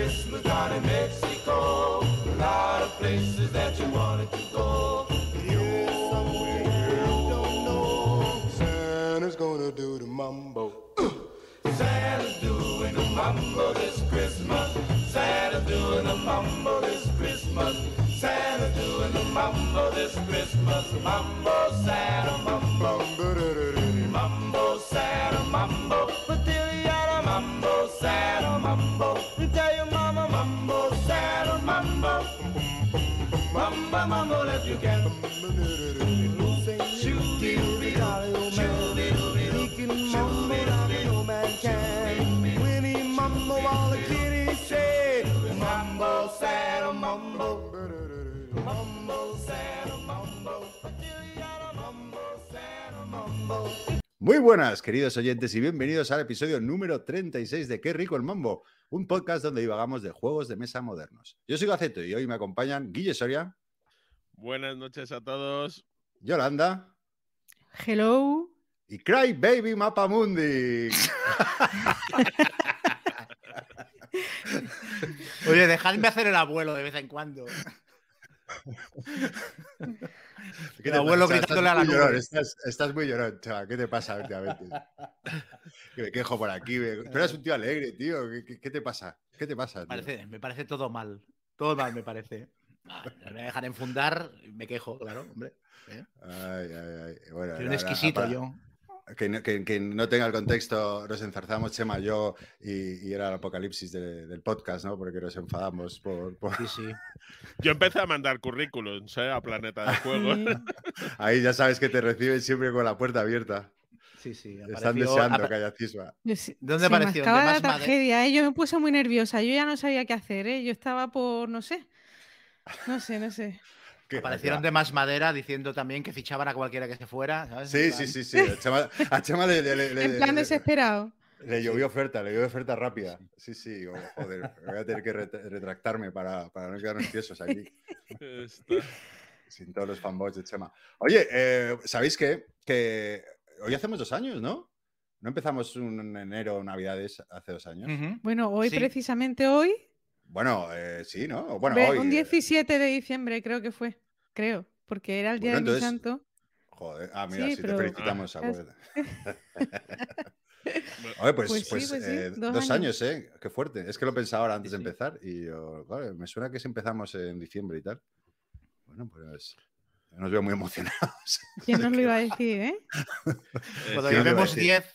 Christmas down in Mexico. A lot of places that you wanted to go. Here's something you don't know. Santa's gonna do the mambo. Santa's doing the mambo this Christmas. Santa's doing the mambo this Christmas. Santa's doing the mambo this Christmas. Mambo, Santa, mambo. Mambo, Santa, mambo. Patiliana, mambo, Santa, mambo. Tell your mama, mambo, Santa, mambo. Mambo, mambo, if you can. Shoo-dee-doo-dee-doo, shoo-dee-doo-dee-doo, shoo-dee-doo-dee-doo. Winnie Mambo, all the kiddies say. Mambo, Santa, mambo. Mambo, Santa, mambo. Patiliana, mambo, Santa, mambo. Muy buenas, queridos oyentes, y bienvenidos al episodio número 36 de Qué rico el mambo, un podcast donde divagamos de juegos de mesa modernos. Yo soy Gaceto y hoy me acompañan Guille Soria. Buenas noches a todos. Yolanda. Hello. Y Cry Baby Mapamundi. Oye, dejadme hacer el abuelo de vez en cuando. ¿Qué El abuelo gritándole a la nube. Estás muy llorón, chaval. ¿Qué te pasa últimamente? Que me quejo por aquí. Tú eres un tío alegre, tío. ¿Qué te pasa? ¿Qué te pasa, tío? Me parece todo mal. Todo mal me parece. Me voy a dejar enfundar, me quejo, claro, hombre. Ay. Bueno, Soy un exquisito yo. Que no tenga el contexto, nos enzarzamos, Chema, yo y era el apocalipsis del podcast, ¿no? Porque nos enfadamos por... Sí. Yo empecé a mandar currículums a Planeta de Juegos. Ahí ya sabes que te reciben siempre con la puerta abierta. Sí. Están deseando que haya cisma. ¿Dónde se apareció? me acaba la tragedia, ¿eh? Yo me puse muy nerviosa. Yo ya no sabía qué hacer, ¿eh? Yo estaba por... No sé. Aparecieron de Más Madera diciendo también que fichaban a cualquiera que se fuera, ¿sabes? Sí. A Chema En plan desesperado. Le llovió oferta rápida. Sí. Joder, voy a tener que retractarme para no quedarnos tiesos aquí. Sin todos los fanboys de Chema. Oye, ¿sabéis qué? Que hoy hacemos 2 años, ¿no? ¿No empezamos en enero, Navidades, hace 2 años? Bueno, hoy Sí. Precisamente hoy. Bueno, sí, ¿no? Bueno, hoy. Un 17 de diciembre creo que fue. Creo, porque era el día Bueno, de mi entonces- santo. Joder, mira, Sí, sí, pero- te felicitamos, Ah, abuela. Oye, pues, Pues sí, 2 años, ¿eh? Qué fuerte. Es que lo pensaba ahora antes Sí. de empezar y yo, claro, me suena que si empezamos en diciembre y tal. Bueno, pues nos veo muy emocionados. ¿Quién nos lo iba a decir, eh? Cuando Sí, llevemos sí. 10.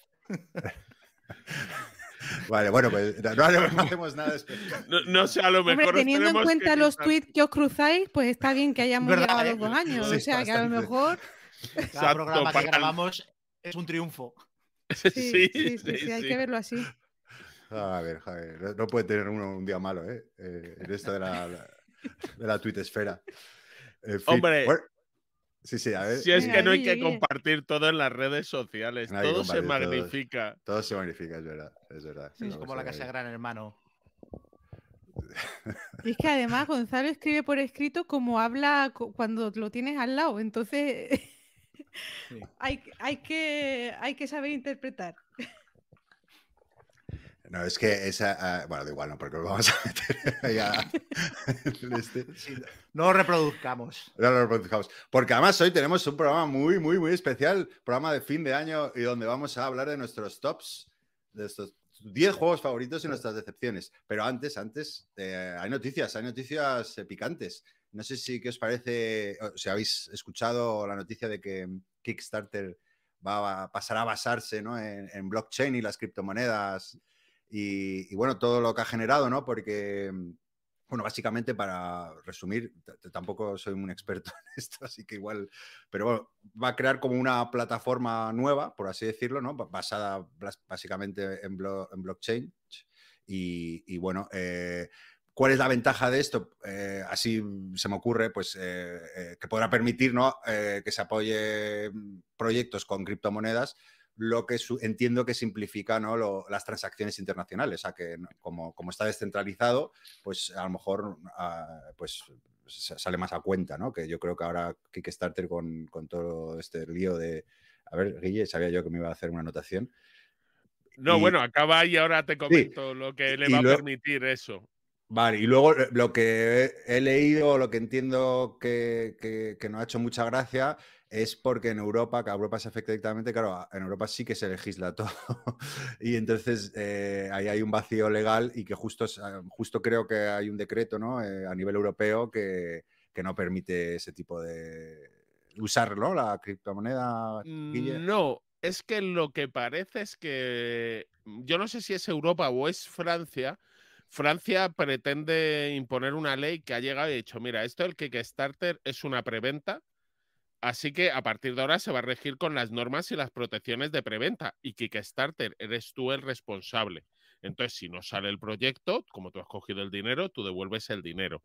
Vale, bueno, pues no hacemos nada especial. No sé, a lo mejor. Hombre, teniendo en tenemos cuenta que los quitar- tweets que os cruzáis, pues está bien que hayamos ¿Verdad, llegado a eh? los 2 años. Sí, o sea, que a lo bastante. mejor... Cada Exacto, programa que para el- grabamos es un triunfo. Sí, hay que verlo así. A ver, Javier, no puede tener uno un día malo, ¿eh? En esto de la tuitesfera. En fin, Hombre. bueno, sí, a ver. Si es Venga, que no hay que Guille. compartir todo en las redes sociales. No hay que Todo se compartir todo. magnifica. Todo se magnifica, es verdad. Es verdad. Sí, es Vamos como a la ver. casa de Gran Hermano. Y es que además Gonzalo escribe por escrito como habla cuando lo tienes al lado. Entonces Sí. hay que saber interpretar. No, es que esa. Bueno, da igual, no, porque lo vamos a meter ahí en este. Sí, no lo reproduzcamos. No lo reproduzcamos. Porque además hoy tenemos un programa muy especial, programa de fin de año y donde vamos a hablar de nuestros tops, de estos 10 juegos favoritos y nuestras decepciones. Pero antes, hay noticias picantes. No sé si os parece, o si habéis escuchado la noticia de que Kickstarter pasará a basarse, ¿no? en blockchain y las criptomonedas y bueno, todo lo que ha generado, ¿no? Porque, bueno, básicamente para resumir, tampoco soy un experto en esto, así que igual, pero bueno, va a crear como una plataforma nueva, por así decirlo, ¿no? Basada básicamente en blockchain y bueno, ¿cuál es la ventaja de esto? Así se me ocurre, pues que podrá permitir, ¿no? Que se apoye proyectos con criptomonedas, lo que entiendo que simplifica, ¿no? las transacciones internacionales. O sea, que como está descentralizado, pues a lo mejor pues sale más a cuenta, ¿no? Que yo creo que ahora Kickstarter con todo este lío de... A ver, Guille, sabía yo que me iba a hacer una anotación. No, bueno, acaba y ahora te comento lo que le va a luego- permitir eso. Vale, y luego lo que he leído, lo que entiendo que no ha hecho mucha gracia es porque en Europa, que a Europa se afecta directamente, claro, en Europa sí que se legisla todo. Y entonces ahí hay un vacío legal y que justo creo que hay un decreto, ¿no? A nivel europeo que no permite ese tipo de usar, ¿no? La criptomoneda, Guille. No, es que lo que parece es que yo no sé si es Europa o es Francia. Francia pretende imponer una ley que ha llegado y ha dicho, mira, esto del Kickstarter es una preventa, así que a partir de ahora se va a regir con las normas y las protecciones de preventa. Y Kickstarter, eres tú el responsable. Entonces, si no sale el proyecto, como tú has cogido el dinero, tú devuelves el dinero.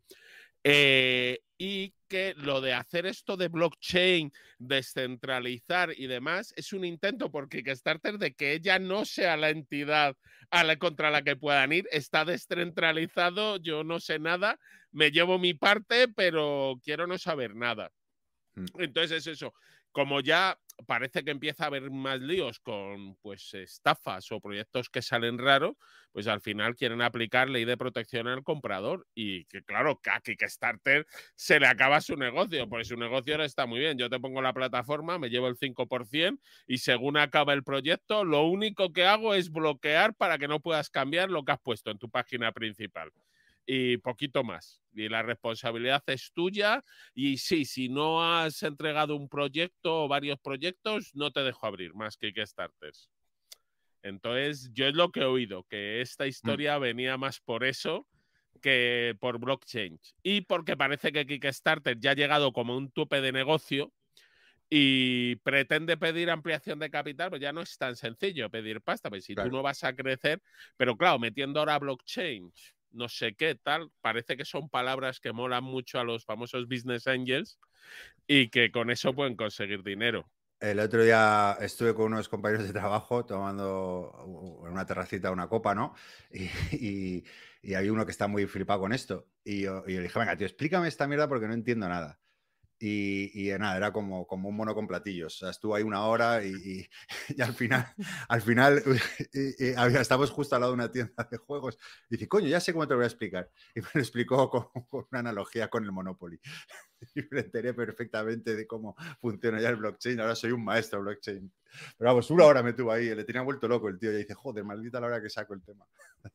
Y que lo de hacer esto de blockchain, descentralizar y demás, es un intento por Kickstarter de que ella no sea la entidad contra la que puedan ir. Está descentralizado, yo no sé nada, me llevo mi parte, pero quiero no saber nada. Entonces es eso. Como ya parece que empieza a haber más líos con pues estafas o proyectos que salen raros, pues al final quieren aplicar ley de protección al comprador y que claro, a Kickstarter se le acaba su negocio, porque su negocio ahora está muy bien. Yo te pongo la plataforma, me llevo el 5% y según acaba el proyecto, lo único que hago es bloquear para que no puedas cambiar lo que has puesto en tu página principal. Y poquito más. Y la responsabilidad es tuya. Y sí, si no has entregado un proyecto o varios proyectos, no te dejo abrir más que Kickstarters. Entonces, yo es lo que he oído, que esta historia venía más por eso que por blockchain. Y porque parece que Kickstarter ya ha llegado como un tope de negocio y pretende pedir ampliación de capital, pues ya no es tan sencillo pedir pasta, pues si Claro. tú no vas a crecer, pero claro, metiendo ahora blockchain, no sé qué tal, parece que son palabras que molan mucho a los famosos business angels y que con eso pueden conseguir dinero. El otro día estuve con unos compañeros de trabajo tomando en una terracita una copa, ¿no? Y hay uno que está muy flipado con esto. Y yo le dije, venga, tío, explícame esta mierda porque no entiendo nada. Y nada, era como un mono con platillos. O sea, estuvo ahí una hora y al final estábamos justo al lado de una tienda de juegos. Y dice, coño, ya sé cómo te lo voy a explicar. Y me lo explicó con una analogía con el Monopoly. Y me enteré perfectamente de cómo funciona ya el blockchain. Ahora soy un maestro blockchain. Pero vamos, una hora me tuvo ahí. Le tenía vuelto loco el tío. Y dice, joder, maldita la hora que saco el tema.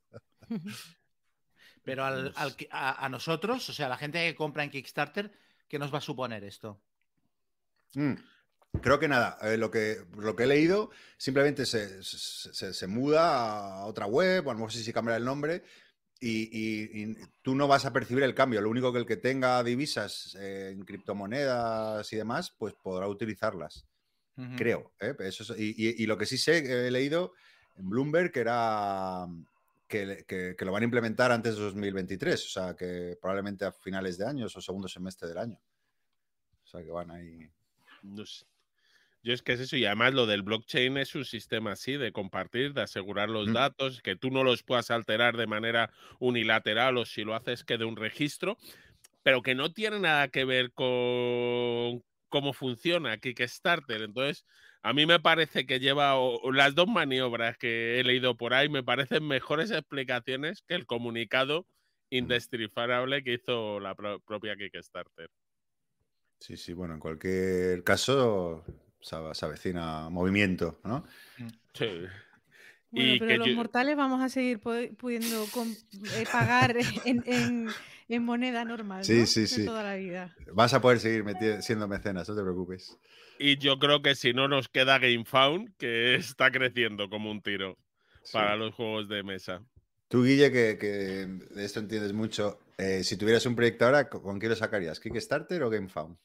Pero a nosotros, o sea, la gente que compra en Kickstarter, ¿qué nos va a suponer esto? Creo que nada, lo que he leído simplemente se muda a otra web, o a lo mejor sí cambia el nombre, y tú no vas a percibir el cambio. Lo único que el que tenga divisas en criptomonedas y demás, pues podrá utilizarlas. Creo. Eso y lo que sí sé, he leído en Bloomberg, que era que lo van a implementar antes de 2023, o sea, que probablemente a finales de año o segundo semestre del año. O sea, que van ahí. No sé. Yo es que es eso, y además lo del blockchain es un sistema así de compartir, de asegurar los datos, que tú no los puedas alterar de manera unilateral o si lo haces quede un registro, pero que no tiene nada que ver con cómo funciona Kickstarter. Entonces, a mí me parece que lleva las dos maniobras que he leído por ahí, me parecen mejores explicaciones que el comunicado indescifrable que hizo la propia Kickstarter. Sí, sí, bueno, en cualquier caso se avecina movimiento, ¿no? Sí. Bueno, Y pero que los mortales vamos a seguir pudiendo pagar en moneda normal, Sí, ¿no? sí, De sí. toda la vida. Vas a poder seguir siendo mecenas, no te preocupes. Y yo creo que si no nos queda GameFound, que está creciendo como un tiro para Sí. los juegos de mesa. Tú, Guille, que de esto entiendes mucho, si tuvieras un proyecto ahora, ¿con qué lo sacarías? ¿Kickstarter o GameFound?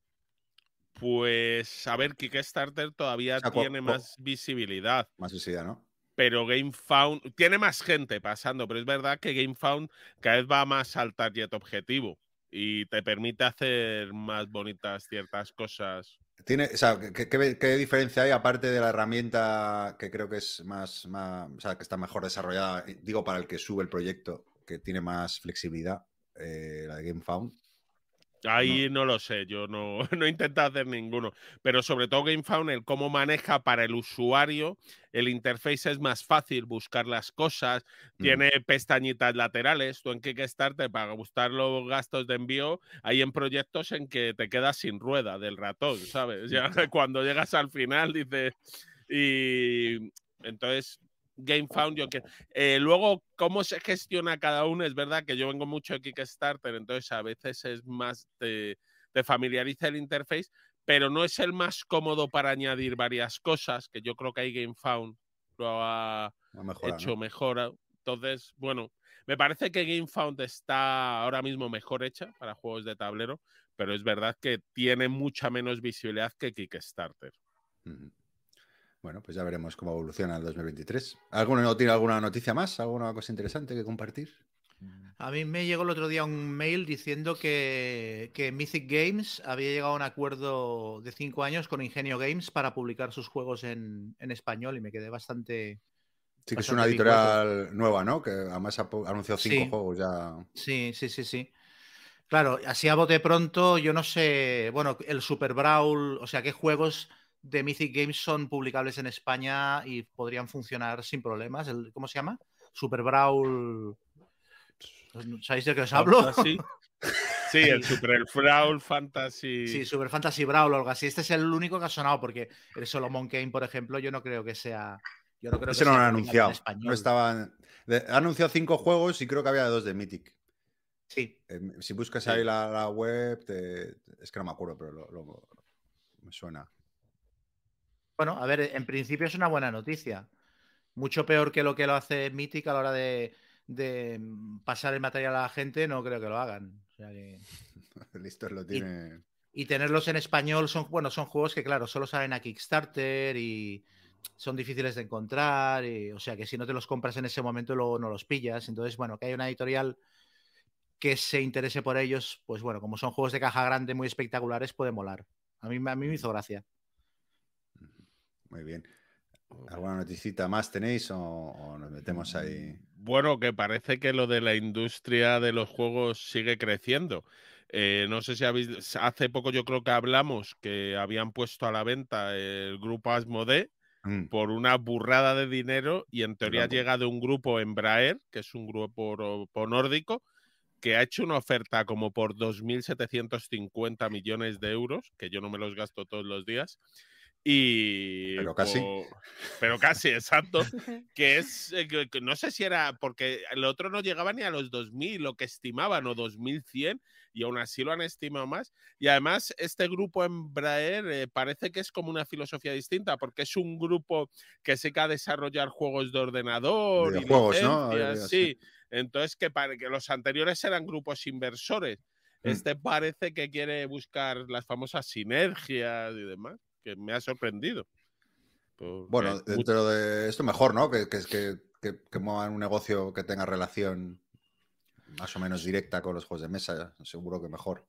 Pues, a ver, Kickstarter todavía O sea, tiene más visibilidad, más visibilidad, ¿no? pero GameFound tiene más gente pasando, pero es verdad que GameFound cada vez va más al target objetivo y te permite hacer más bonitas ciertas cosas. O sea, ¿qué diferencia hay aparte de la herramienta que creo que es o sea, que está mejor desarrollada, digo, para el que sube el proyecto, que tiene más flexibilidad, la de GameFound? Ahí no lo sé, yo no, no he intentado hacer ninguno, pero sobre todo GameFound, el cómo maneja para el usuario, el interface es más fácil buscar las cosas, tiene pestañitas laterales, tú en Kickstarter para gustar los gastos de envío, hay en proyectos en que te quedas sin rueda del ratón, ¿sabes? Ya cuando llegas al final dices, y entonces... GameFound, luego, cómo se gestiona cada uno, es verdad que yo vengo mucho de Kickstarter, entonces a veces es más, te familiariza el interface, pero no es el más cómodo para añadir varias cosas, que yo creo que ahí GameFound lo ha hecho mejor. Entonces, bueno, me parece que GameFound está ahora mismo mejor hecha para juegos de tablero, pero es verdad que tiene mucha menos visibilidad que Kickstarter. Bueno, pues ya veremos cómo evoluciona el 2023. ¿Alguno tiene alguna noticia más? ¿Alguna cosa interesante que compartir? A mí me llegó el otro día un mail diciendo que Mythic Games había llegado a un acuerdo de 5 años con Ingenio Games para publicar sus juegos en español y me quedé bastante... Sí, que es una editorial nueva, ¿no? Que además ha anunciado 5 juegos ya. Sí. Claro, así a bote pronto, yo no sé... Bueno, el Super Brawl, o sea, ¿qué juegos de Mythic Games son publicables en España y podrían funcionar sin problemas? ¿Cómo se llama? Super Brawl... ¿Sabéis de qué os hablo? Sí, el Super Brawl Fantasy. Sí, Super Fantasy Brawl o algo así. Este es el único que ha sonado porque el Solomon Kane, por ejemplo, yo no creo que sea... Yo no creo Ese que no sea lo han publicable en anunciado. español. No estaban... Ha anunciado 5 juegos y creo que había 2 de Mythic. Sí. Si buscas ahí la web, es que no me acuerdo, pero me suena. Bueno, a ver, en principio es una buena noticia. Mucho peor que lo hace Mythic a la hora de pasar el material a la gente, no creo que lo hagan. O sea que... Listos lo tiene. Y tenerlos en español son juegos que, claro, solo salen a Kickstarter y son difíciles de encontrar. O sea que si no te los compras en ese momento, luego no los pillas. Entonces, bueno, que hay una editorial que se interese por ellos, pues bueno, como son juegos de caja grande muy espectaculares, puede molar. A mí me hizo gracia. Muy bien. ¿Alguna noticita más tenéis o nos metemos ahí? Bueno, que parece que lo de la industria de los juegos sigue creciendo. No sé si habéis... Hace poco yo creo que hablamos que habían puesto a la venta el grupo Asmodee por una burrada de dinero y en teoría llega de un grupo Embraer, que es un grupo nórdico, que ha hecho una oferta como por 2.750 millones de euros, que yo no me los gasto todos los días. Pero casi. Pero casi, exacto. Que es, que no sé si era, porque el otro no llegaba ni a los 2.000, lo que estimaban, o 2.100, y aún así lo han estimado más. Y además, este grupo Embraer parece que es como una filosofía distinta, porque es un grupo que se dedica a desarrollar juegos de ordenador, videojuegos, y licencias, ¿no? sí. Entonces, que los anteriores eran grupos inversores. Este parece que quiere buscar las famosas sinergias y demás, que me ha sorprendido. Bueno, dentro de esto mejor, ¿no? Que muevan un negocio que tenga relación más o menos directa con los juegos de mesa, seguro que mejor.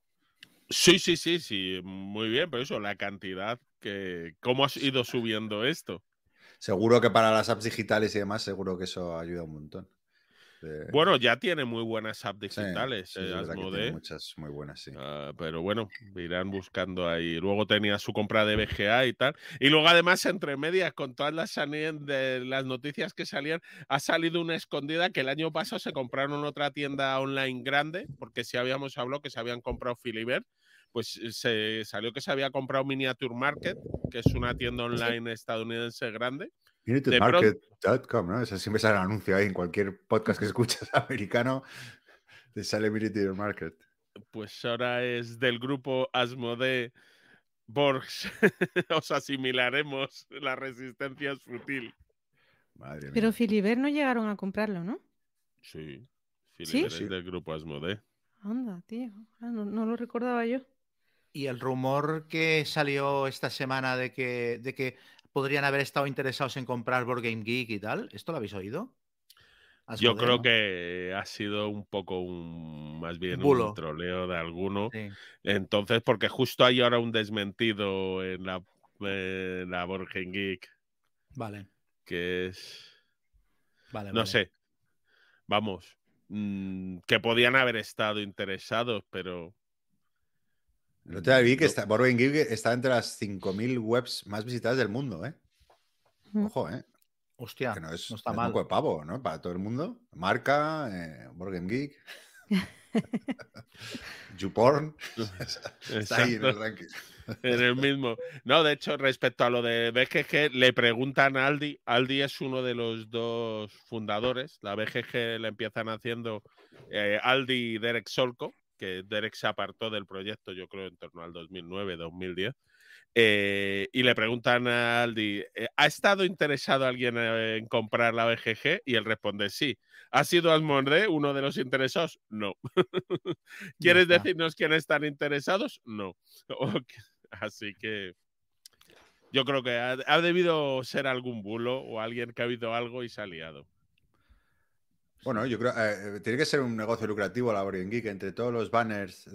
Sí, muy bien, pero eso, la cantidad ¿cómo has ido subiendo esto? Seguro que para las apps digitales y demás, seguro que eso ayuda un montón. Bueno, ya tiene muy buenas apps digitales, sí, es verdad que tiene muchas muy buenas, sí. Pero bueno, irán buscando ahí. Luego tenía su compra de BGA y tal. Y luego además, entre medias, con todas las noticias que salían, ha salido una escondida que el año pasado se compraron otra tienda online grande, porque si habíamos hablado que se habían comprado Philibert, pues se salió que se había comprado Miniature Market, que es una tienda online estadounidense grande. MiniatureMarket.com, ¿no? Eso siempre sale un anuncio ahí en cualquier podcast que escuchas americano, te sale Miniature Market. Pues ahora es del grupo Asmodee Borgs. Os asimilaremos, la resistencia es fútil. Madre mía. Pero Philibert no llegaron a comprarlo, ¿no? Sí, Philibert es del grupo Asmodee. Anda, tío, no lo recordaba yo. Y el rumor que salió esta semana de que podrían haber estado interesados en comprar Board Game Geek y tal, ¿esto lo habéis oído? Yo Asmodee, creo ¿no? que ha sido un poco más bien bulo. un troleo de alguno. Sí. Entonces, porque justo hay ahora un desmentido en la Board Game Geek. Vale. Que es... Vale. No sé. Vamos. Que podían haber estado interesados, pero El otro día vi que No. Board Game Geek está entre las 5.000 webs más visitadas del mundo, ¿eh? Mm. Ojo, ¿eh? Hostia, Que no es, no está no es mal. moco de pavo, ¿no? Para todo el mundo. Marca, Board Game Geek, YouPorn. Está ahí en el Exacto. ranking. En el mismo. No, de hecho, respecto a lo de BGG, le preguntan a Aldi. Aldi es uno de los dos fundadores. La BGG la empiezan haciendo Aldi y Derek Solco, que Derek se apartó del proyecto, yo creo, en torno al 2009-2010. Y le preguntan a Aldi, ¿ha estado interesado alguien en comprar la BGG? Y él responde, sí. ¿Ha sido Asmodee uno de los interesados? No. ¿Quieres está. decirnos quiénes están interesados? No. Así que yo creo que ha debido ser algún bulo o alguien que ha habido algo y se ha liado. Bueno, yo creo tiene que ser un negocio lucrativo la Board Game Geek entre todos los banners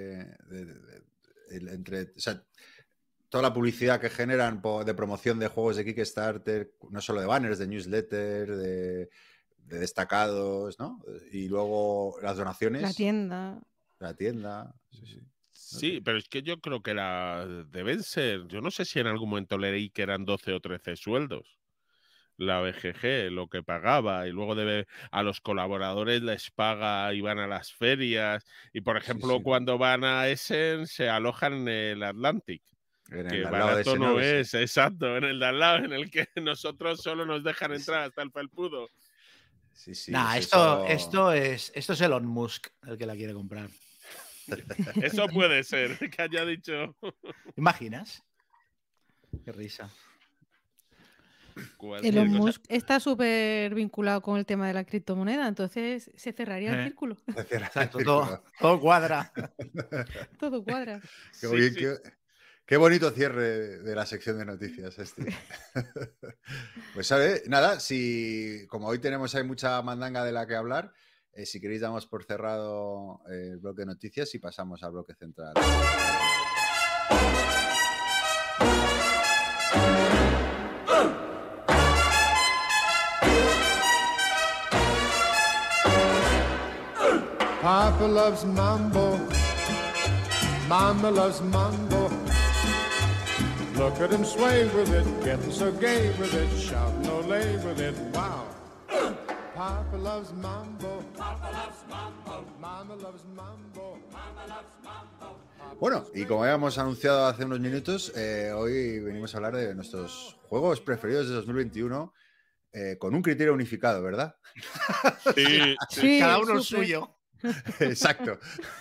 entre, o sea, toda la publicidad que generan de promoción de juegos de Kickstarter, no solo de banners, de newsletter, de destacados, ¿no? Y luego las donaciones. La tienda. La tienda. Sí, sí. Sí, pero es que yo creo que deben ser, yo no sé si en algún momento leí que eran 12 o 13 sueldos la BGG, lo que pagaba, y luego a los colaboradores les paga y van a las ferias, y por ejemplo sí. cuando van a Essen se alojan en el Atlantic. En Que el al lado de barato no Xenoverse. es, exacto, en el de al lado, en el que nosotros solo nos dejan entrar hasta el felpudo. Sí, sí. Nah, esto es Elon Musk el que la quiere comprar. Eso puede ser, que haya dicho. ¿Imaginas? Qué risa. Elon Musk está súper vinculado con el tema de la criptomoneda, entonces se cerraría el círculo. Exacto, todo cuadra. Todo cuadra. Qué bien, qué bonito cierre de la sección de noticias este. Pues sabe, nada, si como hoy tenemos ahí mucha mandanga de la que hablar, si queréis damos por cerrado el bloque de noticias y pasamos al bloque central. Papa loves mambo, Mama loves mambo. Look at him sway with it, getting so gay with it, shouting olay with it, wow. Papa loves mambo, Papa loves mambo, Mama loves mambo, Mama loves mambo. Bueno, y como habíamos anunciado hace unos minutos, hoy venimos a hablar de nuestros juegos preferidos de 2021 con un criterio unificado, ¿verdad? Sí, cada uno el súper. suyo. Exacto.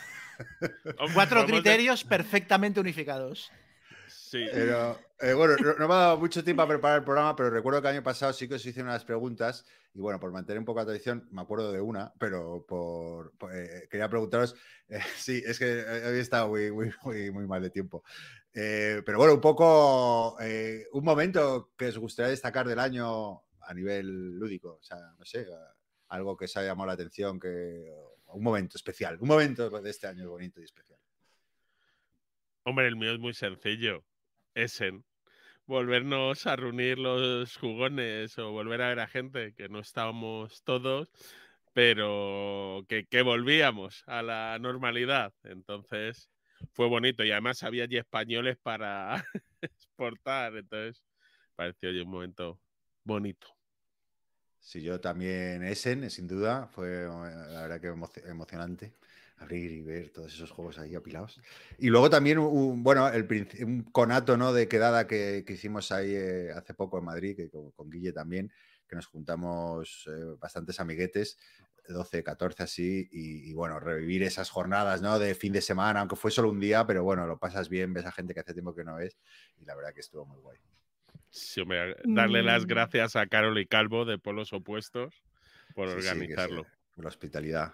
4 criterios perfectamente unificados. Sí. Pero bueno, no me ha dado mucho tiempo a preparar el programa, pero recuerdo que el año pasado sí que os hice unas preguntas y bueno, por mantener un poco la tradición, me acuerdo de una, pero quería preguntaros, sí, es que había estado muy mal de tiempo. Pero bueno, un poco, un momento que os gustaría destacar del año a nivel lúdico, o sea, no sé, algo que os haya llamado la atención, un momento especial, un momento de este año bonito y especial. Hombre, el mío es muy sencillo. Essen. Volvernos a reunir los jugones o volver a ver a gente que no estábamos todos, pero que volvíamos a la normalidad. Entonces fue bonito y además había allí españoles para exportar. Entonces pareció un momento bonito. Sí, yo también Essen, sin duda, fue la verdad que emocionante abrir y ver todos esos juegos ahí apilados. Y luego también, un conato, ¿no?, de quedada que hicimos ahí hace poco en Madrid, que con Guille también, que nos juntamos bastantes amiguetes, 12, 14 así, y bueno, revivir esas jornadas, ¿no?, de fin de semana, aunque fue solo un día, pero bueno, lo pasas bien, ves a gente que hace tiempo que no ves, y la verdad que estuvo muy guay. Sí, darle las gracias a Carol y Calvo de Polos Opuestos por organizarlo. Por la hospitalidad.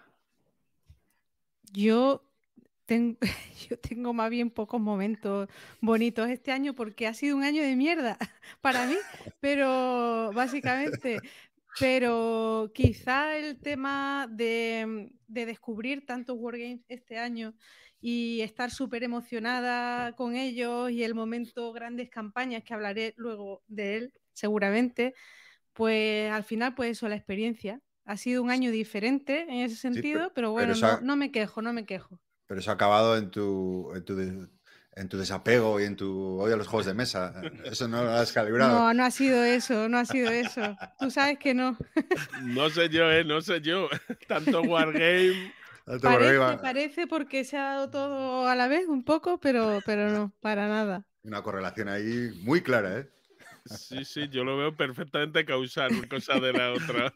Yo tengo más bien pocos momentos bonitos este año porque ha sido un año de mierda para mí, pero básicamente, pero quizá el tema de descubrir tantos wargames este año y estar súper emocionada con ellos y el momento grandes campañas, que hablaré luego de él seguramente, pues al final pues eso, la experiencia. Ha sido un año diferente en ese sentido, pero bueno, no me quejo. Pero eso ha acabado en en tu desapego y en tu odio a los juegos de mesa. Eso no lo has calibrado. No, no ha sido eso, no ha sido eso. Tú sabes que no. No sé yo, no sé yo. Tanto Wargame. Tanto por arriba. Parece porque se ha dado todo a la vez un poco, pero no, para nada. Una correlación ahí muy clara, ¿eh? Sí, yo lo veo perfectamente causar una cosa de la otra.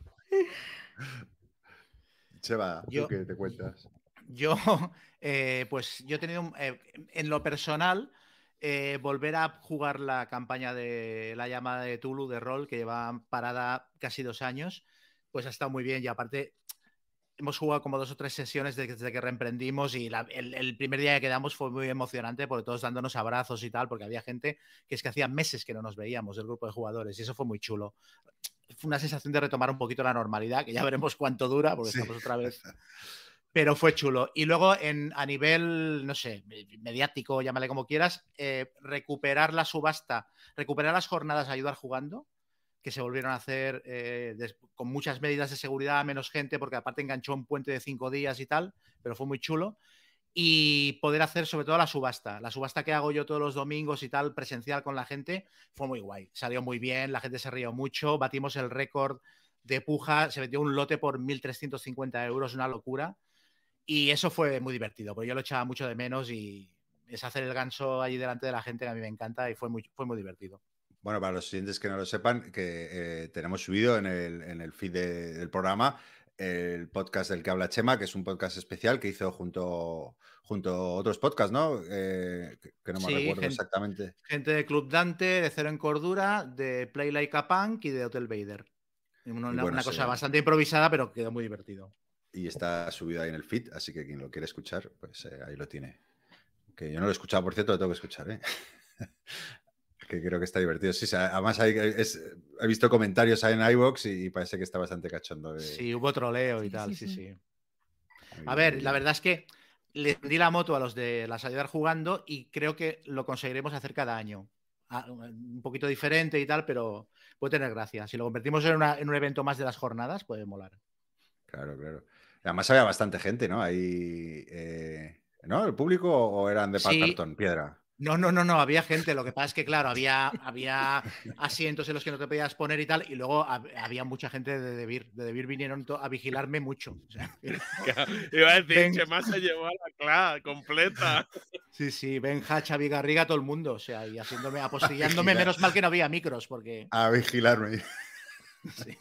Cheva, ¿tú qué te cuentas? Yo, pues yo he tenido, en lo personal, volver a jugar la campaña de la llamada de Tulu de rol, que lleva parada casi 2 años, pues ha estado muy bien y aparte hemos jugado como 2 o 3 sesiones desde que reemprendimos y el primer día que quedamos fue muy emocionante porque todos dándonos abrazos y tal, porque había gente que es que hacía meses que no nos veíamos, el grupo de jugadores, y eso fue muy chulo. Fue una sensación de retomar un poquito la normalidad, que ya veremos cuánto dura, porque estamos otra vez... Pero fue chulo. Y luego, a nivel, no sé, mediático, llámale como quieras, recuperar la subasta, recuperar las jornadas Ayudar Jugando, que se volvieron a hacer con muchas medidas de seguridad, menos gente, porque aparte enganchó un puente de 5 días y tal, pero fue muy chulo. Y poder hacer sobre todo la subasta que hago yo todos los domingos y tal, presencial con la gente, fue muy guay. Salió muy bien, la gente se rió mucho, batimos el récord de puja, se vendió un lote por 1.350 euros, una locura. Y eso fue muy divertido, porque yo lo echaba mucho de menos y es hacer el ganso allí delante de la gente que a mí me encanta y fue muy divertido. Bueno, para los siguientes que no lo sepan, que tenemos subido en el feed del programa el podcast del que habla Chema, que es un podcast especial que hizo junto a otros podcasts, ¿no? Que no me recuerdo exactamente. Gente de Club Dante, de Cero en Cordura, de Play Like a Punk y de Hotel Vader. Una cosa bastante improvisada, pero quedó muy divertido. Y está subido ahí en el feed, así que quien lo quiere escuchar, pues ahí lo tiene. Que yo no lo he escuchado, por cierto, lo tengo que escuchar, ¿eh? Que creo que está divertido. Sí, además he visto comentarios ahí en iVoox y parece que está bastante cachondo. Sí, hubo troleo y tal, sí. A ver, la verdad es que le di la moto a los de las Ayudar Jugando y creo que lo conseguiremos hacer cada año. Un poquito diferente y tal, pero puede tener gracia. Si lo convertimos en un evento más de las jornadas, puede molar. Claro. Además había bastante gente, ¿no? Ahí, ¿no? ¿El público o eran de cartón, piedra? No, había gente. Lo que pasa es que, claro, había asientos en los que no te podías poner y tal, y luego había mucha gente de Debir vinieron a vigilarme mucho. O sea, iba a decir, Chema se llevó a la clase completa. Sí, Benja, Xavi Garriga, todo el mundo, o sea, y apostillándome, menos mal que no había micros, porque... A vigilarme. Sí.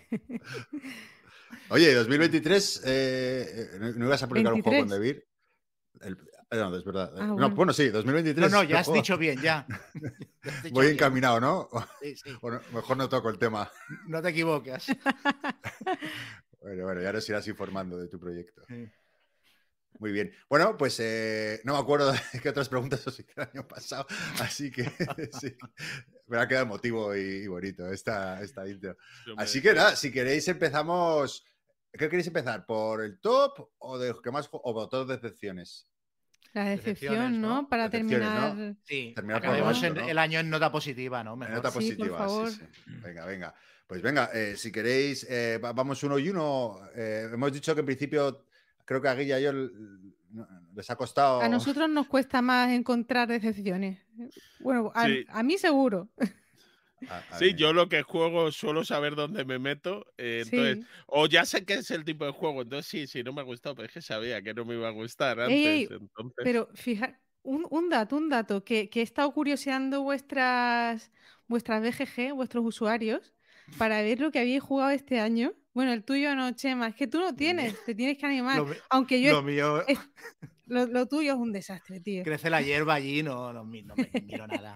Oye, 2023, ¿no ibas a publicar 23. Un juego con Debir? No, es verdad. Bueno, sí, 2023. No, ya has dicho bien, ya. Voy encaminado, ¿no? Sí. Bueno, mejor no toco el tema. No te equivocas. Bueno, ya nos irás informando de tu proyecto. Sí. Muy bien. Bueno, pues no me acuerdo de qué otras preguntas os hice el año pasado, así que sí, me ha quedado emotivo y bonito esta intro. Así que nada, si queréis empezamos. ¿Qué queréis empezar? ¿Por el top o de qué más o por todas decepciones? La decepción, ¿no? Para terminar. ¿no? Sí, acabemos el año en nota positiva, ¿no? Mejor. En nota positiva, por favor. Sí. Venga. Pues venga, si queréis, vamos uno y uno. Hemos dicho que en principio creo que a Guilla y yo les ha costado. A nosotros nos cuesta más encontrar decepciones. Bueno, a mí seguro. Sí, yo lo que juego suelo saber dónde me meto, entonces, o ya sé qué es el tipo de juego, entonces sí, no me ha gustado, pero es que sabía que no me iba a gustar antes. Entonces... Pero fíjate, un dato, que he estado curioseando vuestras BGG, vuestros usuarios, para ver lo que habéis jugado este año. Bueno, el tuyo no, Chema, es que tú no tienes, te tienes que animar. Aunque yo... Lo mío... Lo tuyo es un desastre, tío. Crece la hierba allí, no me miro nada.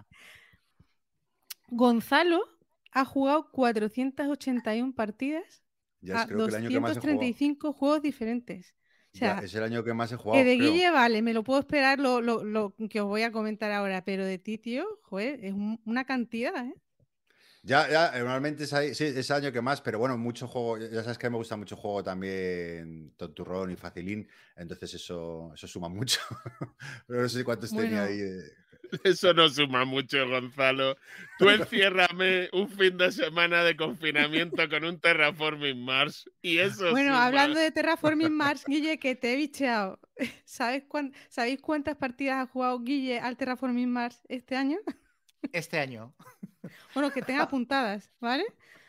Gonzalo ha jugado 481 partidas a 235 juegos diferentes. O sea, es el año que más he jugado. Que de Guille, vale, me lo puedo esperar lo que os voy a comentar ahora, pero de ti, tío, joder, es una cantidad, ¿eh? Ya, normalmente es ese año que más, pero bueno, mucho juego, ya sabes que me gusta mucho juego también, tonturrón y facilín, entonces eso suma mucho. Pero no sé cuántos tenía ahí. Eso no suma mucho, Gonzalo. Tú enciérrame un fin de semana de confinamiento con un Terraforming Mars y eso Bueno, suma. Hablando de Terraforming Mars, Guille, que te he bicheado. ¿Sabéis cuántas partidas ha jugado Guille al Terraforming Mars este año? Este año. Bueno, que tenga apuntadas, ¿vale?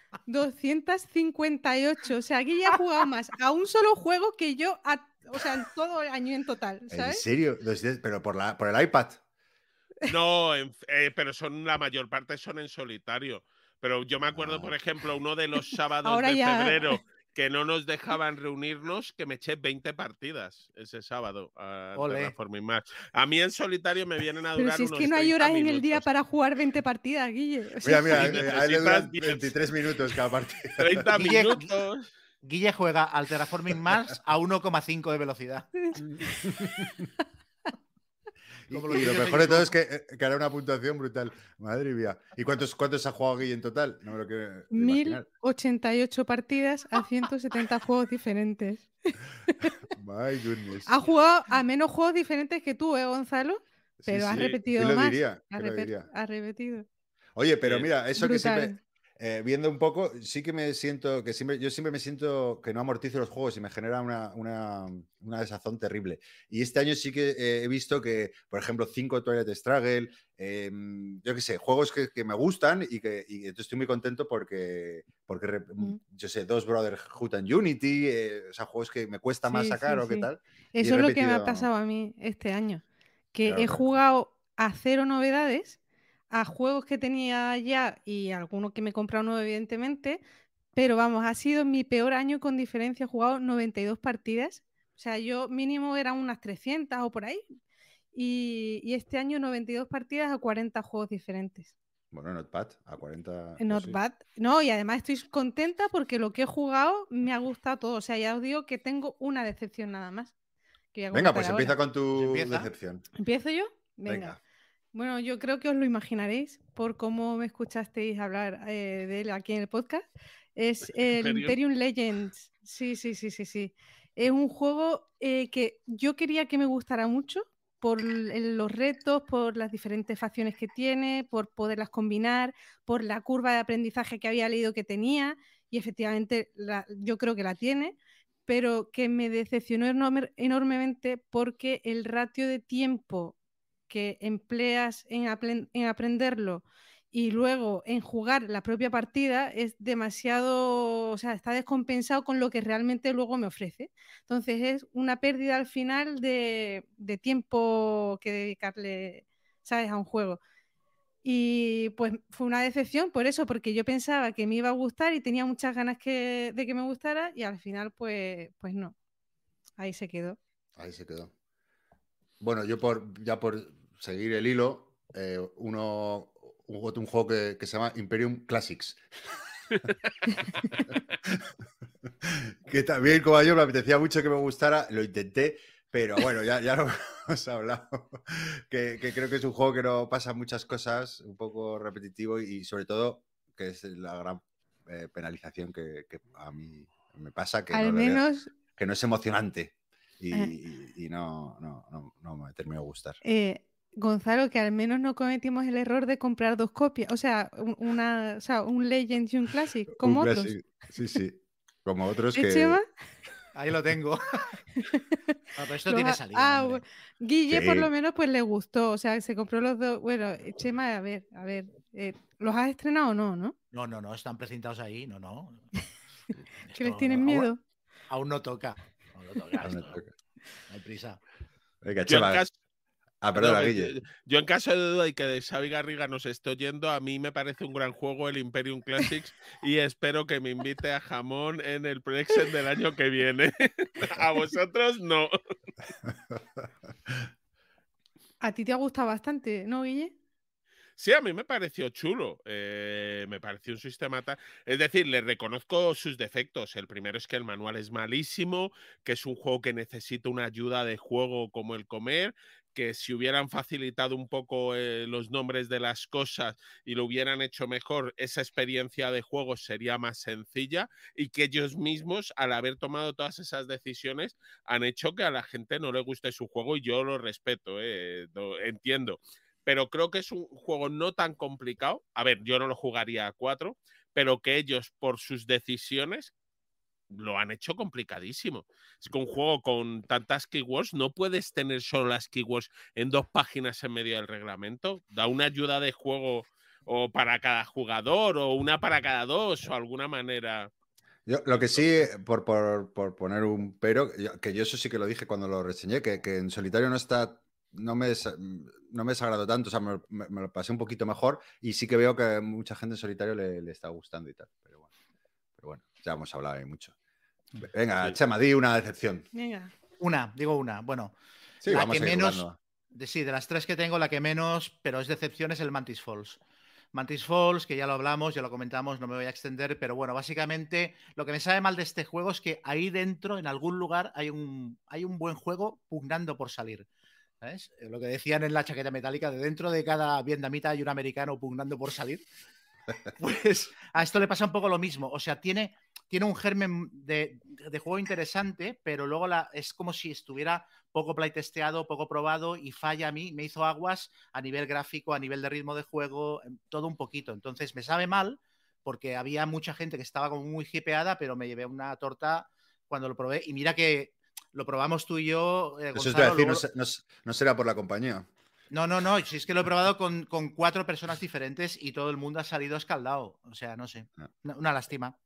258. O sea, Guille ha jugado más a un solo juego que yo, o sea, en todo el año en total, ¿En ¿sabes? serio? Pero por el iPad. No, pero la mayor parte son en solitario. Pero yo me acuerdo, por ejemplo, uno de los sábados Ahora de ya- febrero que no nos dejaban reunirnos, que me eché 20 partidas ese sábado a Ole. Terraforming Mars. A mí en solitario me vienen a Pero durar si es unos que no hay 30 horas en el día minutos. para jugar 20 partidas, Guille. O sea, Mira, Sí, a él le necesitas duran 10. 23 minutos cada partida. 30 Guille- minutos. Guille juega al Terraforming Mars a 1,5 de velocidad. Y Como lo los vídeos de mejor de todo es YouTube. que hará una puntuación brutal. Madre mía. ¿Y cuántos ha jugado Guille en total? No me lo quiero imaginar. 1088 partidas a 170 juegos diferentes. My goodness. Ha jugado a menos juegos diferentes que tú, Gonzalo? Pero Sí, has sí. repetido ¿Quién lo más. diría? ¿Quién lo diría? Has repetido. Oye, pero Sí. mira, eso que siempre, Brutal. viendo un poco, sí que me siento, yo siempre me siento que no amortizo los juegos y me genera una desazón terrible. Y este año sí que he visto que, por ejemplo, 5 Twilight Struggle, yo qué sé, juegos que me gustan y entonces estoy muy contento porque yo sé, 2 Brotherhood and Unity, o sea, juegos que me cuesta más Sí, sacar sí, o qué sí. tal. Eso es lo que me ha repetido- pasado a mí este año. Que Claro, he claro. jugado a 0 novedades, a juegos que tenía ya y algunos que me he comprado nuevo, evidentemente. Pero vamos, ha sido mi peor año con diferencia. He jugado 92 partidas. O sea, yo mínimo eran unas 300 o por ahí. Y este año 92 partidas a 40 juegos diferentes. Bueno, not bad, a 40. Not sí. bad. No, y además estoy contenta porque lo que he jugado me ha gustado todo. O sea, ya os digo que tengo una decepción nada más. Que voy a Venga, comentar pues ahora. empieza con tu Pues empieza. decepción. ¿Empiezo yo? Venga. Bueno, yo creo que os lo imaginaréis por cómo me escuchasteis hablar de él aquí en el podcast. Es el Imperium Legends. Sí. Es un juego que yo quería que me gustara mucho por los retos, por las diferentes facciones que tiene, por poderlas combinar, por la curva de aprendizaje que había leído que tenía, y efectivamente yo creo que la tiene, pero que me decepcionó enormemente porque el ratio de tiempo que empleas en aprenderlo y luego en jugar la propia partida es demasiado, o sea, está descompensado con lo que realmente luego me ofrece. Entonces es una pérdida al final de tiempo que dedicarle, ¿sabes?, a un juego. Y pues fue una decepción por eso, porque yo pensaba que me iba a gustar y tenía muchas ganas de que me gustara y al final pues no. Ahí se quedó. Ahí se quedó. Bueno, yo por seguir el hilo, un juego que se llama Imperium Classics. Que también, como yo, me apetecía mucho que me gustara, lo intenté, pero bueno, ya lo hemos hablado. Que creo que es un juego que no pasa muchas cosas, un poco repetitivo y sobre todo que es la gran penalización que a mí me pasa, que Al menos... que no es emocionante. Y no me terminó de gustar. Gonzalo, que al menos no cometimos el error de comprar 2 copias, o sea, un Legends y un Classic, como Un otros. Classic, sí, como otros ¿Eh, que... Chema? Ahí lo tengo. Pero esto tiene salida. Hombre. Guille Sí. por lo menos pues le gustó, o sea, se compró los 2. Bueno, Chema, a ver, ¿los has estrenado o no, no? No, están precintados ahí, no. ¿Que les tienen miedo? Aún no toca. Aún no toca. No hay prisa. Venga, Chema. Perdona, Guille. Yo en caso de duda y que de Xavi Garriga nos esté oyendo, a mí me parece un gran juego el Imperium Classics y espero que me invite a jamón en el Plexen del año que viene. A vosotros no. A ti te ha gustado bastante, ¿no, Guille? Sí, a mí me pareció chulo. Me pareció un sistema... Es decir, le reconozco sus defectos. El primero es que el manual es malísimo, que es un juego que necesita una ayuda de juego como el comer, que si hubieran facilitado un poco los nombres de las cosas y lo hubieran hecho mejor, esa experiencia de juego sería más sencilla y que ellos mismos, al haber tomado todas esas decisiones, han hecho que a la gente no le guste su juego y yo lo respeto, lo entiendo. Pero creo que es un juego no tan complicado. A ver, yo no lo jugaría a 4, pero que ellos, por sus decisiones, lo han hecho complicadísimo. Es que un juego con tantas keywords no puedes tener solo las keywords en 2 páginas en medio del reglamento. Da una ayuda de juego o para cada jugador o una para cada 2 o alguna manera. Yo, lo que sí, por poner un pero, que yo eso sí que lo dije cuando lo reseñé, que en solitario no me desagradó tanto, o sea, me lo pasé un poquito mejor y sí que veo que mucha gente en solitario le está gustando y tal. Pero bueno, ya hemos hablado ahí mucho. Venga, Sí. Chema, di una decepción. Venga. Digo una. Bueno, Sí, la vamos que a ir menos, jugando. de las 3 que tengo, la que menos, pero es decepción, es el Mantis Falls. Mantis Falls, que ya lo hablamos, ya lo comentamos, no me voy a extender, pero bueno, básicamente lo que me sabe mal de este juego es que ahí dentro, en algún lugar, hay un buen juego pugnando por salir. ¿Sabes? Lo que decían en la chaqueta metálica, de dentro de cada vietnamita hay un americano pugnando por salir. Pues a esto le pasa un poco lo mismo. O sea, tiene un germen de juego interesante, pero luego es como si estuviera poco playtesteado, poco probado y falla a mí. Me hizo aguas a nivel gráfico, a nivel de ritmo de juego, todo un poquito. Entonces me sabe mal porque había mucha gente que estaba como muy hipeada, pero me llevé una torta cuando lo probé. Y mira que lo probamos tú y yo, Eso Gonzalo. es decir, no será por la compañía. No, si es que lo he probado con 4 personas diferentes y todo el mundo ha salido escaldado. O sea, no sé. Una lástima.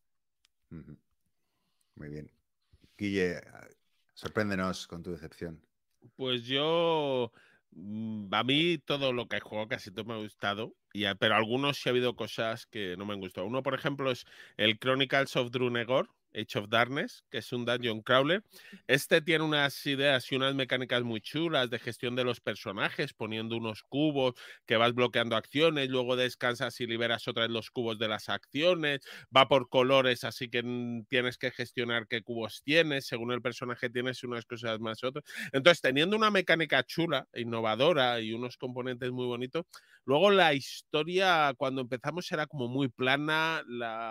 Muy bien. Guille, sorpréndenos con tu decepción. Pues yo, a mí todo lo que he jugado casi todo me ha gustado, pero algunos sí ha habido cosas que no me han gustado. Uno, por ejemplo, es el Chronicles of Drunegor, Age of Darkness, que es un dungeon crawler. Este tiene unas ideas y unas mecánicas muy chulas de gestión de los personajes, poniendo unos cubos que vas bloqueando acciones, luego descansas y liberas otra vez los cubos de las acciones, va por colores, así que tienes que gestionar qué cubos tienes, según el personaje tienes unas cosas más otras. Entonces, teniendo una mecánica chula, innovadora y unos componentes muy bonitos, luego la historia cuando empezamos era como muy plana,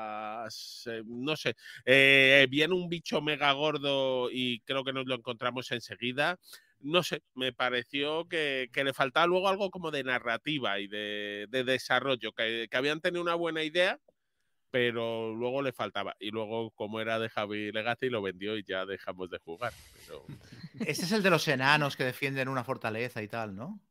no sé, viene un bicho mega gordo y creo que nos lo encontramos enseguida. No sé, me pareció que le faltaba luego algo como de narrativa y de desarrollo, que habían tenido una buena idea, pero luego le faltaba. Y luego, como era de Javi Legacy, lo vendió y ya dejamos de jugar. Pero... Este es el de los enanos que defienden una fortaleza y tal, ¿no?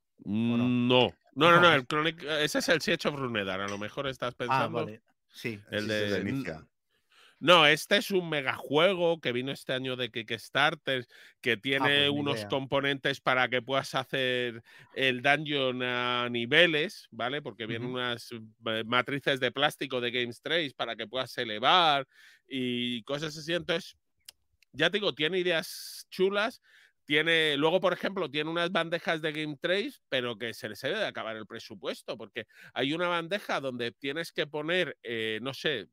No, ese es el Siege of Runedar. A lo mejor estás pensando. Ah, vale. Sí. El Ese es de Inicia. No, este es un megajuego que vino este año de Kickstarter, que tiene pues unos componentes para que puedas hacer el dungeon a niveles, ¿vale? Porque vienen unas matrices de plástico de Games Trace para que puedas elevar y cosas así. Entonces, ya te digo, tiene ideas chulas. Luego, por ejemplo, tiene unas bandejas de Game Trace, pero que se les debe de acabar el presupuesto, porque hay una bandeja donde tienes que poner, no sé,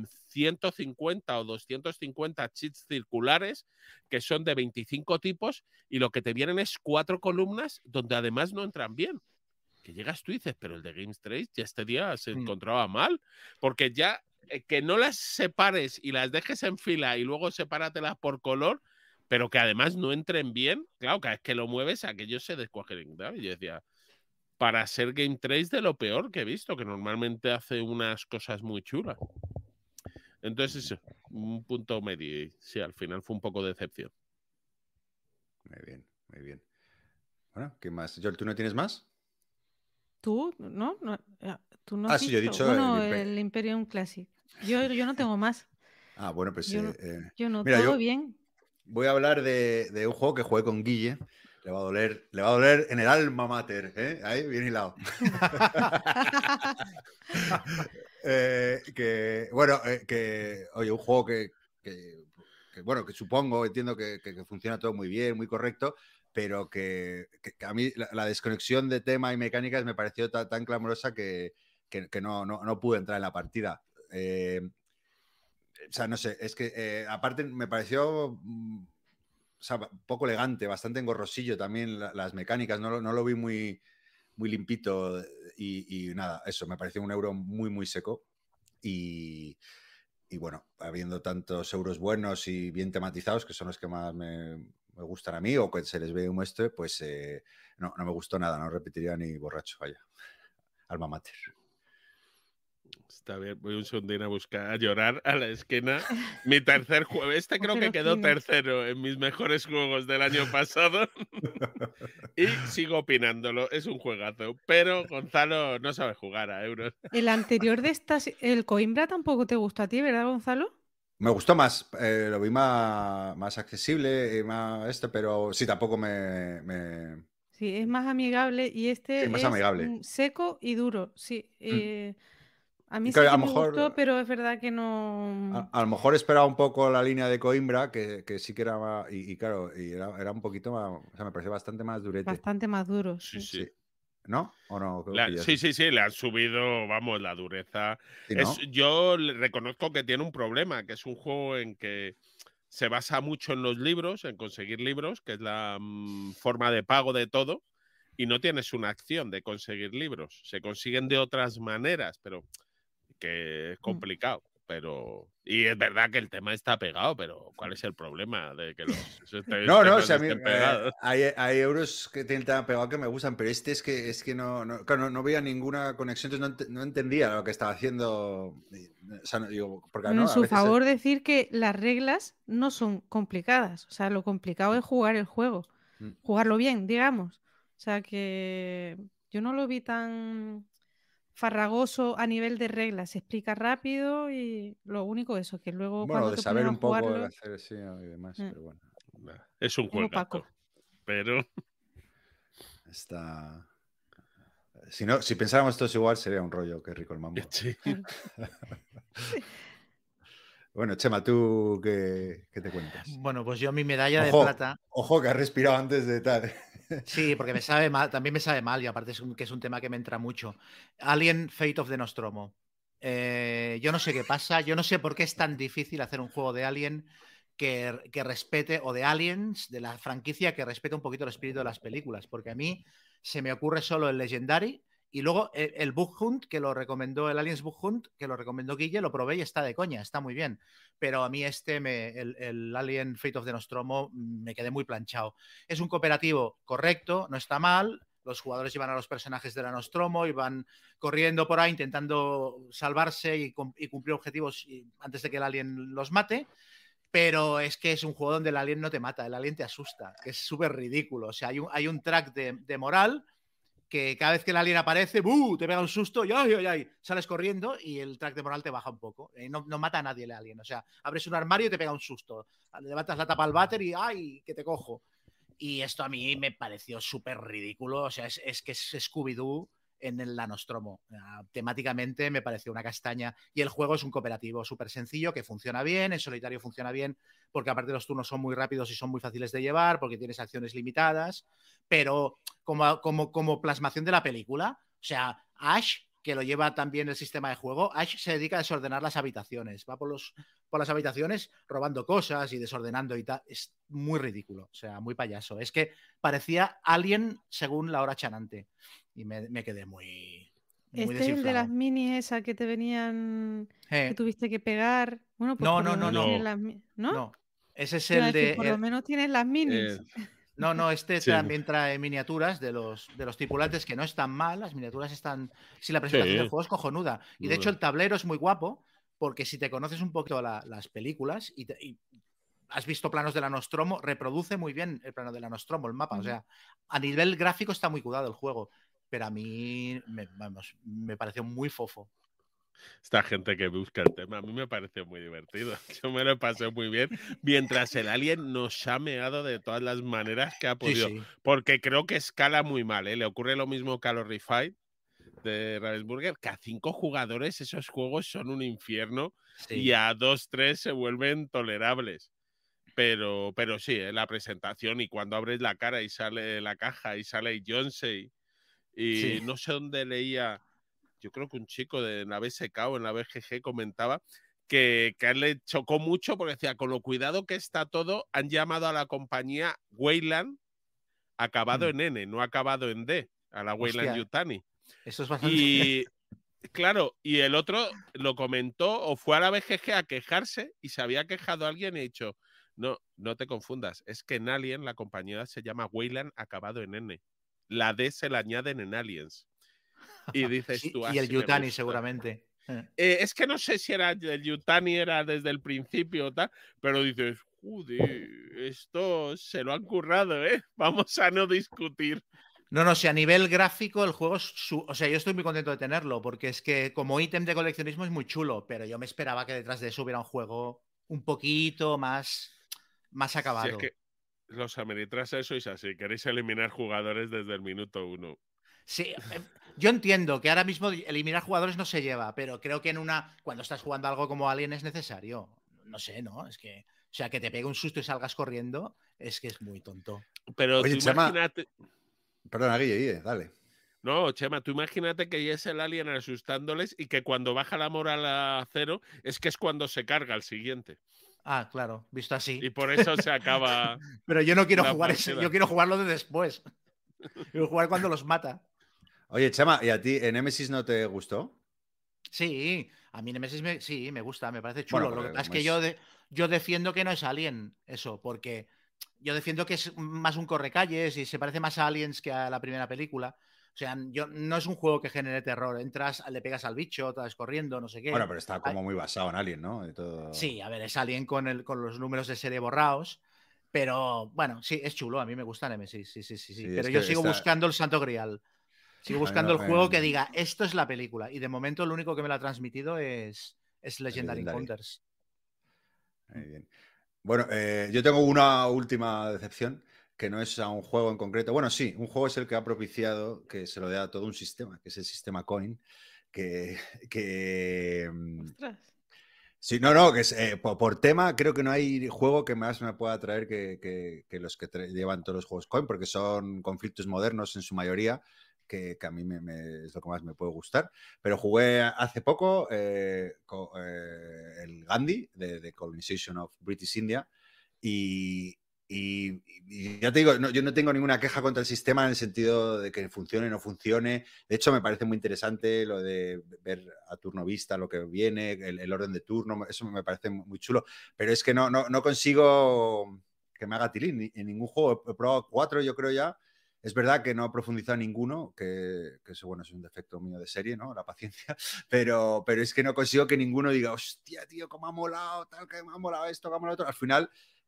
150 o 250 cheats circulares, que son de 25 tipos, y lo que te vienen es 4 columnas donde además no entran bien. Que llegas tú y dices, pero el de Game Trace ya este día se encontraba mal, porque ya que no las separes y las dejes en fila y luego sepáratelas por color, pero que además no entren bien, claro, cada vez que lo mueves, aquellos se descuajen. Y yo decía, para ser Game Trace de lo peor que he visto, que normalmente hace unas cosas muy chulas. Entonces, eso, un punto medio. Y sí, al final fue un poco de decepción. Muy bien, muy bien. Bueno, ¿qué más? Joel, ¿tú no tienes más? ¿Tú? ¿No? ¿Tú no has Sí, yo he visto? dicho Bueno, el Imperium Classic. Yo no tengo más. Bueno, pues yo no, mira, todo bien. Voy a hablar de un juego que jugué con Guille. Le va a doler en el alma mater, ¿eh? Ahí, bien hilado. Oye, un juego que supongo, entiendo que funciona todo muy bien, muy correcto, pero que a mí la desconexión de tema y mecánicas me pareció tan clamorosa que no pude entrar en la partida. O sea, no sé, es que aparte me pareció poco elegante, bastante engorrosillo también las mecánicas, no lo vi muy limpito y nada, eso, me pareció un euro muy, muy seco y bueno, habiendo tantos euros buenos y bien tematizados, que son los que más me gustan a mí o que se les ve un pues no me gustó nada, no repetiría ni borracho, vaya, alma mater. Está bien, voy un segundín a buscar, a llorar a la esquina. Mi tercer juego. Este creo que quedó tercero en mis mejores juegos del año pasado. Y sigo opinándolo. Es un juegazo. Pero Gonzalo no sabe jugar a euros. El anterior de estas, el Coimbra tampoco te gustó a ti, ¿verdad, Gonzalo? Me gustó más, lo vi más accesible y más pero sí, tampoco me... Sí, es más amigable y este Sí, más es amigable. seco y duro. Sí, a mí Y sí que que a lo me mejor, gustó, pero es verdad que no. a lo mejor esperaba un poco la línea de Coimbra, que sí que era más, y claro, y era un poquito más, o sea, me pareció bastante más durete. Bastante más duro. Sí, Sí. sí. ¿No? ¿O no? Sí, le han subido, vamos, la dureza. Sí, ¿no? Yo le reconozco que tiene un problema, que es un juego en que se basa mucho en los libros, en conseguir libros, que es la forma de pago de todo, y no tienes una acción de conseguir libros. Se consiguen de otras maneras, pero que es complicado. Y es verdad que el tema está pegado, pero ¿cuál es el problema de que los No, temas o sea, a mí, estén pegados? hay euros que tienen tan pegado que me gustan, pero este es que claro, no veía ninguna conexión, entonces no entendía lo que estaba haciendo. O sea, digo, porque Bueno, no, en a su veces favor decir que las reglas no son complicadas. O sea, lo complicado es jugar el juego. Jugarlo bien, digamos. O sea que yo no lo vi tan farragoso a nivel de reglas. Se explica rápido y lo único eso, que luego bueno, cuando de te pones saber a un poco de jugarlo hacer sí y demás, pero bueno. Es un es juegazo, opaco. pero... Está... Si pensáramos todos igual, sería un rollo. Qué rico el mambo. Sí. Bueno, Chema, ¿tú qué te cuentas? Bueno, pues yo mi medalla de plata. Ojo, que has respirado antes de tal. Sí, porque me sabe mal, también me sabe mal y aparte que es un tema que me entra mucho. Alien Fate of the Nostromo. Yo no sé qué pasa, yo no sé por qué es tan difícil hacer un juego de Alien que respete, o de Aliens, de la franquicia, que respete un poquito el espíritu de las películas, porque a mí se me ocurre solo el Legendary y luego el Bug Hunt, que lo recomendó, el Aliens Bug Hunt, que lo recomendó Guille, lo probé y está de coña, está muy bien. Pero a mí el Alien Fate of the Nostromo me quedé muy planchado. Es un cooperativo correcto, no está mal. Los jugadores llevan a los personajes de la Nostromo y van corriendo por ahí intentando salvarse y cumplir objetivos antes de que el alien los mate. Pero es que es un juego donde el alien no te mata, el alien te asusta, que es súper ridículo. O sea, hay un track de moral que cada vez que el alien aparece, te pega un susto y ¡ay! Sales corriendo y el track de moral te baja un poco. No mata a nadie el alien. O sea, abres un armario y te pega un susto. Levantas la tapa al váter y ¡ay! Que te cojo. Y esto a mí me pareció súper ridículo. O sea, es que es Scooby-Doo en el Nostromo. Temáticamente me pareció una castaña. Y el juego es un cooperativo súper sencillo que funciona bien, en solitario funciona bien, porque aparte los turnos son muy rápidos y son muy fáciles de llevar, porque tienes acciones limitadas. Pero como plasmación de la película, o sea, Ash, que lo lleva también el sistema de juego, Ash se dedica a desordenar las habitaciones. Va por las habitaciones robando cosas y desordenando y tal. Es muy ridículo, o sea, muy payaso. Es que parecía Alien según la hora chanante. Y me quedé muy Este desinflado. es el de las minis esa que te venían, que tuviste que pegar. Bueno, pues no. Ese es el de... Por lo menos tienes las minis. No, este también trae miniaturas de los tripulantes que no están mal. Las miniaturas están... Sí, la presentación del juego es cojonuda. Y de hecho el tablero es muy guapo porque si te conoces un poquito las películas y has visto planos de la Nostromo, reproduce muy bien el plano de la Nostromo, el mapa. O sea, a nivel gráfico está muy cuidado el juego. Pero a mí me pareció muy fofo. Esta gente que busca el tema, a mí me parece muy divertido. Yo me lo pasé muy bien, mientras el alien nos ha meado de todas las maneras que ha podido. Sí. Porque creo que escala muy mal, ¿eh? Le ocurre lo mismo que a los Refight de Ravensburger, que a 5 jugadores esos juegos son un infierno y a 2, 3 se vuelven tolerables. Pero sí, la presentación y cuando abres la cara y sale la caja y sale Jonesy y no sé dónde leía, yo creo que un chico de la BSK o en la BGG comentaba que a él le chocó mucho porque decía, con lo cuidado que está todo, han llamado a la compañía Weyland acabado en N, no acabado en D, a la Weyland Yutani. Eso es bastante... Y claro, y el otro lo comentó o fue a la BGG a quejarse y se había quejado a alguien y ha dicho, no te confundas, es que en Alien la compañía se llama Weyland acabado en N. La D se la añaden en Aliens. Y dices tú, y el Yutani seguramente. Es que no sé si era el Yutani era desde el principio o tal, pero dices, joder, esto se lo han currado, ¿eh? Vamos a no discutir. No, si a nivel gráfico el juego o sea, yo estoy muy contento de tenerlo, porque es que como ítem de coleccionismo es muy chulo, pero yo me esperaba que detrás de eso hubiera un juego un poquito más acabado. Si es que los Ameritrash sois así, queréis eliminar jugadores desde el minuto 1. Sí, yo entiendo que ahora mismo eliminar jugadores no se lleva, pero creo que cuando estás jugando algo como Alien es necesario. No sé, ¿no? Es que, o sea, que te pegue un susto y salgas corriendo, es que es muy tonto. Pero Oye, tú Chema, imagínate... Perdona, Guille, dale. No, Chema, tú imagínate que es el alien asustándoles y que cuando baja la moral a 0 es que es cuando se carga el siguiente. Ah, claro, visto así. Y por eso se acaba. Pero yo no quiero la jugar partida. yo quiero jugarlo de después. Quiero jugar cuando los mata. Oye, Chema, ¿y a ti Nemesis no te gustó? Sí, a mí Nemesis me gusta, me parece chulo. Bueno, Lo que pasa es como que yo defiendo que no es Alien, eso, porque yo defiendo que es más un correcalles y se parece más a Aliens que a la primera película. O sea, no es un juego que genere terror. Entras, le pegas al bicho, estás corriendo, no sé qué. Bueno, pero está como muy basado en Alien, ¿no? De todo... Sí, a ver, es Alien con los números de serie borrados. Pero bueno, sí, es chulo. A mí me gusta Nemesis, sí. Pero yo sigo buscando el Santo Grial. Sigo buscando el juego que diga, esto es la película. Y de momento lo único que me lo ha transmitido es Legendary Encounters. Muy bien. Bueno, yo tengo una última decepción, que no es a un juego en concreto. Bueno, sí, un juego es el que ha propiciado que se lo dé a todo un sistema, que es el sistema Coin, que Ostras. sí, no, que es, por tema creo que no hay juego que más me pueda atraer que los que llevan todos los juegos Coin, porque son conflictos modernos en su mayoría, que a mí es lo que más me puede gustar. Pero jugué hace poco el Gandhi, de Colonization of British India, y ya te digo, yo no tengo ninguna queja contra el sistema en el sentido de que funcione o no funcione. De hecho, me parece muy interesante lo de ver a turno vista lo que viene, el orden de turno, eso me parece muy chulo. Pero es que no consigo que me haga tilín en ningún juego. He probado 4, yo creo ya. Es verdad que no he profundizado en ninguno, que eso, bueno, es un defecto mío de serie, ¿no? La paciencia. Pero es que no consigo que ninguno diga, hostia, tío, cómo ha molado, tal, que me ha molado esto, que me ha molado otro. Al final...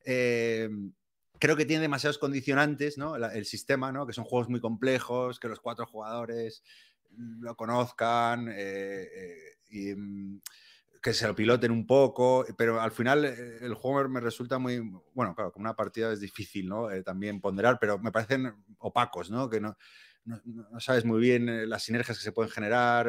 creo que tiene demasiados condicionantes, ¿no? El sistema, ¿no? Que son juegos muy complejos, que los 4 jugadores lo conozcan y que se lo piloten un poco, pero al final el juego me resulta muy... Bueno, claro, como una partida es difícil, ¿no? También ponderar, pero me parecen opacos, ¿no? Que no sabes muy bien las sinergias que se pueden generar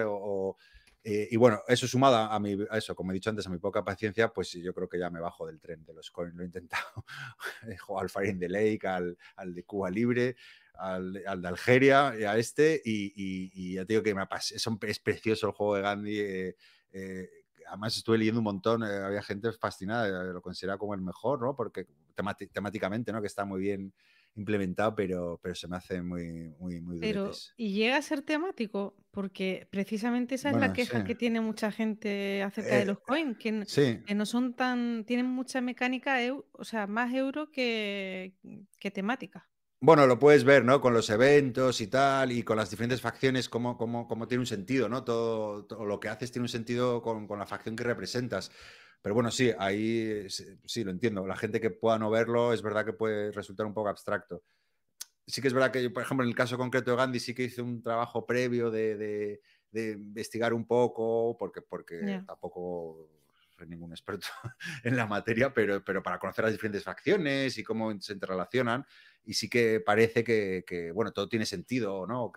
y bueno, eso sumado a eso, como he dicho antes, a mi poca paciencia, pues yo creo que ya me bajo del tren de los Coin. Lo he intentado. He jugado al Fire in the Lake, al de Cuba Libre, al de Algeria, a y ya te digo que es precioso el juego de Gandhi. Además estuve leyendo un montón, había gente fascinada, lo considera como el mejor, ¿no? Porque temáticamente, ¿no? Que está muy bien implementado, pero se me hace muy duretes. ¿Y llega a ser temático? Porque precisamente esa es la queja que tiene mucha gente acerca de los coins, que no son tienen mucha mecánica, o sea, más euro que temática. Bueno, lo puedes ver, ¿no? Con los eventos y tal, y con las diferentes facciones, cómo tiene un sentido, ¿no? Todo lo que haces tiene un sentido con la facción que representas. Pero bueno, sí, ahí sí lo entiendo. La gente que pueda no verlo, es verdad que puede resultar un poco abstracto. Sí que es verdad que yo, por ejemplo, en el caso concreto de Gandhi, sí que hice un trabajo previo de investigar un poco, porque tampoco soy ningún experto en la materia, pero para conocer las diferentes facciones y cómo se interrelacionan. Y sí que parece que bueno, todo tiene sentido, ¿no?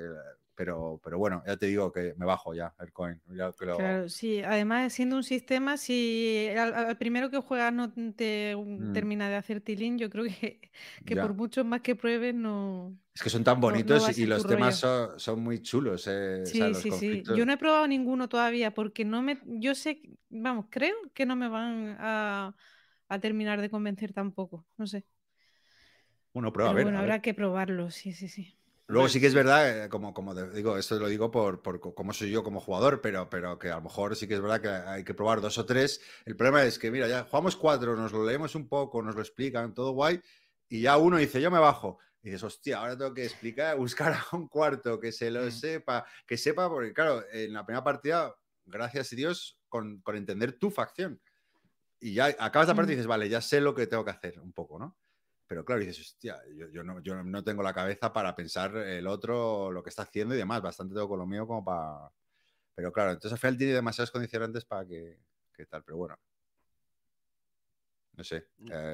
Pero bueno, ya te digo que me bajo ya el Coin. Claro, sí. Además, siendo un sistema, si al primero que juegas no te termina de hacer tilín, yo creo que por mucho más que pruebes, no. Es que son tan bonitos no y los temas son muy chulos. Sí, o sea, los conflictos... Yo no he probado ninguno todavía porque yo sé, vamos, creo que no me van a terminar de convencer tampoco. No sé. Bueno, prueba, Pero a ver. bueno, habrá que probarlo, sí. Luego sí que es verdad, como digo, esto lo digo por cómo soy yo como jugador, pero que a lo mejor sí que es verdad que hay que probar 2 o 3. El problema es que, mira, ya jugamos 4, nos lo leemos un poco, nos lo explican, todo guay, y ya uno dice, yo me bajo. Y dices, hostia, ahora tengo que explicar, buscar a un cuarto que se lo sepa, porque claro, en la primera partida gracias a Dios, con entender tu facción. Y ya acabas la parte y dices, vale, ya sé lo que tengo que hacer un poco, ¿no? Pero claro, dices, hostia, yo no tengo la cabeza para pensar el otro, lo que está haciendo y demás. Bastante tengo con lo mío como para... Pero claro, entonces al final tiene demasiados condicionantes para que tal. Pero bueno, no sé.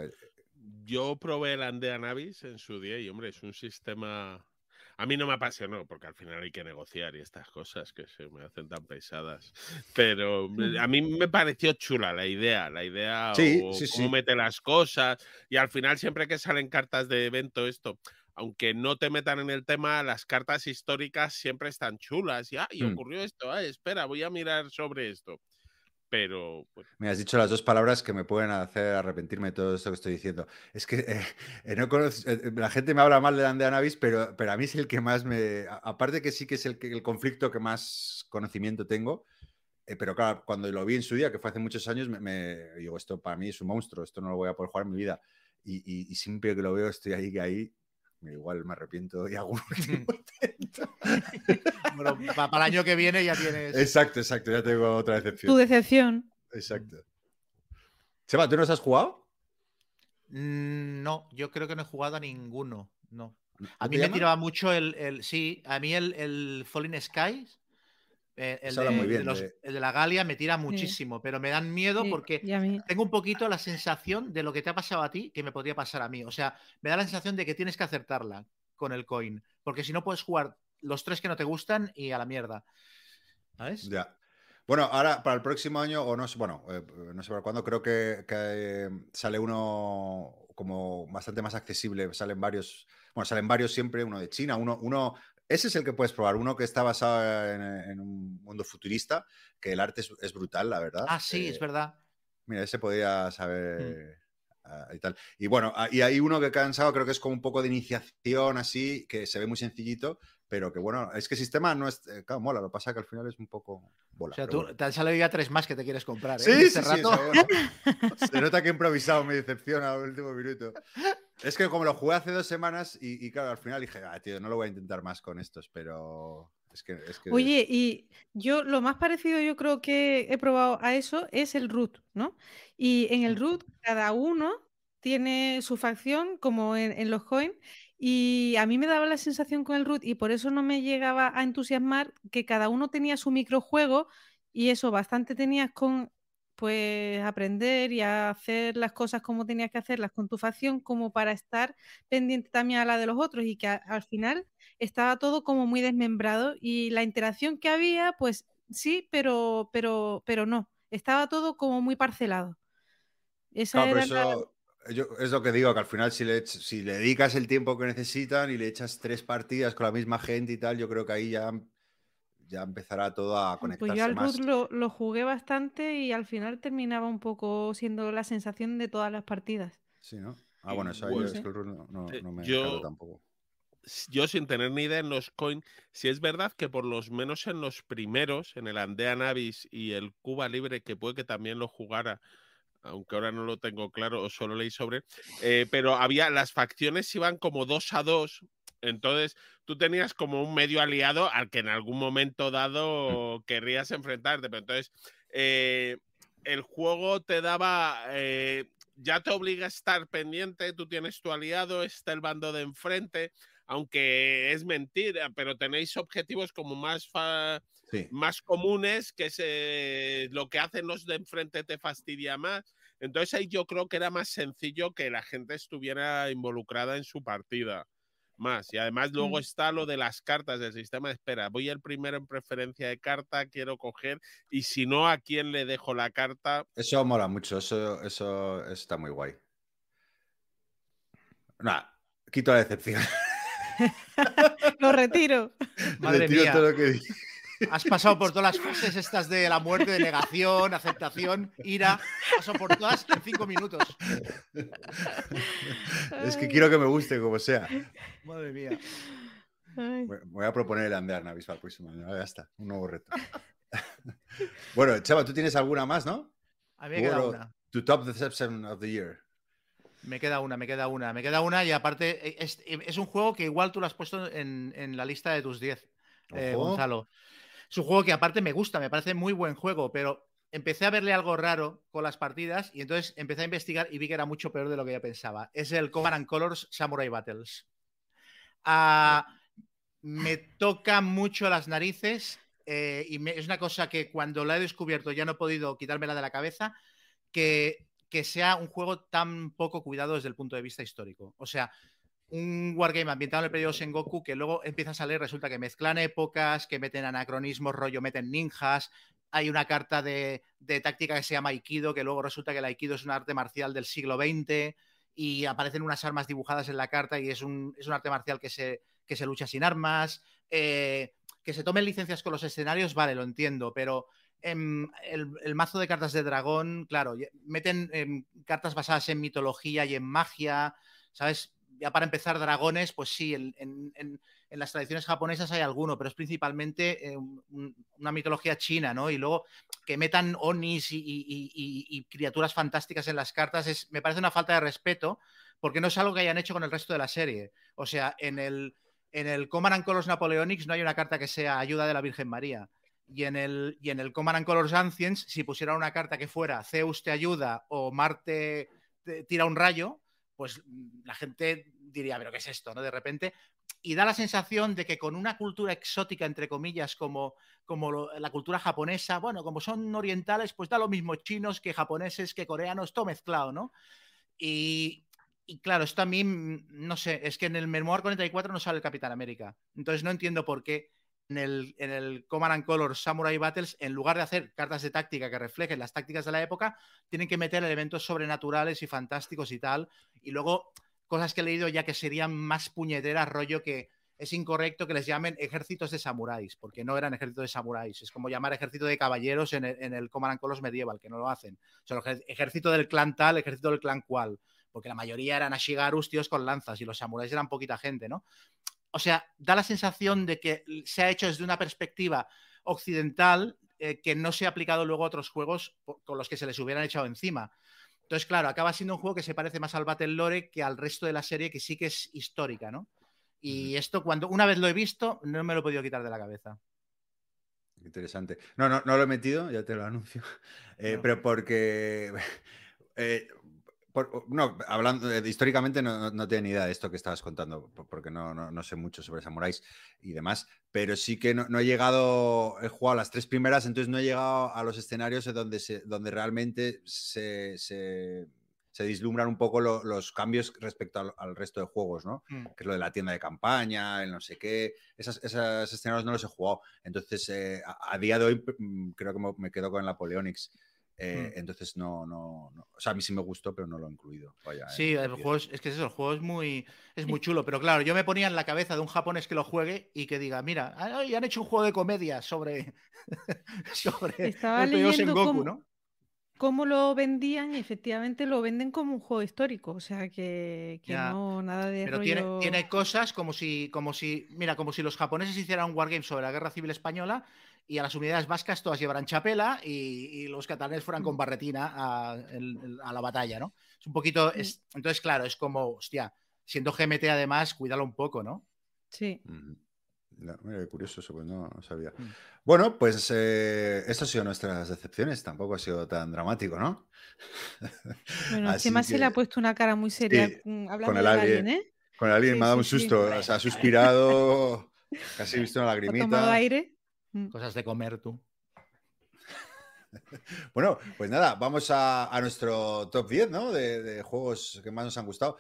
Yo probé el Andea Navis en su día y, hombre, es un sistema... A mí no me apasionó, porque al final hay que negociar y estas cosas que se me hacen tan pesadas. Pero a mí me pareció chula la idea Sí, o sí, cómo sí. mete las cosas. Y al final, siempre que salen cartas de evento, esto, aunque no te metan en el tema, las cartas históricas siempre están chulas. Y ocurrió esto, espera, voy a mirar sobre esto. Pero bueno. Me has dicho las dos palabras que me pueden hacer arrepentirme de todo esto que estoy diciendo. Es que no la gente me habla mal de Andea Navis, pero a mí es el que más me... Aparte que sí que es el conflicto que más conocimiento tengo, pero claro, cuando lo vi en su día, que fue hace muchos años, me digo, esto para mí es un monstruo, esto no lo voy a poder jugar en mi vida. Y siempre que lo veo estoy ahí, igual me arrepiento y hago un último intento. Bueno, para el año que viene ya tienes... Exacto, ya tengo otra decepción. Tu decepción. Exacto. Seba, ¿tú nos has jugado? No, yo creo que no he jugado a ninguno, no. A ¿No mí te me llama? tiraba mucho sí, a mí el Falling Skies, el Se habla muy bien el de la Galia me tira muchísimo, pero me dan miedo Sí, porque y a mí. tengo un poquito la sensación de lo que te ha pasado a ti que me podría pasar a mí. O sea, me da la sensación de que tienes que acertarla con el coin, porque si no puedes jugar los 3 que no te gustan y a la mierda. ¿Sabes? Ya. Bueno, ahora para el próximo año, o no sé, bueno, no sé para cuándo, creo que sale uno como bastante más accesible. Salen varios siempre, uno de China, uno ese es el que puedes probar, uno que está basado en un mundo futurista, que el arte es brutal, la verdad. Ah, sí, es verdad. Mira, ese podría saber y tal. Y bueno, y hay uno que he cansado, creo que es como un poco de iniciación así, que se ve muy sencillito, pero que bueno, es que el sistema no es, claro, mola, lo que pasa es que al final es un poco bola. O sea, pero tú te han salido ya 3 más que te quieres comprar, ¿eh? Sí, Este sí, rato. eso, bueno. Se nota que he improvisado mi decepción al último minuto. Es que como lo jugué hace 2 semanas y claro, al final dije, tío, no lo voy a intentar más con estos, pero es que... Oye, y yo lo más parecido yo creo que he probado a eso es el root, ¿no? Y en el root cada uno tiene su facción como en los coins y a mí me daba la sensación con el root y por eso no me llegaba a entusiasmar que cada uno tenía su microjuego y eso bastante tenías con pues aprender y a hacer las cosas como tenías que hacerlas con tu facción como para estar pendiente también a la de los otros y que al final estaba todo como muy desmembrado y la interacción que había, pues sí, pero no. Estaba todo como muy parcelado. Esa Claro, pero era eso es lo que digo, que al final si le dedicas el tiempo que necesitan y le echas 3 partidas con la misma gente y tal, yo creo que ahí ya empezará todo a Pues yo conectarse al Root más. lo jugué bastante y al final terminaba un poco siendo la sensación de todas las partidas. Sí, ¿no? Ah, bueno, eso ahí Bueno, es que el rule no me cabe tampoco. Yo sin tener ni idea en los coins, si es verdad que por lo menos en los primeros, en el Andea Navis y el Cuba Libre, que puede que también lo jugara, aunque ahora no lo tengo claro o solo leí sobre, pero las facciones iban como 2 a 2, entonces tú tenías como un medio aliado al que en algún momento dado querrías enfrentarte, pero entonces el juego te daba... ya te obliga a estar pendiente, tú tienes tu aliado, está el bando de enfrente, aunque es mentira, pero tenéis objetivos como más comunes, que es lo que hacen los de enfrente te fastidia más. Entonces ahí yo creo que era más sencillo que la gente estuviera involucrada en su partida más. Y además luego está lo de las cartas del sistema de espera. Voy el primero en preferencia de carta, quiero coger, y si no, ¿a quién le dejo la carta? Eso mola mucho, eso está muy guay. Nada, quito la decepción. Lo retiro. Madre Retiro mía. todo lo que dije. Has pasado por todas las fases estas de la muerte, de negación, aceptación, ira. Has pasado por todas en 5 minutos. Es que quiero que me guste como sea. Madre mía. Ay. Voy a proponer el Andea Navis para el próximo año. Ya está, un nuevo reto. Bueno, Chava, tú tienes alguna más, ¿no? A mí me queda una. Tu top deception of the year. Me queda una y aparte es un juego que igual tú lo has puesto en la lista de tus 10, Gonzalo. Es un juego que aparte me gusta, me parece muy buen juego, pero empecé a verle algo raro con las partidas y entonces empecé a investigar y vi que era mucho peor de lo que yo pensaba. Es el Command & Colors Samurai Battles. Me toca mucho las narices es una cosa que cuando la he descubierto ya no he podido quitármela de la cabeza, que sea un juego tan poco cuidado desde el punto de vista histórico. O sea, un wargame ambientado en el periodo Sengoku que luego empieza a salir, resulta que mezclan épocas, que meten anacronismos, rollo, meten ninjas. Hay una carta de táctica que se llama Aikido, que luego resulta que el Aikido es un arte marcial del siglo XX y aparecen unas armas dibujadas en la carta y es un arte marcial que se lucha sin armas. Que se tomen licencias con los escenarios, vale, lo entiendo, pero el mazo de cartas de dragón, claro, meten cartas basadas en mitología y en magia, ¿sabes? Ya para empezar, dragones, pues sí, en las tradiciones japonesas hay alguno, pero es principalmente una mitología china, ¿no? Y luego que metan onis y criaturas fantásticas en las cartas me parece una falta de respeto, porque no es algo que hayan hecho con el resto de la serie. O sea, en el Command & Colors Napoleonics no hay una carta que sea ayuda de la Virgen María. Y en el Command & Colors Ancients, si pusieran una carta que fuera Zeus te ayuda o Marte te tira un rayo, pues la gente diría, ¿pero qué es esto? ¿No? De repente. Y da la sensación de que con una cultura exótica, entre comillas, como la cultura japonesa, bueno, como son orientales, pues da lo mismo chinos que japoneses, que coreanos, todo mezclado, ¿no? Y claro, esto a mí, no sé, es que en el Memoir 44 no sale el Capitán América. Entonces no entiendo por qué en el Command & Colors Samurai Battles, en lugar de hacer cartas de táctica que reflejen las tácticas de la época, tienen que meter elementos sobrenaturales y fantásticos y tal. Y luego cosas que he leído ya que serían más puñeteras, rollo que es incorrecto que les llamen ejércitos de samuráis, porque no eran ejércitos de samuráis. Es como llamar ejército de caballeros en el Command & Colors medieval, que no lo hacen. O sea, ejército del clan tal, ejército del clan cual, porque la mayoría eran ashigarus, tíos con lanzas, y los samuráis eran poquita gente, ¿no? O sea, da la sensación de que se ha hecho desde una perspectiva occidental que no se ha aplicado luego a otros juegos con los que se les hubieran echado encima. Entonces, claro, acaba siendo un juego que se parece más al Battle Lore que al resto de la serie, que sí que es histórica, ¿no? Y esto, cuando una vez lo he visto, no me lo he podido quitar de la cabeza. Interesante. No lo he metido, ya te lo anuncio. No. Pero porque... hablando históricamente no tengo ni idea de esto que estabas contando, porque no sé mucho sobre samuráis y demás, pero sí que no he llegado, he jugado las 3 primeras, entonces no he llegado a los escenarios donde realmente se vislumbran un poco los cambios respecto al resto de juegos, ¿no? Que es lo de la tienda de campaña, el no sé qué, esos escenarios no los he jugado, entonces a día de hoy creo que me quedo con el Napoleonics. Entonces o sea, a mí sí me gustó, pero no lo he incluido. Vaya, sí, el juego es que el juego es muy chulo, pero claro, yo me ponía en la cabeza de un japonés que lo juegue y que diga, mira, han hecho un juego de comedia sobre Estaba el periodo leyendo Sengoku, ¿no? cómo lo vendían y efectivamente lo venden como un juego histórico, o sea que no, nada de pero rollo... tiene cosas como si los japoneses hicieran un wargame sobre la Guerra Civil Española y a las unidades vascas todas llevaran chapela y los catalanes fueran con barretina a la batalla, ¿no? Es un poquito... entonces, claro, es como, hostia, siendo GMT además, cuídalo un poco, ¿no? Sí. No, mira, qué curioso eso, pues no sabía. Bueno, pues estas han sido nuestras decepciones, tampoco ha sido tan dramático, ¿no? Bueno, Chema se le ha puesto una cara muy seria hablando con el del alien, ¿eh? Con el alien Sí, me ha dado un sí. susto, o sea, ha suspirado, casi he visto una ¿Ha lagrimita. tomado aire? Cosas de comer, tú. Bueno, pues nada, vamos a nuestro top 10, ¿no? De juegos que más nos han gustado.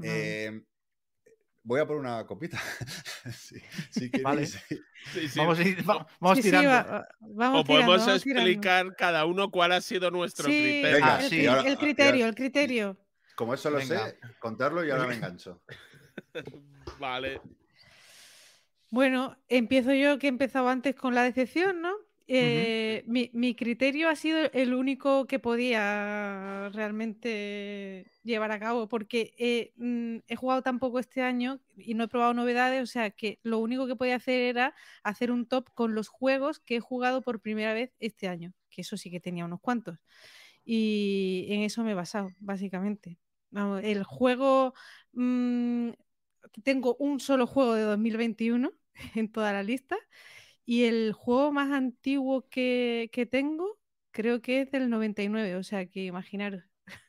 Voy a por una copita. si queréis. Vale. Sí. Vamos tirando. Vamos o podemos tirando, explicar cada uno cuál ha sido nuestro criterio. Venga, el criterio. Como eso lo sé, contarlo y ahora me engancho. Vale. Bueno, empiezo yo, que he empezado antes con la decepción, ¿no? Mi criterio ha sido el único que podía realmente llevar a cabo, porque he jugado tan poco este año y no he probado novedades, o sea que lo único que podía hacer era hacer un top con los juegos que he jugado por primera vez este año, que eso sí que tenía unos cuantos. Y en eso me he basado, básicamente. Vamos, el juego... tengo un solo juego de 2021 en toda la lista Y el juego más antiguo que tengo, creo que es del 99, o sea que imaginaros.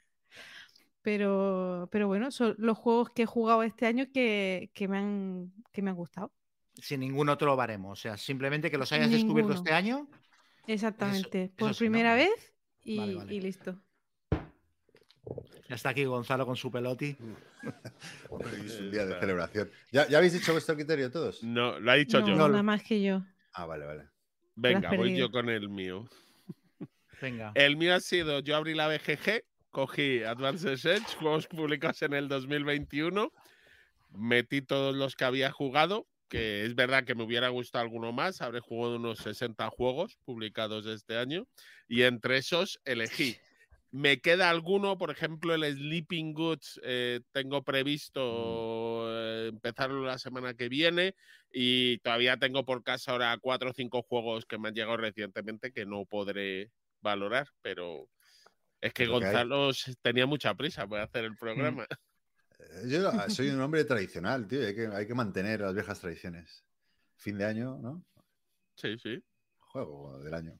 Pero bueno, son los juegos que he jugado este año que me han gustado. Sin ningún otro baremo. O sea, simplemente que los hayas descubierto Ninguno. este año. Exactamente. Eso Por sí, ¿no? primera Vale. vez Vale, vale. y listo. Ya está aquí Gonzalo con su peloti. Hoy es un día de celebración. ¿Ya habéis dicho vuestro criterio todos? No, lo ha dicho No, yo. No, nada más que yo. Ah, vale, vale. Venga, voy perdido. yo con el mío. Venga. El mío ha sido, yo abrí la BGG, cogí Advanced Edge, juegos publicados en el 2021, metí todos los que había jugado, que es verdad que me hubiera gustado alguno más, habré jugado unos 60 juegos publicados este año, y entre esos elegí. Me queda alguno, por ejemplo, el Sleeping Goods, tengo previsto empezarlo la semana que viene y todavía tengo por casa ahora 4 o 5 juegos que me han llegado recientemente que no podré valorar, pero es que Lo que hay. Gonzalo tenía mucha prisa para hacer el programa. Yo soy un hombre tradicional, tío, hay que mantener las viejas tradiciones. Fin de año, ¿no? Sí, sí. Juego del año.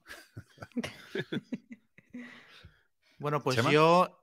Bueno, pues ¿Chema? yo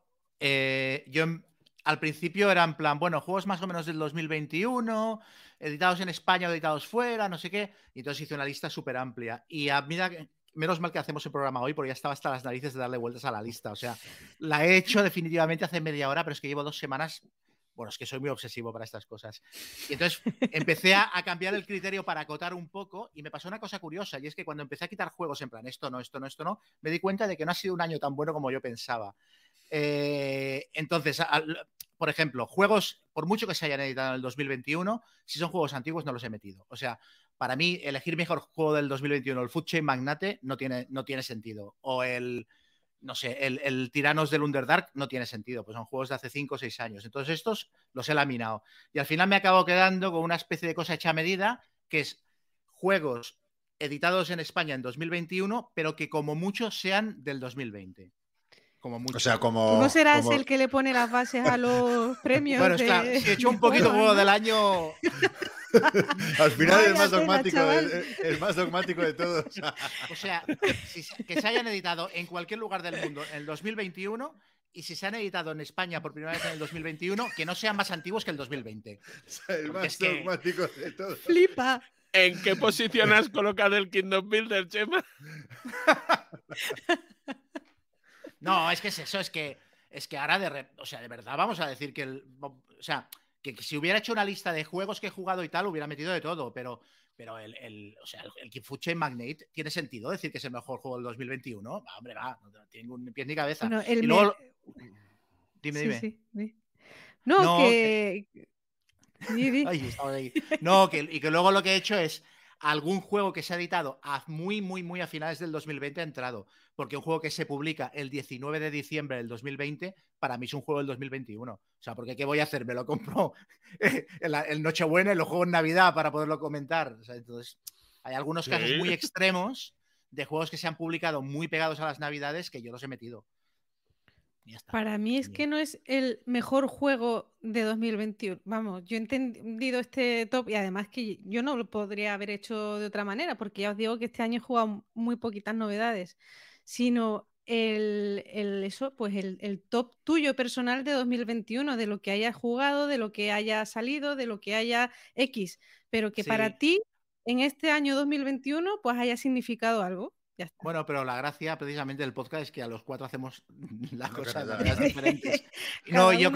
al principio era en plan, bueno, juegos más o menos del 2021, editados en España o editados fuera, no sé qué, y entonces hice una lista súper amplia. Y a medida que, menos mal que hacemos el programa hoy, porque ya estaba hasta las narices de darle vueltas a la lista. O sea, la he hecho definitivamente hace media hora, pero es que llevo 2 semanas. Bueno, es que soy muy obsesivo para estas cosas. Y entonces empecé a cambiar el criterio para acotar un poco y me pasó una cosa curiosa, y es que cuando empecé a quitar juegos en plan esto no, me di cuenta de que no ha sido un año tan bueno como yo pensaba. Entonces, por ejemplo, juegos, por mucho que se hayan editado en el 2021, si son juegos antiguos no los he metido. O sea, para mí elegir mejor juego del 2021, el Food Chain Magnate, no tiene sentido. O el Tiranos del Underdark no tiene sentido, pues son juegos de hace 5 o 6 años. Entonces estos los he laminado. Y al final me acabo quedando con una especie de cosa hecha a medida, que es juegos editados en España en 2021, pero que como mucho sean del 2020. Como mucho. O sea, como... ¿Tú no serás como... el que le pone las bases a los premios? Bueno, es claro, si he hecho un poquito juego del año... Al final Vaya el más tela, dogmático, chaval. el más dogmático de todos. O sea, que se hayan editado en cualquier lugar del mundo en el 2021 y si se han editado en España por primera vez en el 2021, que no sean más antiguos que el 2020. El Porque más dogmático de todos. Flipa. ¿En qué posición has colocado el Kingdom Builder, Chema? No, es que es eso, es que ahora o sea, de verdad vamos a decir que que si hubiera hecho una lista de juegos que he jugado y tal, hubiera metido de todo, pero el Food Chain Magnate tiene sentido decir que es el mejor juego del 2021. Va, hombre, va, no tengo ni pies ni cabeza. Bueno, y luego, dime. Sí. No, que... Ay, estaba ahí. No, y que luego lo que he hecho es algún juego que se ha editado muy a finales del 2020 ha entrado, porque un juego que se publica el 19 de diciembre del 2020 para mí es un juego del 2021. O sea, porque ¿qué voy a hacer? Me lo compro el Nochebuena y lo juego en Navidad para poderlo comentar. O sea, entonces, hay algunos casos muy extremos de juegos que se han publicado muy pegados a las Navidades que yo los he metido. Ya está. Para mí es que no es el mejor juego de 2021. Vamos, yo he entendido este top y además que yo no lo podría haber hecho de otra manera, porque ya os digo que este año he jugado muy poquitas novedades, sino el top tuyo personal de 2021, de lo que hayas jugado, de lo que haya salido, de lo que haya X, pero que para ti en este año 2021 pues haya significado algo. Ya está. Bueno, pero la gracia precisamente del podcast es que a los 4 hacemos las cosas de maneras diferentes. No, yo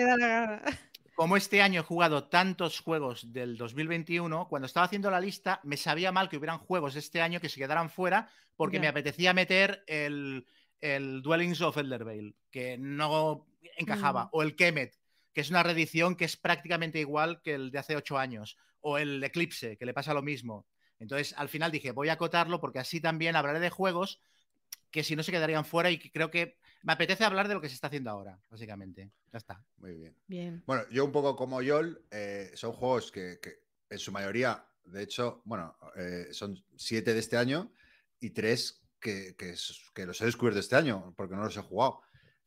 como este año he jugado tantos juegos del 2021, cuando estaba haciendo la lista me sabía mal que hubieran juegos este año que se quedaran fuera porque me apetecía meter el Dwellings of Eldervale, que no encajaba, o el Kemet, que es una reedición que es prácticamente igual que el de hace 8 años, o el Eclipse, que le pasa lo mismo. Entonces, al final dije, voy a acotarlo porque así también hablaré de juegos que si no se quedarían fuera y que creo que me apetece hablar de lo que se está haciendo ahora, básicamente. Ya está. Muy bien. Bueno, yo un poco como Yol, son juegos que en su mayoría, de hecho, bueno, son 7 de este año y 3 que los he descubierto este año porque no los he jugado.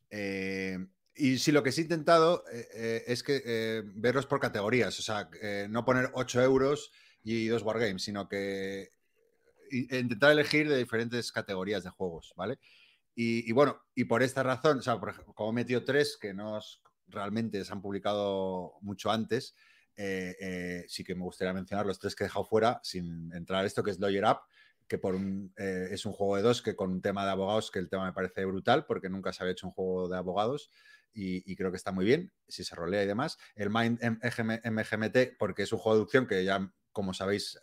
Y sí, lo que sí he intentado es que verlos por categorías, o sea, no poner 8 euros y 2 wargames, sino que intentar elegir de diferentes categorías de juegos, ¿vale? Y bueno, y por esta razón, o sea, por ejemplo, como he metido 3 que realmente se han publicado mucho antes, sí que me gustaría mencionar los 3 que he dejado fuera sin entrar a esto, que es Lawyer Up, que es un juego de 2 que con un tema de abogados, que el tema me parece brutal, porque nunca se había hecho un juego de abogados y creo que está muy bien, si se rolea y demás. El Mind MGMT, porque es un juego de deducción que ya, como sabéis,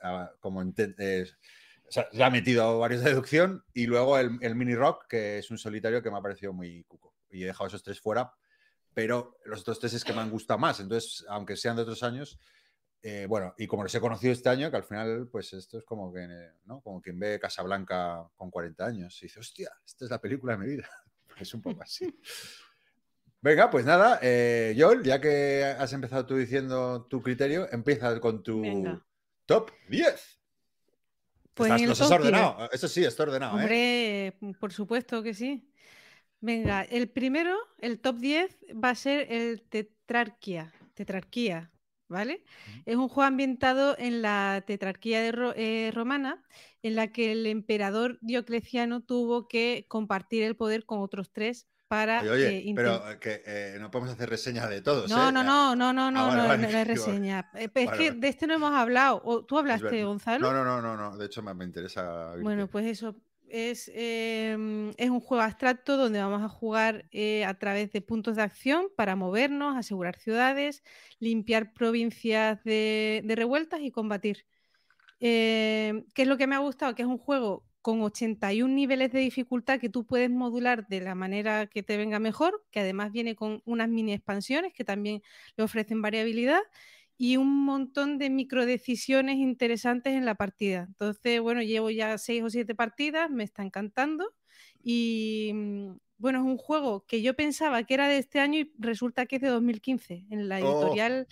o sea, ya ha metido varios de deducción. Y luego el Mini Rock, que es un solitario que me ha parecido muy cuco. Y he dejado esos 3 fuera, pero los otros 3 es que me han gustado más. Entonces, aunque sean de otros años, bueno, y como los he conocido este año, que al final, pues esto es como que, ¿no? Como quien ve Casablanca con 40 años y dice, hostia, esta es la película de mi vida. Es un poco así. Venga, pues nada, Joel, ya que has empezado tú diciendo tu criterio, empieza con tu top 10. Pues Los has ordenado. 10. Eso sí, está ordenado. Hombre, por supuesto que sí. Venga, el primero, el top 10, va a ser el Tetrarquía, ¿vale? Es un juego ambientado en la Tetrarquía romana, en la que el emperador Diocleciano tuvo que compartir el poder con otros 3 para... Oye, pero que no podemos hacer reseña de todos, no, ¿eh? no hay reseña. Es que de este no hemos hablado. ¿Tú hablaste, Gonzalo? No. De hecho, me interesa. Bueno, pues eso. Es un juego abstracto donde vamos a jugar a través de puntos de acción para movernos, asegurar ciudades, limpiar provincias de revueltas y combatir. ¿Qué es lo que me ha gustado? Que es un juego con 81 niveles de dificultad que tú puedes modular de la manera que te venga mejor, que además viene con unas mini expansiones que también le ofrecen variabilidad y un montón de microdecisiones interesantes en la partida. Entonces, bueno, llevo ya 6 o 7 partidas, me está encantando y bueno, es un juego que yo pensaba que era de este año y resulta que es de 2015 en la editorial.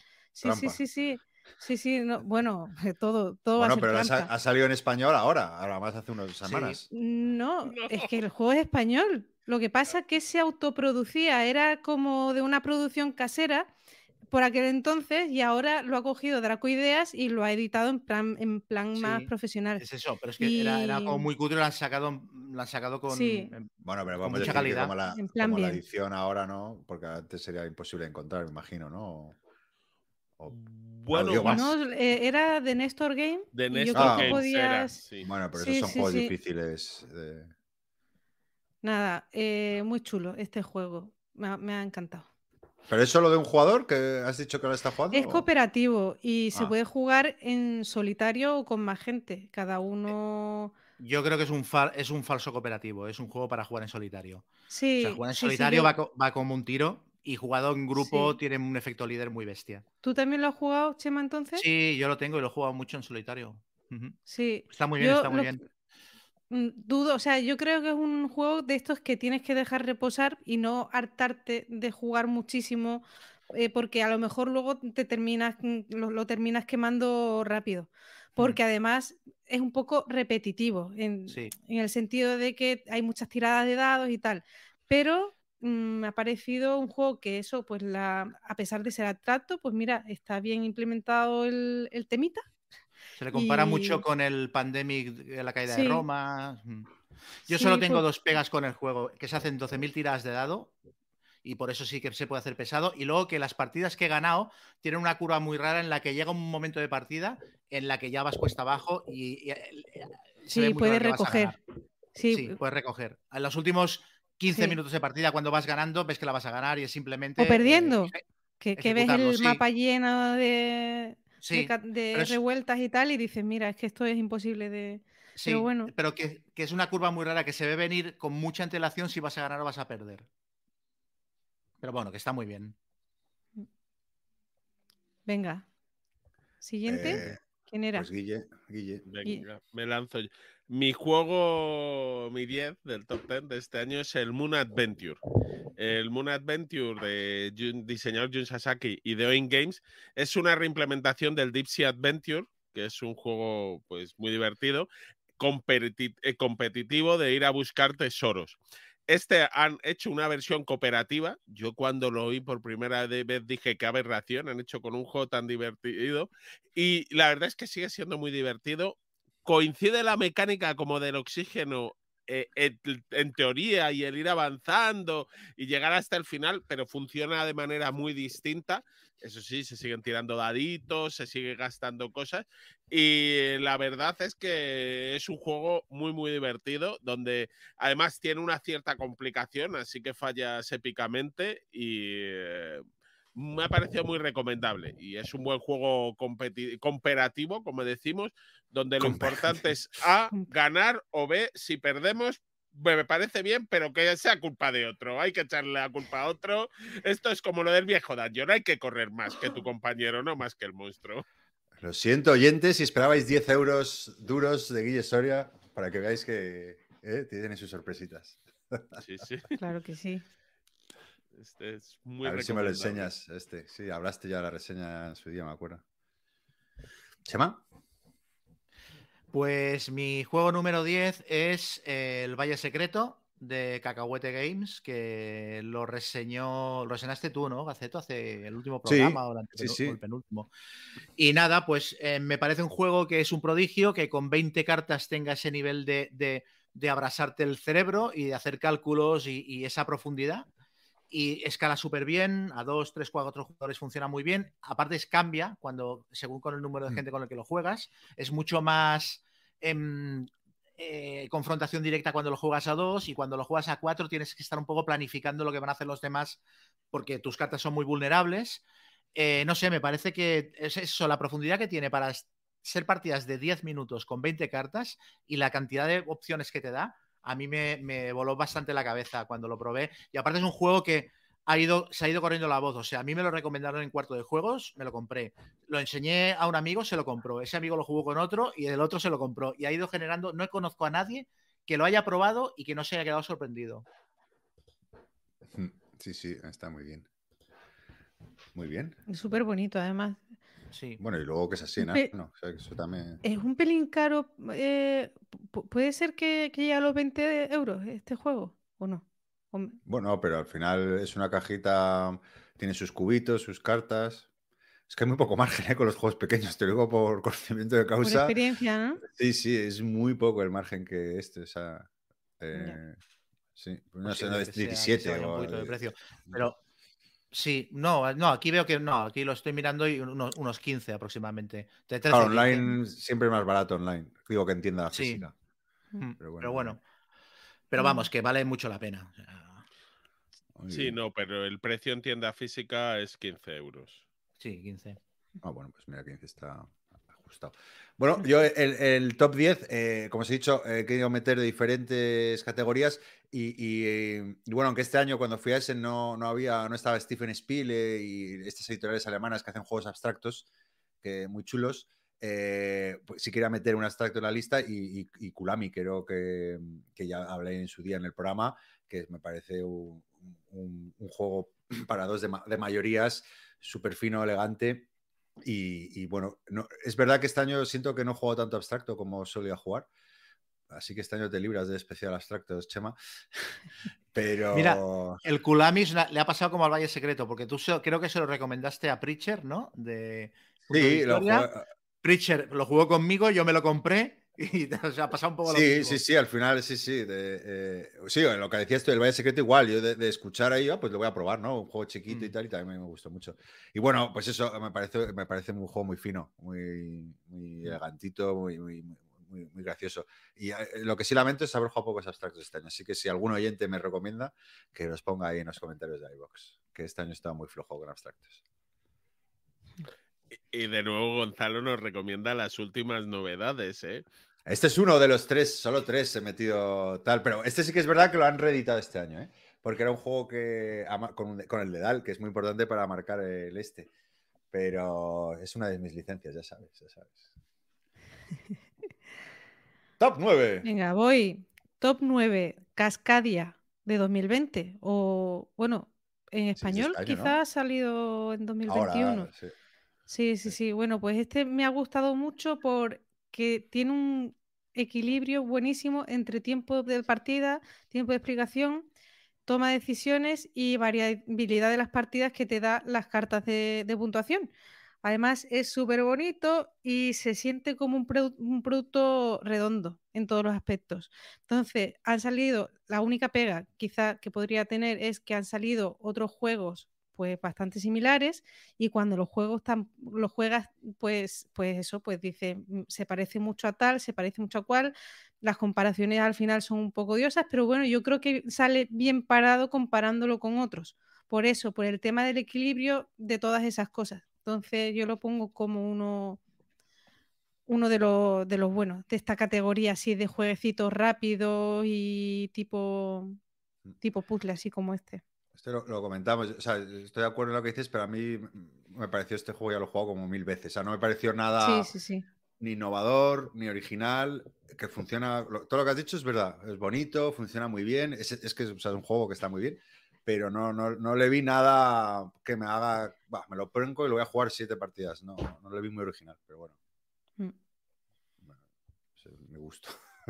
Sí, no, bueno, todo va a ser pero trampa. ha salido en español ahora más hace unas semanas. No, es que el juego es español. Lo que pasa es que se autoproducía, era como de una producción casera por aquel entonces y ahora lo ha cogido Draco Ideas y lo ha editado en plan más profesional. Es eso, pero es que era como muy cutre, lo han sacado con, bueno, pero con vamos mucha a decir calidad. Que como la edición ahora, ¿no? Porque antes sería imposible encontrar, me imagino, ¿no? Bueno, no, era de Nestor Game. De y yo Nestor creo que Games podías... era, Bueno, pero esos son juegos difíciles. Nada, muy chulo este juego. Me ha encantado. ¿Pero es solo de un jugador que has dicho que ahora está jugando? Es cooperativo y se puede jugar en solitario o con más gente. Cada uno... Yo creo que es un falso cooperativo. Es un juego para jugar en solitario. Sí, o sea, jugar en solitario va como un tiro y jugado en grupo tiene un efecto líder muy bestia. ¿Tú también lo has jugado, Chema, entonces? Sí, yo lo tengo y lo he jugado mucho en solitario. Sí. Está muy bien, está muy bien. Dudo, o sea, yo creo que es un juego de estos que tienes que dejar reposar y no hartarte de jugar muchísimo, porque a lo mejor luego lo terminas quemando rápido. Porque además es un poco repetitivo, en el sentido de que hay muchas tiradas de dados y tal. Pero me ha parecido un juego que eso, pues a pesar de ser abstracto, pues mira, está bien implementado el temita. Se le compara mucho con el Pandemic, la caída de Roma. Yo solo tengo 2 pegas con el juego, que se hacen 12.000 tiradas de dado y por eso sí que se puede hacer pesado. Y luego que las partidas que he ganado tienen una curva muy rara en la que llega un momento de partida en la que ya vas cuesta abajo y puedes recoger. Sí, puedes recoger. En los últimos 15 minutos de partida, cuando vas ganando, ves que la vas a ganar y es simplemente... O perdiendo, que ves el mapa lleno de revueltas y tal y dices, mira, es que esto es imposible de... Sí, pero bueno. Pero que es una curva muy rara que se ve venir con mucha antelación si vas a ganar o vas a perder. Pero bueno, que está muy bien. Venga. Siguiente. ¿Quién era? Pues Guille. Venga, me lanzo yo. Mi juego, mi 10 del top 10 de este año es el Moon Adventure. El Moon Adventure de diseñador Jun Sasaki y de Oin Games es una reimplementación del Deep Sea Adventure, que es un juego pues muy divertido, competitivo de ir a buscar tesoros. Han hecho una versión cooperativa. Yo cuando lo oí por primera vez dije qué aberración han hecho con un juego tan divertido. Y la verdad es que sigue siendo muy divertido, coincide la mecánica como del oxígeno en teoría y el ir avanzando y llegar hasta el final, pero funciona de manera muy distinta. Eso sí, se siguen tirando daditos, se sigue gastando cosas y la verdad es que es un juego muy muy divertido donde además tiene una cierta complicación, así que fallas épicamente y me ha parecido muy recomendable y es un buen juego cooperativo, como decimos, donde lo importante es A, ganar o B, si perdemos, me parece bien, pero que sea culpa de otro. Hay que echarle la culpa a otro. Esto es como lo del viejo daño. No hay que correr más que tu compañero, no más que el monstruo. Lo siento, oyentes, si esperabais 10 euros duros de Guille Soria, para que veáis que tiene sus sorpresitas. Sí, sí. Claro que sí. Este es muy A ver si me lo recomendable. enseñas. Sí, hablaste ya de la reseña en su día, me acuerdo. ¿Chema? Pues mi juego número 10 es El Valle Secreto de Cacahuete Games, que lo reseñaste tú, ¿no, Gaceto? Hace el último programa o el penúltimo. Y nada, pues me parece un juego que es un prodigio, que con 20 cartas tenga ese nivel de abrasarte el cerebro y de hacer cálculos y esa profundidad. Y escala súper bien, a 2, 3, 4 jugadores funciona muy bien. Aparte cambia según con el número de gente con el que lo juegas. Es mucho más confrontación directa cuando lo juegas a 2 y cuando lo juegas a 4 tienes que estar un poco planificando lo que van a hacer los demás porque tus cartas son muy vulnerables. No sé, me parece que es eso, la profundidad que tiene para ser partidas de 10 minutos con 20 cartas y la cantidad de opciones que te da. A mí me voló bastante la cabeza cuando lo probé. Y aparte es un juego que se ha ido corriendo la voz. O sea, a mí me lo recomendaron en Cuarto de Juegos, me lo compré. Lo enseñé a un amigo, se lo compró. Ese amigo lo jugó con otro y el otro se lo compró. Y ha ido generando... No conozco a nadie que lo haya probado y que no se haya quedado sorprendido. Sí, está muy bien. Muy bien. Es súper bonito, además. Sí. Bueno, y luego que es así, ¿no? O sea, que eso también... Es un pelín caro. ¿Puede ser que llegue a los 20 euros este juego o no? Bueno, pero al final es una cajita, tiene sus cubitos, sus cartas. Es que hay muy poco margen con los juegos pequeños, te lo digo por conocimiento de Por causa. experiencia, ¿no? Sí, es muy poco el margen que o sea, sí, no Pues sé, sí, no que es sea, 17 vaya un o... poquito de precio. Pero sí, no, aquí veo que no, aquí lo estoy mirando y unos 15 aproximadamente. De 13, Claro, 15. online siempre es más barato online. Digo que entienda la Sí. física. Pero bueno. Pero vamos, que vale mucho la pena. O sea, muy Sí, bien. no, pero el precio en tienda física es 15 euros. Sí, 15. Bueno, pues mira, 15 está ajustado. Bueno, yo el top 10, como os he dicho, he querido meter de diferentes categorías y bueno, aunque este año cuando fui a ese no estaba Stephen Spiele y estas editoriales alemanas que hacen juegos abstractos muy chulos, pues sí quería meter un abstracto en la lista y Kulami, creo que ya hablé en su día en el programa, que me parece un juego para dos de mayorías, súper fino, elegante. Y bueno, es verdad que este año siento que no he jugado tanto abstracto como solía jugar. Así que este año te libras de especial abstractos, Chema. Pero... Mira, el Kulami le ha pasado como al Valle Secreto, porque tú creo que se lo recomendaste a Preacher, ¿no? Sí, lo jugué... Preacher lo jugó conmigo, yo me lo compré y o sea, ha pasado un poco lo mismo. Sí, al final sí. Sí, lo que decías tú del Valle Secreto igual, yo de escuchar ahí, pues lo voy a probar, ¿no? Un juego chiquito y tal, y también me gustó mucho. Y bueno, pues eso me parece un juego muy fino, muy elegantito, muy gracioso. Y lo que sí lamento es haber jugado pocos abstractos este año. Así que si algún oyente me recomienda, que los ponga ahí en los comentarios de iVoox, que este año estaba muy flojo con abstractos. Y de nuevo Gonzalo nos recomienda las últimas novedades, ¿eh? Este es uno de los 3, solo 3 he metido tal, pero este sí que es verdad que lo han reeditado este año, ¿eh? Porque era un juego que con el dedal, que es muy importante para marcar el este. Pero es una de mis licencias, ya sabes. Top 9. Venga, voy. Top 9, Cascadia de 2020. O, bueno, en español este año, quizás ¿no? ha salido en 2021. Ahora, Sí. Bueno, pues este me ha gustado mucho porque tiene un equilibrio buenísimo entre tiempo de partida, tiempo de explicación, toma de decisiones y variabilidad de las partidas que te da las cartas de puntuación. Además es súper bonito y se siente como un producto redondo en todos los aspectos. Entonces, han salido, la única pega quizá que podría tener es que han salido otros juegos pues bastante similares y cuando los juegas pues eso, pues dice, se parece mucho a tal, se parece mucho a cual. Las comparaciones al final son un poco odiosas, pero bueno, yo creo que sale bien parado comparándolo con otros. Por eso, por el tema del equilibrio de todas esas cosas. Entonces yo lo pongo como uno de los buenos, de esta categoría así de jueguecitos rápidos y tipo puzzle, así como este. Esto lo comentamos, o sea, estoy de acuerdo en lo que dices, pero a mí me pareció este juego, ya lo he jugado como 1000 veces, o sea, no me pareció nada Sí. ni innovador, ni original, que funciona, todo lo que has dicho es verdad, es bonito, funciona muy bien, es que o sea, es un juego que está muy bien, pero no le vi nada que me haga, me lo pongo y lo voy a jugar 7 partidas, no le vi muy original, pero bueno, ese es mi gusto.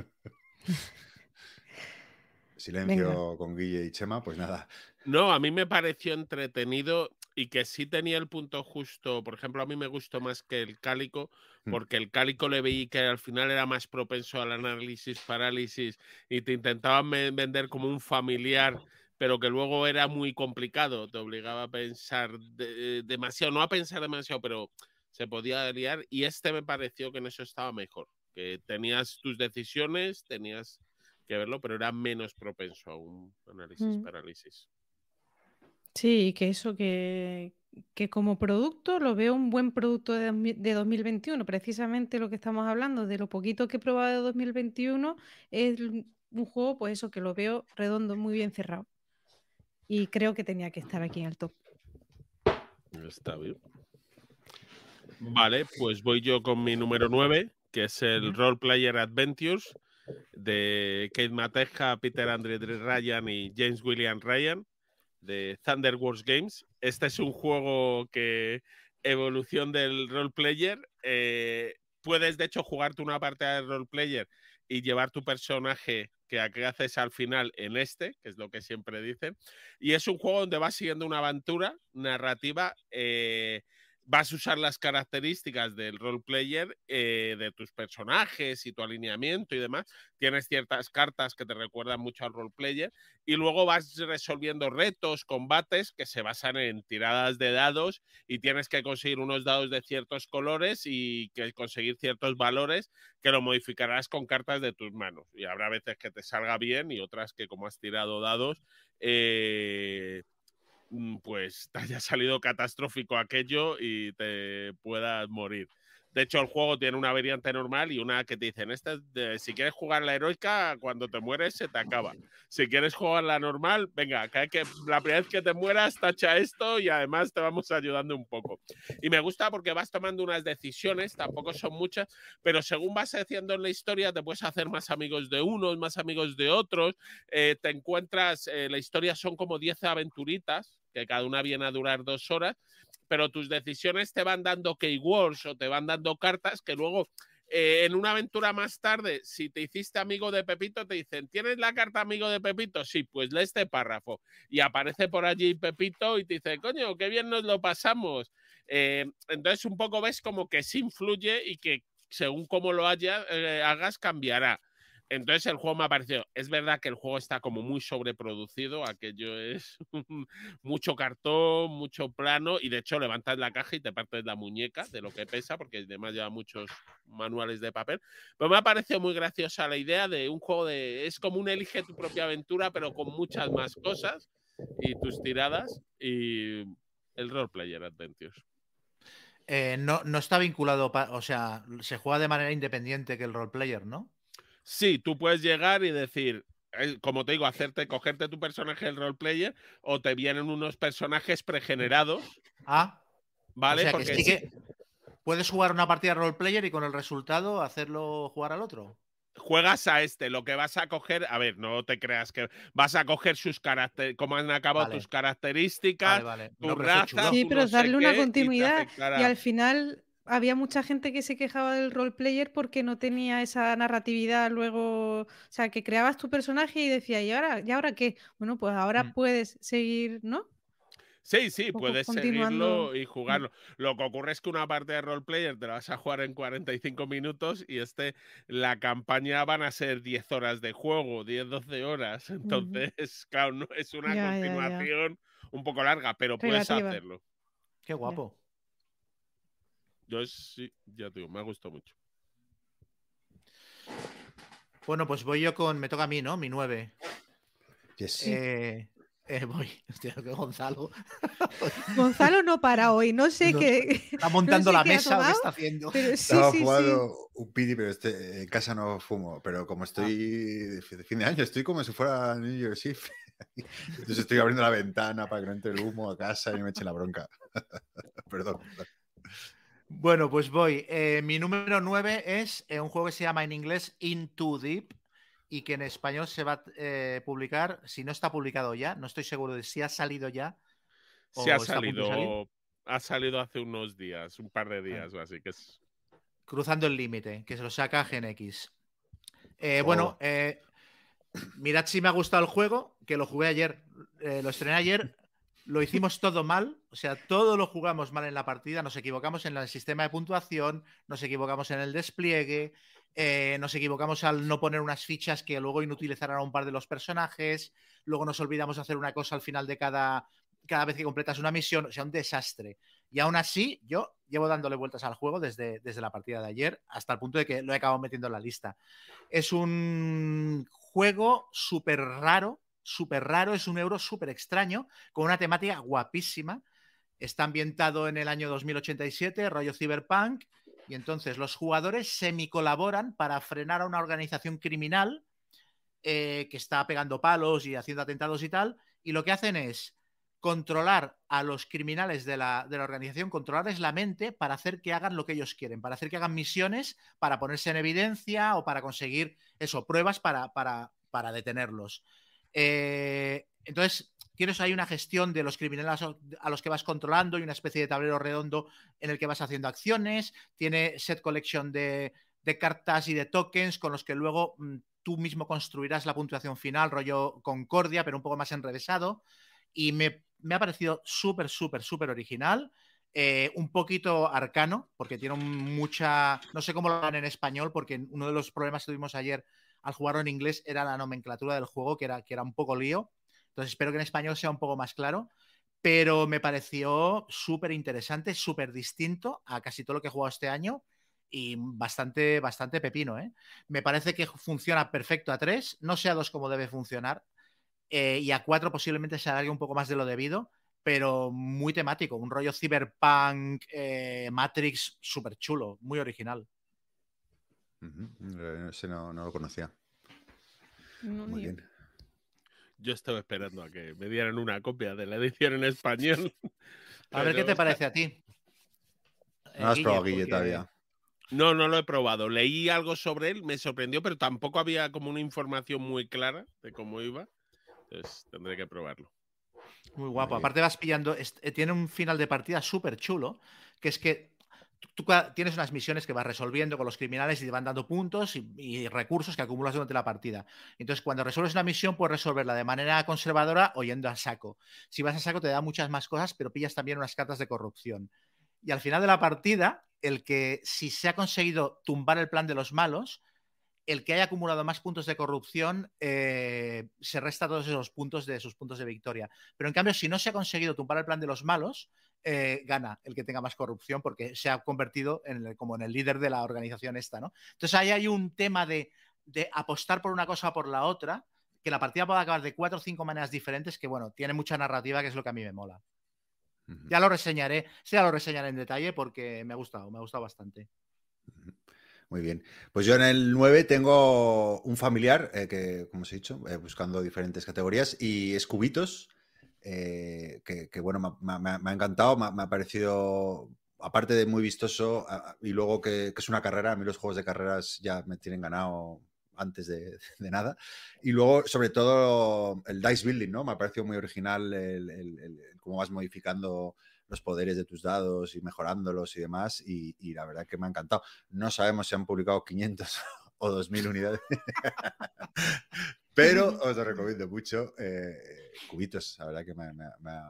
Silencio. Venga. Con Guille y Chema, pues nada. No, a mí me pareció entretenido y que sí tenía el punto justo. Por ejemplo, a mí me gustó más que el Cálico, porque el Cálico le veí que al final era más propenso al análisis parálisis y te intentaban vender como un familiar, pero que luego era muy complicado, te obligaba a pensar demasiado, no a pensar demasiado, pero se podía liar, y este me pareció que en eso estaba mejor, que tenías tus decisiones, tenías que verlo, pero era menos propenso a un análisis parálisis. Sí, que eso, que como producto lo veo un buen producto de 2021, precisamente lo que estamos hablando, de lo poquito que he probado de 2021, es un juego, pues eso, que lo veo redondo, muy bien cerrado. Y creo que tenía que estar aquí en el top. Está bien. Vale, pues voy yo con mi número 9, que es el Role Player Adventures, de Kate Mateja, Peter Andre Ryan y James William Ryan, de Thunder Wars Games. Este es un juego que evolución del roleplayer. Puedes, de hecho, jugarte una partida de roleplayer y llevar tu personaje que haces al final en este, que es lo que siempre dicen. Y es un juego donde vas siguiendo una aventura narrativa. Vas a usar las características del roleplayer, de tus personajes y tu alineamiento y demás. Tienes ciertas cartas que te recuerdan mucho al roleplayer y luego vas resolviendo retos, combates que se basan en tiradas de dados y tienes que conseguir unos dados de ciertos colores y que conseguir ciertos valores que lo modificarás con cartas de tus manos. Y habrá veces que te salga bien y otras que, como has tirado dados, pues te haya salido catastrófico aquello y te puedas morir. De hecho, el juego tiene una variante normal y una que te dicen, si quieres jugar la heroica, cuando te mueres se te acaba. Si quieres jugar la normal, venga, que la primera vez que te mueras tacha esto y además te vamos ayudando un poco. Y me gusta porque vas tomando unas decisiones, tampoco son muchas, pero según vas haciendo en la historia te puedes hacer más amigos de unos, más amigos de otros, te encuentras, la historia son como 10 aventuritas, que cada una viene a durar 2 horas, pero tus decisiones te van dando keywords o te van dando cartas que luego en una aventura más tarde, si te hiciste amigo de Pepito, te dicen, ¿tienes la carta amigo de Pepito? Sí, pues lee este párrafo. Y aparece por allí Pepito y te dice, coño, qué bien nos lo pasamos. Entonces un poco ves como que sí influye y que según cómo lo hagas cambiará. Entonces el juego me ha parecido, es verdad que el juego está como muy sobreproducido, aquello es mucho cartón, mucho plano, y de hecho levantas la caja y te partes la muñeca de lo que pesa, porque además lleva muchos manuales de papel. Pero me ha parecido muy graciosa la idea de un juego es como un elige tu propia aventura, pero con muchas más cosas y tus tiradas, y el Role Player Adventures. No está vinculado, o sea, se juega de manera independiente que el roleplayer, ¿no? Sí, tú puedes llegar y decir, como te digo, cogerte tu personaje del roleplayer, o te vienen unos personajes pregenerados. ¿Vale? O sea, porque sí que puedes jugar una partida de roleplayer y con el resultado hacerlo jugar al otro. Juegas a lo que vas a coger, a ver, no te creas que vas a coger sus características, cómo han acabado tus características, tu raza. Sí, pero darle una continuidad y al final había mucha gente que se quejaba del roleplayer porque no tenía esa narratividad luego, o sea, que creabas tu personaje y decía, ¿y ahora qué? Bueno, pues ahora puedes seguir, ¿no? Sí, sí, poco puedes continuando. seguirlo y jugarlo. Lo que ocurre es que una partida de roleplayer te la vas a jugar en 45 minutos y la campaña van a ser 10 horas de juego, 10, 12 horas. Entonces, claro, no, es una Ya. continuación un poco larga, pero puedes Relativa. hacerlo. Qué guapo. Yo sí, ya te digo, me ha gustado mucho. Bueno, pues voy yo me toca a mí, ¿no? Mi 9. Yes. Sí. Voy. Hostia, que Gonzalo. Gonzalo no para hoy, no sé No, qué. ¿Está montando no sé la qué ha mesa o qué tomado, está haciendo? pero sí, Estaba sí, sí. fumando un piti, pero en casa no fumo. Pero como estoy de fin de año, estoy como si fuera New Year's Eve. Entonces estoy abriendo la ventana para que no entre el humo a casa y no me echen la bronca. Perdón. Bueno, pues voy. Mi número 9 es un juego que se llama en inglés Into Deep y que en español se va a publicar, si no está publicado ya, no estoy seguro de si ha salido ya Sí o está a punto de salir. ha salido hace unos días, un par de días o así que es... Cruzando el límite, que se lo saca GenX. Oh. Bueno, mirad si me ha gustado el juego, que lo jugué ayer, lo estrené ayer, lo hicimos todo mal, o sea, todo lo jugamos mal en la partida, nos equivocamos en el sistema de puntuación, nos equivocamos en el despliegue, nos equivocamos al no poner unas fichas que luego inutilizaran a un par de los personajes, luego nos olvidamos de hacer una cosa al final de cada vez que completas una misión, o sea, un desastre. Y aún así, yo llevo dándole vueltas al juego desde la partida de ayer hasta el punto de que lo he acabado metiendo en la lista. Es un juego súper raro, es un euro súper extraño, con una temática guapísima. Está ambientado en el año 2087, rollo cyberpunk, y entonces los jugadores semicolaboran para frenar a una organización criminal que está pegando palos y haciendo atentados y tal, y lo que hacen es controlar a los criminales de la organización, controlarles la mente para hacer que hagan lo que ellos quieren, para hacer que hagan misiones, para ponerse en evidencia o para conseguir pruebas para detenerlos. Entonces, tienes ahí una gestión de los criminales a los que vas controlando y una especie de tablero redondo en el que vas haciendo acciones. Tiene set collection de cartas y de tokens con los que luego tú mismo construirás la puntuación final, rollo Concordia, pero un poco más enrevesado. Y me ha parecido súper, súper, súper original. Un poquito arcano, porque tiene mucha... No sé cómo lo dan en español, porque uno de los problemas que tuvimos ayer al jugarlo en inglés era la nomenclatura del juego, que era un poco lío. Entonces espero que en español sea un poco más claro. Pero me pareció súper interesante, súper distinto a casi todo lo que he jugado este año y bastante, bastante pepino, ¿eh? Me parece que funciona perfecto a 3, no sé a 2 cómo debe funcionar, y a 4 posiblemente se alargue un poco más de lo debido, pero muy temático, un rollo cyberpunk, Matrix, súper chulo, muy original. Ese no lo conocía. No, muy yo. bien. Yo estaba esperando a que me dieran una copia de la edición en español. A ver qué te parece a ti. No has probado, Guille, todavía. No lo he probado. Leí algo sobre él, me sorprendió, pero tampoco había como una información muy clara de cómo iba. Entonces tendré que probarlo. Muy guapo. Aparte vas pillando... Tiene un final de partida súper chulo, que es que tú tienes unas misiones que vas resolviendo con los criminales y te van dando puntos y recursos que acumulas durante la partida. Entonces, cuando resuelves una misión, puedes resolverla de manera conservadora o yendo a saco. Si vas a saco, te da muchas más cosas, pero pillas también unas cartas de corrupción. Y al final de la partida, si se ha conseguido tumbar el plan de los malos, el que haya acumulado más puntos de corrupción se resta todos esos puntos de sus puntos de victoria. Pero en cambio, si no se ha conseguido tumbar el plan de los malos, gana el que tenga más corrupción porque se ha convertido como en el líder de la organización esta, ¿no? Entonces ahí hay un tema de apostar por una cosa o por la otra, que la partida puede acabar de 4 o 5 maneras diferentes, que bueno, tiene mucha narrativa, que es lo que a mí me mola. Ya lo reseñaré en detalle porque me ha gustado bastante. Muy bien. Pues yo en el 9 tengo un familiar que, como os he dicho, buscando diferentes categorías, y es Cubitos, que bueno, me ha encantado, me ha parecido, aparte de muy vistoso, y luego que es una carrera. A mí los juegos de carreras ya me tienen ganado antes de nada. Y luego, sobre todo, el dice building, ¿no? Me ha parecido muy original el cómo vas modificando los poderes de tus dados y mejorándolos y demás, y la verdad que me ha encantado. No sabemos si han publicado 500 o 2000 unidades, pero os lo recomiendo mucho. Cubitos, la verdad que me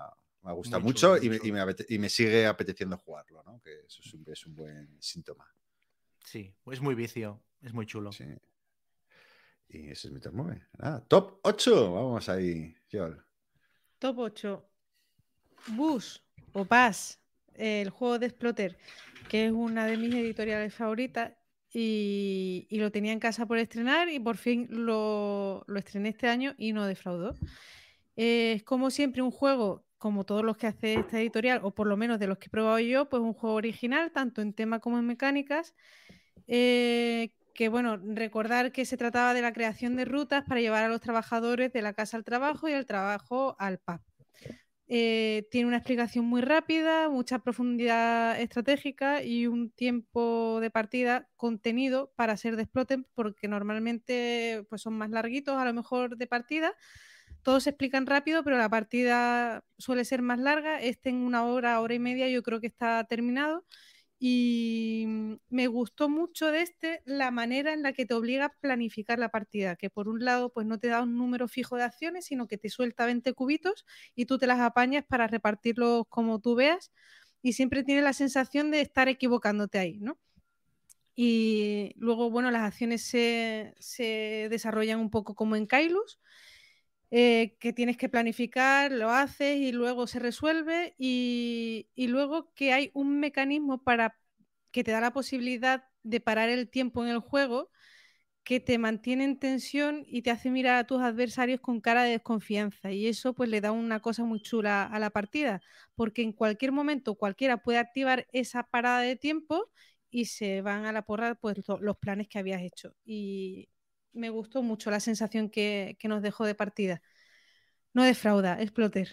Me ha gustado Muy mucho chulo, muy chulo. y me sigue apeteciendo jugarlo, ¿no? Que eso siempre es un buen síntoma. Sí, es muy vicio, es muy chulo. Sí. Y ese es mi top 9. Top 8. Vamos ahí, Joel. Top 8. Bus o Pass, el juego de Exploter, que es una de mis editoriales favoritas y lo tenía en casa por estrenar y por fin lo estrené este año y no defraudó. Es como siempre un juego, como todos los que hace esta editorial, o por lo menos de los que he probado yo, pues un juego original, tanto en tema como en mecánicas. Que bueno, recordar que se trataba de la creación de rutas para llevar a los trabajadores de la casa al trabajo y del trabajo al pub. Tiene una explicación muy rápida, mucha profundidad estratégica y un tiempo de partida contenido para ser de Exploten, porque normalmente pues, son más larguitos a lo mejor de partida. Todos se explican rápido, pero la partida suele ser más larga. Este en 1 hora, 1 hora y media yo creo que está terminado. Y me gustó mucho de este la manera en la que te obliga a planificar la partida, que por un lado pues no te da un número fijo de acciones, sino que te suelta 20 cubitos y tú te las apañas para repartirlos como tú veas y siempre tienes la sensación de estar equivocándote ahí, ¿no? Y luego, bueno, las acciones se desarrollan un poco como en Kailus, que tienes que planificar, lo haces y luego se resuelve y luego que hay un mecanismo para que te da la posibilidad de parar el tiempo en el juego que te mantiene en tensión y te hace mirar a tus adversarios con cara de desconfianza y eso pues le da una cosa muy chula a la partida porque en cualquier momento cualquiera puede activar esa parada de tiempo y se van a la porra pues los planes que habías hecho y me gustó mucho la sensación que nos dejó de partida. No defrauda, Exploter.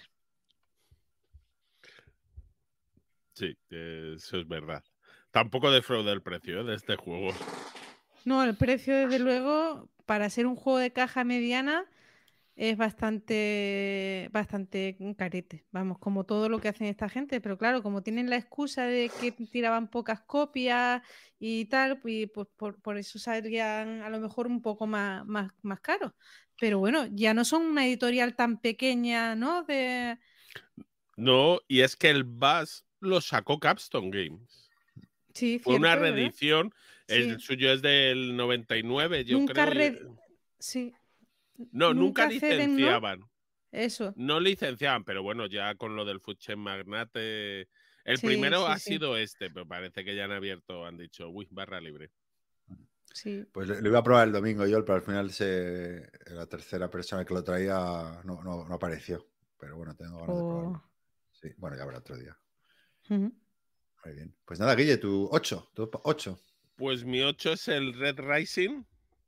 Sí, eso es verdad. Tampoco defrauda el precio de este juego. No, el precio, desde luego, para ser un juego de caja mediana, es bastante carete. Vamos, como todo lo que hacen esta gente. Pero claro, como tienen la excusa de que tiraban pocas copias y tal, pues por eso salían a lo mejor un poco más caros. Pero bueno, ya no son una editorial tan pequeña, ¿no? No, y es que el Bass lo sacó Capstone Games. Sí, Fue una cierto, ¿verdad? reedición. Sí. El suyo es del 99, yo Nunca creo. Sí. No, nunca Nunca ceden, ¿no? licenciaban. Eso. No licenciaban, pero bueno, ya con lo del Food Chain Magnate. El Sí, primero sí, ha sí. sido este, pero parece que ya han abierto, han dicho, uy, barra libre. Sí. Pues lo iba a probar el domingo yo, pero al final la tercera persona que lo traía no apareció. Pero bueno, tengo ganas de probarlo. Sí, bueno, ya habrá otro día. Uh-huh. Muy bien. Pues nada, Guille, tu 8. Pues mi 8 es el Red Rising,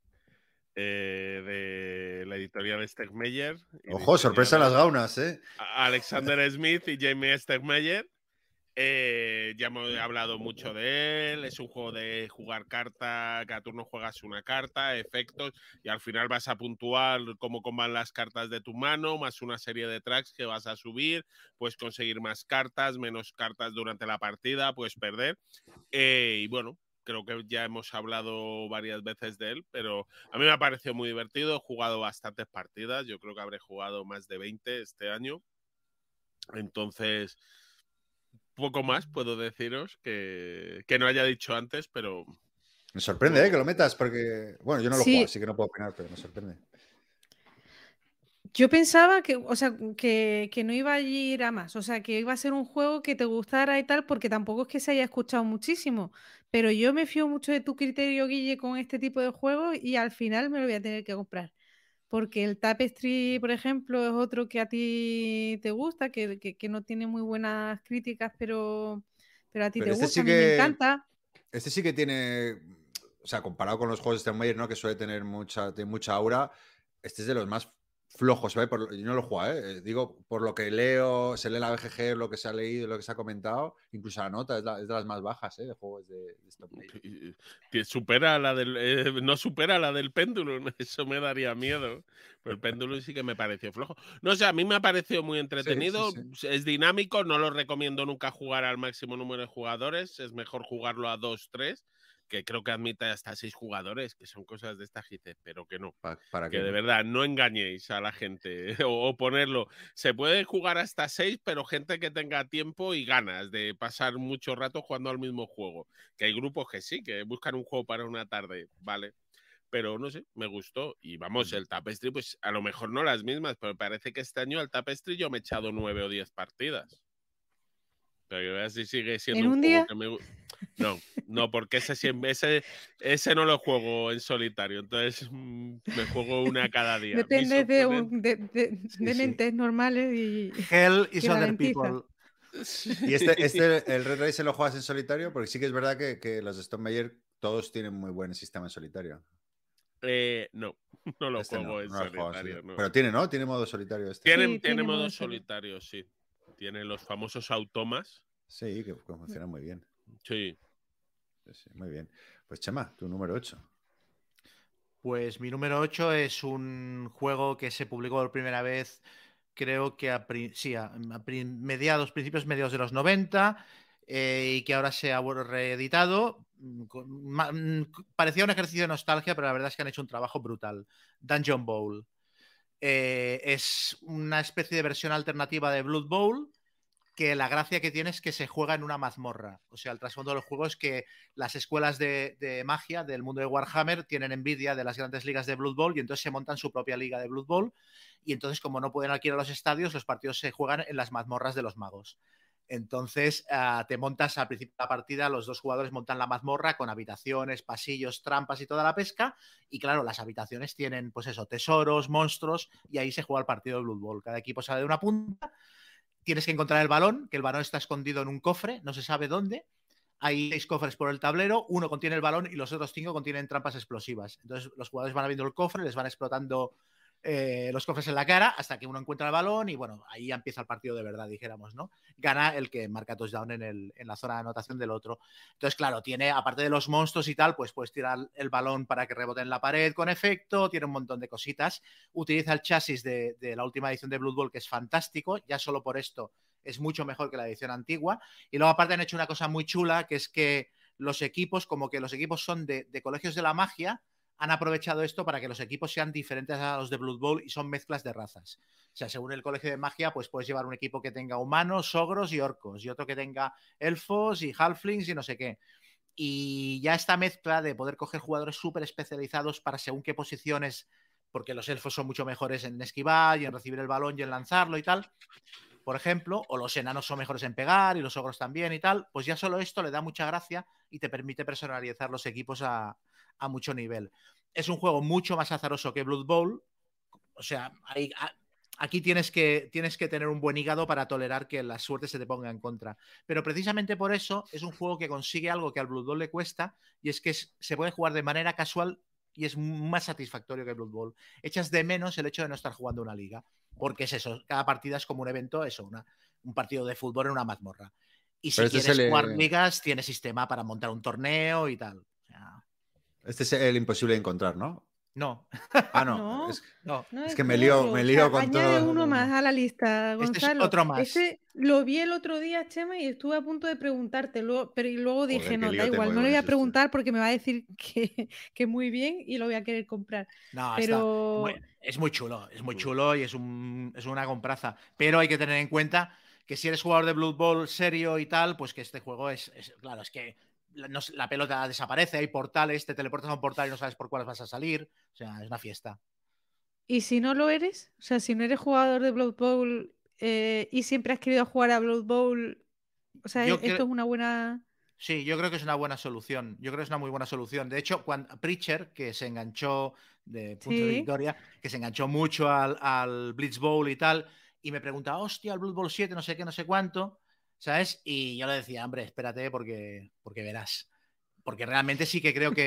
de la editorial Stegmeyer. Ojo, sorpresa en las gaunas, ¿eh? Alexander Smith y Jamie Stegmeyer. Ya hemos hablado mucho de él. Es un juego de jugar carta, cada turno juegas una carta, efectos, y al final vas a puntuar cómo van las cartas de tu mano, más una serie de tracks que vas a subir. Puedes conseguir más cartas, menos cartas durante la partida, puedes perder. Y bueno, creo que ya hemos hablado varias veces de él, pero a mí me ha parecido muy divertido. He jugado bastantes partidas, yo creo que habré jugado más de 20 este año. Entonces, poco más puedo deciros que no haya dicho antes, pero... Me sorprende, que lo metas, porque... Bueno, yo no lo he jugado, Sí. así que no puedo opinar, pero me sorprende. Yo pensaba que, o sea, que no iba a ir a más, o sea, que iba a ser un juego que te gustara y tal, porque tampoco es que se haya escuchado muchísimo, pero yo me fío mucho de tu criterio, Guille, con este tipo de juegos y al final me lo voy a tener que comprar. Porque el Tapestry, por ejemplo, es otro que a ti te gusta, que no tiene muy buenas críticas, pero a ti te Pero gusta, a mí me encanta. Este sí que tiene... O sea, comparado con los juegos de Steinmeier, ¿no? Que suele tener mucha aura, este es de los más flojos, ¿sabes? Yo no lo he jugado, ¿eh? Digo, por lo que leo, se lee la BGG, lo que se ha leído, lo que se ha comentado, incluso la nota es de las más bajas, ¿eh? De juegos de Steinmeier. Supera la del, no supera la del Pendulum, eso me daría miedo. Pero el Pendulum sí que me pareció flojo. No sé, a mí me ha parecido muy entretenido, sí. Es dinámico, no lo recomiendo nunca jugar al máximo número de jugadores, es mejor jugarlo a 2, 3, que creo que admite hasta 6 jugadores, que son cosas de esta gente, pero que no. Para Que que de verdad no engañéis a la gente o ponerlo. Se puede jugar hasta 6, pero gente que tenga tiempo y ganas de pasar mucho rato jugando al mismo juego. Que hay grupos que sí, que buscan un juego para una tarde, ¿vale? Pero no sé, me gustó. Y vamos, el Tapestry, pues a lo mejor no las mismas, pero parece que este año al Tapestry yo me he echado 9 o 10 partidas. Pero que veas si sigue siendo ¿En un un juego día? que me... No, porque ese no lo juego en solitario. Entonces me juego una cada día. Depende Mis oponentes... de sí. mentes normales Hell y is other ralentiza. people. Y el Red Race lo juegas en solitario, porque sí que es verdad que los de Stone Meyer todos tienen muy buen sistema en solitario. No lo Este juego en no lo has jugado en solitario. solitario. No. Pero tiene, ¿no? Tiene modo solitario este. Sí, Tiene tiene modo modo solitario. solitario, sí. Tiene los famosos automas. Sí, que funciona muy bien. Sí. Sí, muy bien. Pues Chema, tu número 8. Pues mi número 8 es un juego que se publicó por primera vez, creo que principios mediados de los 90, y que ahora se ha reeditado. Parecía un ejercicio de nostalgia, pero la verdad es que han hecho un trabajo brutal. Dungeon Bowl. Es una especie de versión alternativa de Blood Bowl, que la gracia que tiene es que se juega en una mazmorra. O sea, el trasfondo del juego es que las escuelas de magia del mundo de Warhammer tienen envidia de las grandes ligas de Blood Bowl y entonces se montan su propia liga de Blood Bowl, y entonces, como no pueden alquilar los estadios, los partidos se juegan en las mazmorras de los magos. Entonces te montas al principio de la partida, los dos jugadores montan la mazmorra con habitaciones, pasillos, trampas y toda la pesca, y claro, las habitaciones tienen pues eso, tesoros, monstruos, y ahí se juega el partido de Blood Bowl. Cada equipo sale de una punta. Tienes que encontrar el balón, que el balón está escondido en un cofre, no se sabe dónde. Hay 6 cofres por el tablero, uno contiene el balón y los otros 5 contienen trampas explosivas. Entonces los jugadores van abriendo el cofre, les van explotando los cofres en la cara hasta que uno encuentra el balón y bueno, ahí ya empieza el partido de verdad, dijéramos, ¿no? Gana el que marca touchdown en la zona de anotación del otro. Entonces, claro, tiene, aparte de los monstruos y tal, pues puedes tirar el balón para que rebote en la pared con efecto, tiene un montón de cositas. Utiliza el chasis de la última edición de Blood Bowl, que es fantástico, ya solo por esto es mucho mejor que la edición antigua. Y luego aparte han hecho una cosa muy chula, que es que los equipos, como que los equipos son de colegios de la magia, han aprovechado esto para que los equipos sean diferentes a los de Blood Bowl y son mezclas de razas. O sea, según el colegio de magia, pues puedes llevar un equipo que tenga humanos, ogros y orcos, y otro que tenga elfos y halflings y no sé qué. Y ya esta mezcla de poder coger jugadores súper especializados para según qué posiciones, porque los elfos son mucho mejores en esquivar y en recibir el balón y en lanzarlo y tal, por ejemplo, o los enanos son mejores en pegar y los ogros también y tal, pues ya solo esto le da mucha gracia y te permite personalizar los equipos a mucho nivel. Es un juego mucho más azaroso que Blood Bowl. O sea, aquí tienes que tener un buen hígado para tolerar que la suerte se te ponga en contra. Pero precisamente por eso es un juego que consigue algo que al Blood Bowl le cuesta, y es que se puede jugar de manera casual y es más satisfactorio que Blood Bowl. Echas de menos el hecho de no estar jugando una liga, porque es eso, cada partida es como un evento, eso, un partido de fútbol en una mazmorra. Y si quieres jugar ligas, tiene sistema para montar un torneo y tal. O sea... Este es el imposible de encontrar, ¿no? No. Ah, no. No, es que me lío con añade todo. uno más a la lista, Gonzalo. Este es otro más. Este lo vi el otro día, Chema, y estuve a punto de preguntártelo, pero luego dije, no, da igual, no le voy a preguntar porque me va a decir que muy bien y lo voy a querer comprar. No, pero... es muy chulo y es una compraza. Pero hay que tener en cuenta que si eres jugador de Blood Bowl serio y tal, pues que este juego claro, es que la pelota desaparece, hay portales, te teleportas a un portal y no sabes por cuáles vas a salir. O sea, es una fiesta. ¿Y si no lo eres? O sea, si no eres jugador de Blood Bowl y siempre has querido jugar a Blood Bowl, o sea, esto es una buena... Sí, yo creo que es una buena solución. Yo creo que es una muy buena solución. De hecho, cuando Preacher, que se enganchó de Punto de Victoria, que se enganchó mucho al Blitz Bowl y tal, y me preguntaba, hostia, el Blood Bowl 7, no sé qué, no sé cuánto, ¿sabes? Y yo le decía, hombre, espérate porque verás. Porque realmente sí que creo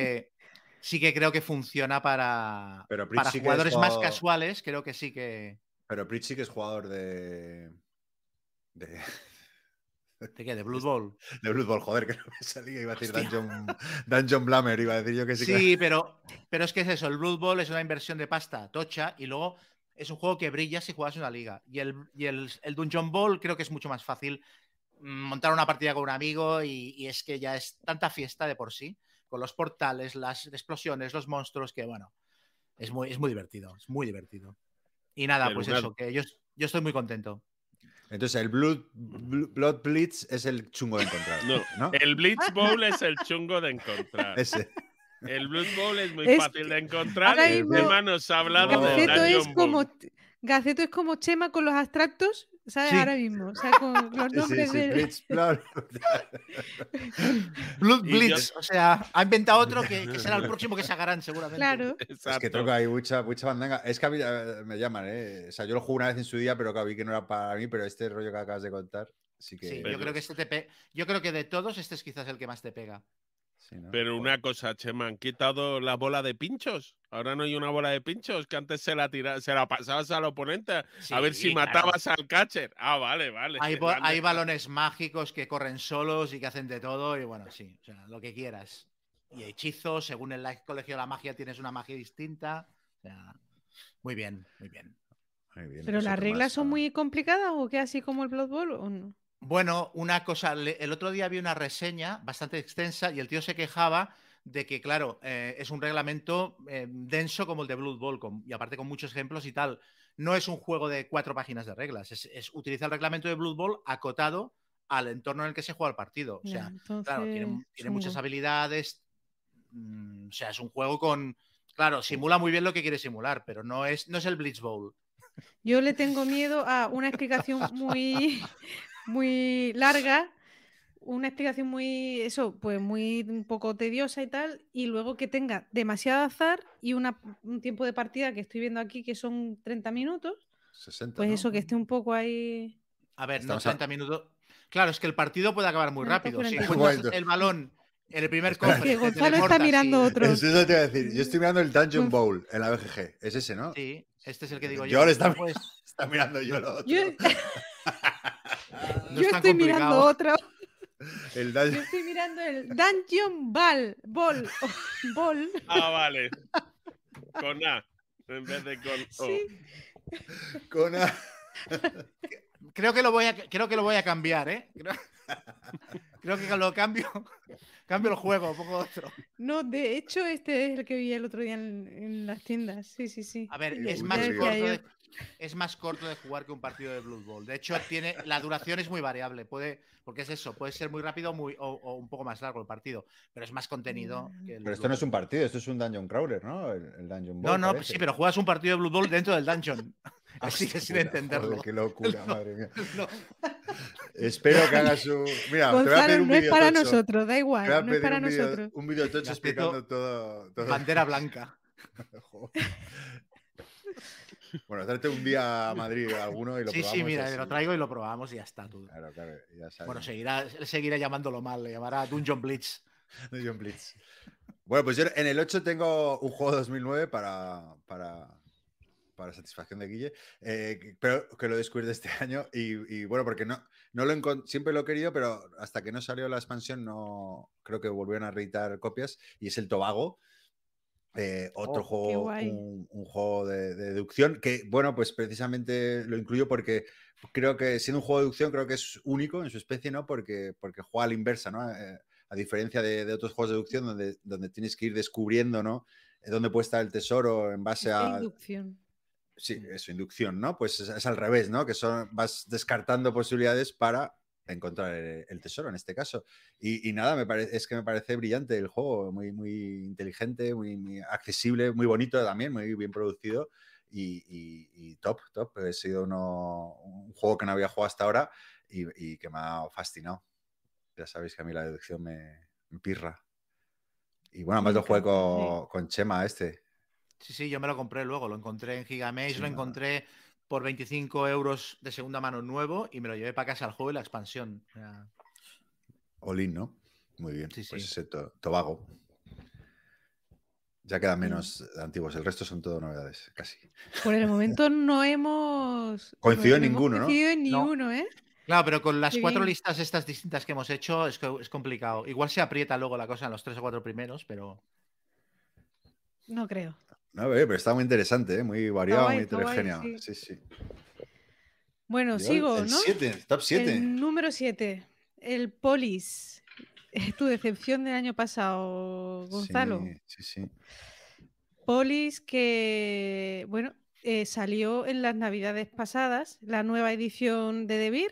que funciona para jugadores más casuales, creo que sí que... Pero Pritch sí que es jugador ¿De qué? ¿De Blood Bowl? De Blood Bowl, joder, que no me salía, iba a decir Dungeon Blammer, iba a decir yo que sí. Sí, claro. pero es que es eso, el Blood Bowl es una inversión de pasta tocha y luego es un juego que brilla si juegas en una liga. Y el Dungeon Bowl creo que es mucho más fácil montar una partida con un amigo y es que ya es tanta fiesta de por sí. con los portales, las explosiones, los monstruos, que bueno, es muy divertido, es muy divertido. Y nada, Pero pues una- eso, que yo estoy muy contento. Entonces, el Blood Blitz es el chungo de encontrar, No, ¿no? el Blitz Bowl es el chungo de encontrar. Ese. El Blood Bowl es muy Es fácil que de encontrar ahora y mismo encima nos ha hablado del Gaceto es Dungeon Bowl. como Gaceto es como Chema con los abstractos, ¿sabes? Sí. Ahora mismo, o sea, con los Sí, nombres sí, de Blitz, Blood. Blood Y Blitz, o sea, ha inventado otro que será el próximo que sacarán seguramente. Claro. Es que Exacto. toca ahí mucha bandanga. Es que a mí, me llaman, ¿eh? O sea, yo lo jugué una vez en su día, pero que vi que no era para mí, pero este rollo que acabas de contar, sí que... Sí, Pero- yo creo que yo creo que de todos este es quizás el que más te pega. Sí, ¿no? Pero Joder. una cosa, Chema, han quitado la bola de pinchos. Ahora no hay una bola de pinchos que antes se la pasabas al oponente a ver si Sí, claro. matabas al catcher. Ah, vale. Hay Lo han dejado. balones mágicos que corren solos y que hacen de todo y bueno, sí, o sea, lo que quieras. Y hechizos, según el colegio de la magia tienes una magia distinta. O sea, muy bien, muy bien. Muy bien, ¿Pero pues las otro reglas más, son ah. muy complicadas o qué, así como el Blood Bowl o no? Bueno, una cosa, el otro día vi una reseña bastante extensa y el tío se quejaba de que, claro, es un reglamento denso como el de Blood Bowl y aparte con muchos ejemplos y tal. No es un juego de 4 páginas de reglas, es utilizar el reglamento de Blood Bowl acotado al entorno en el que se juega el partido. O sea, claro, tiene muchas habilidades. O sea, es un juego con... Claro, simula muy bien lo que quiere simular, pero no es el Blitz Bowl. Yo le tengo miedo a una explicación muy larga, una explicación pues muy un poco tediosa y tal, y luego que tenga demasiado azar y un tiempo de partida que estoy viendo aquí que son 30 minutos, 60, pues ¿no? eso, que esté un poco ahí... A ver, Estamos no 30 minutos. Claro, es que el partido puede acabar muy 30, rápido. Si 40. encuentras Bueno. el balón en el primer Espera. cofre, Que te Gonzalo está teleportas mirando y- otro. Eso te iba a decir. Yo estoy mirando el Dungeon Bowl en la BGG. Es ese, ¿no? Sí, este es el que digo Yo yo. le está, Pues, está mirando yo lo otro. Yo, no yo es tan estoy mirando complicado. otro. El Yo Dungeon... estoy mirando el Dungeon Ball. Ball. Ah, vale. Con A en vez de con O. Sí. Con a- Creo que lo voy a cambiar, ¿eh? Creo que lo cambio. Cambio el juego, pongo otro. No, de hecho, este es el que vi el otro día en las tiendas. Sí, sí, sí. A ver, Uy, es uy, más, uy, corto uy. es más corto de jugar que un partido de Blood Bowl. De hecho, la duración es muy variable. Porque es eso, puede ser muy rápido o un poco más largo el partido, pero es más contenido que el Pero esto Blood no es un Bowl. partido, esto es un Dungeon Crawler, ¿no? El Dungeon Bowl. No, parece. sí, pero juegas un partido de Blood Bowl dentro del dungeon. Así que Hostia sin puta, entenderlo. joder, qué locura, No. madre mía. No. Espero que haga su. Mira, te voy a Gonzalo, pedir un no es vídeo para tocho. nosotros, da Te voy a igual, no es pedir para un vídeo- nosotros. un vídeo tocho Gaceto, explicando todo. Bandera blanca. Joder. Bueno, tráete un día a Madrid alguno y lo Sí, probamos. sí, mira, así. lo traigo y lo probamos y ya está. Tú. Claro, ya sabes. Bueno, seguirá llamándolo mal, le llamará Dungeon Blitz. Dungeon Blitz. Bueno, pues yo en el 8 tengo un juego de 2009 para satisfacción de Guille, pero que lo descubrí este año y bueno, porque siempre lo he querido, pero hasta que no salió la expansión no creo que volvieron a reeditar copias y es el Tobago. Otro qué juego, guay. un juego de deducción que, bueno, pues precisamente lo incluyo porque creo que siendo un juego de deducción creo que es único en su especie, ¿no? Porque juega a la inversa, ¿no? A diferencia de otros juegos de deducción donde tienes que ir descubriendo, ¿no? Dónde puede estar el tesoro en base Esta a... inducción. Sí, eso, inducción, ¿no? Pues es al revés, ¿no? Que vas descartando posibilidades para encontrar el tesoro en este caso. Y nada, me parece brillante el juego, muy, muy inteligente, muy accesible, muy bonito también, muy bien producido y top. Ha sido un juego que no había jugado hasta ahora y que me ha fascinado. Ya sabéis que a mí la deducción me pirra. Y bueno, además Me lo jugué encanta, con Chema este. Sí, yo me lo compré luego, lo encontré en Gigamaze, Sí, lo encontré por 25 euros de segunda mano nuevo y me lo llevé para casa al juego y la expansión. O sea, Olin, ¿no? Muy bien. Sí, Pues sí. ese Tobago. Ya quedan menos antiguos, el resto son todo novedades, casi. Por el momento no hemos Coincidido en hemos ninguno, ¿no? coincidido en ni No. uno, ¿eh? Claro, pero con las Qué 4 bien. listas estas distintas que hemos hecho es complicado. Igual se aprieta luego la cosa en los 3 o 4 primeros, pero... No creo. No, pero está muy interesante, ¿eh? Muy variado, guay, muy está guay, heterogéneo. sí. Sí. Bueno, Yo sigo, el ¿no? 7, top 7. El número 7, el Polis. tu decepción del año pasado, Gonzalo. Sí. Polis, que, bueno, salió en las navidades pasadas, la nueva edición de Devir,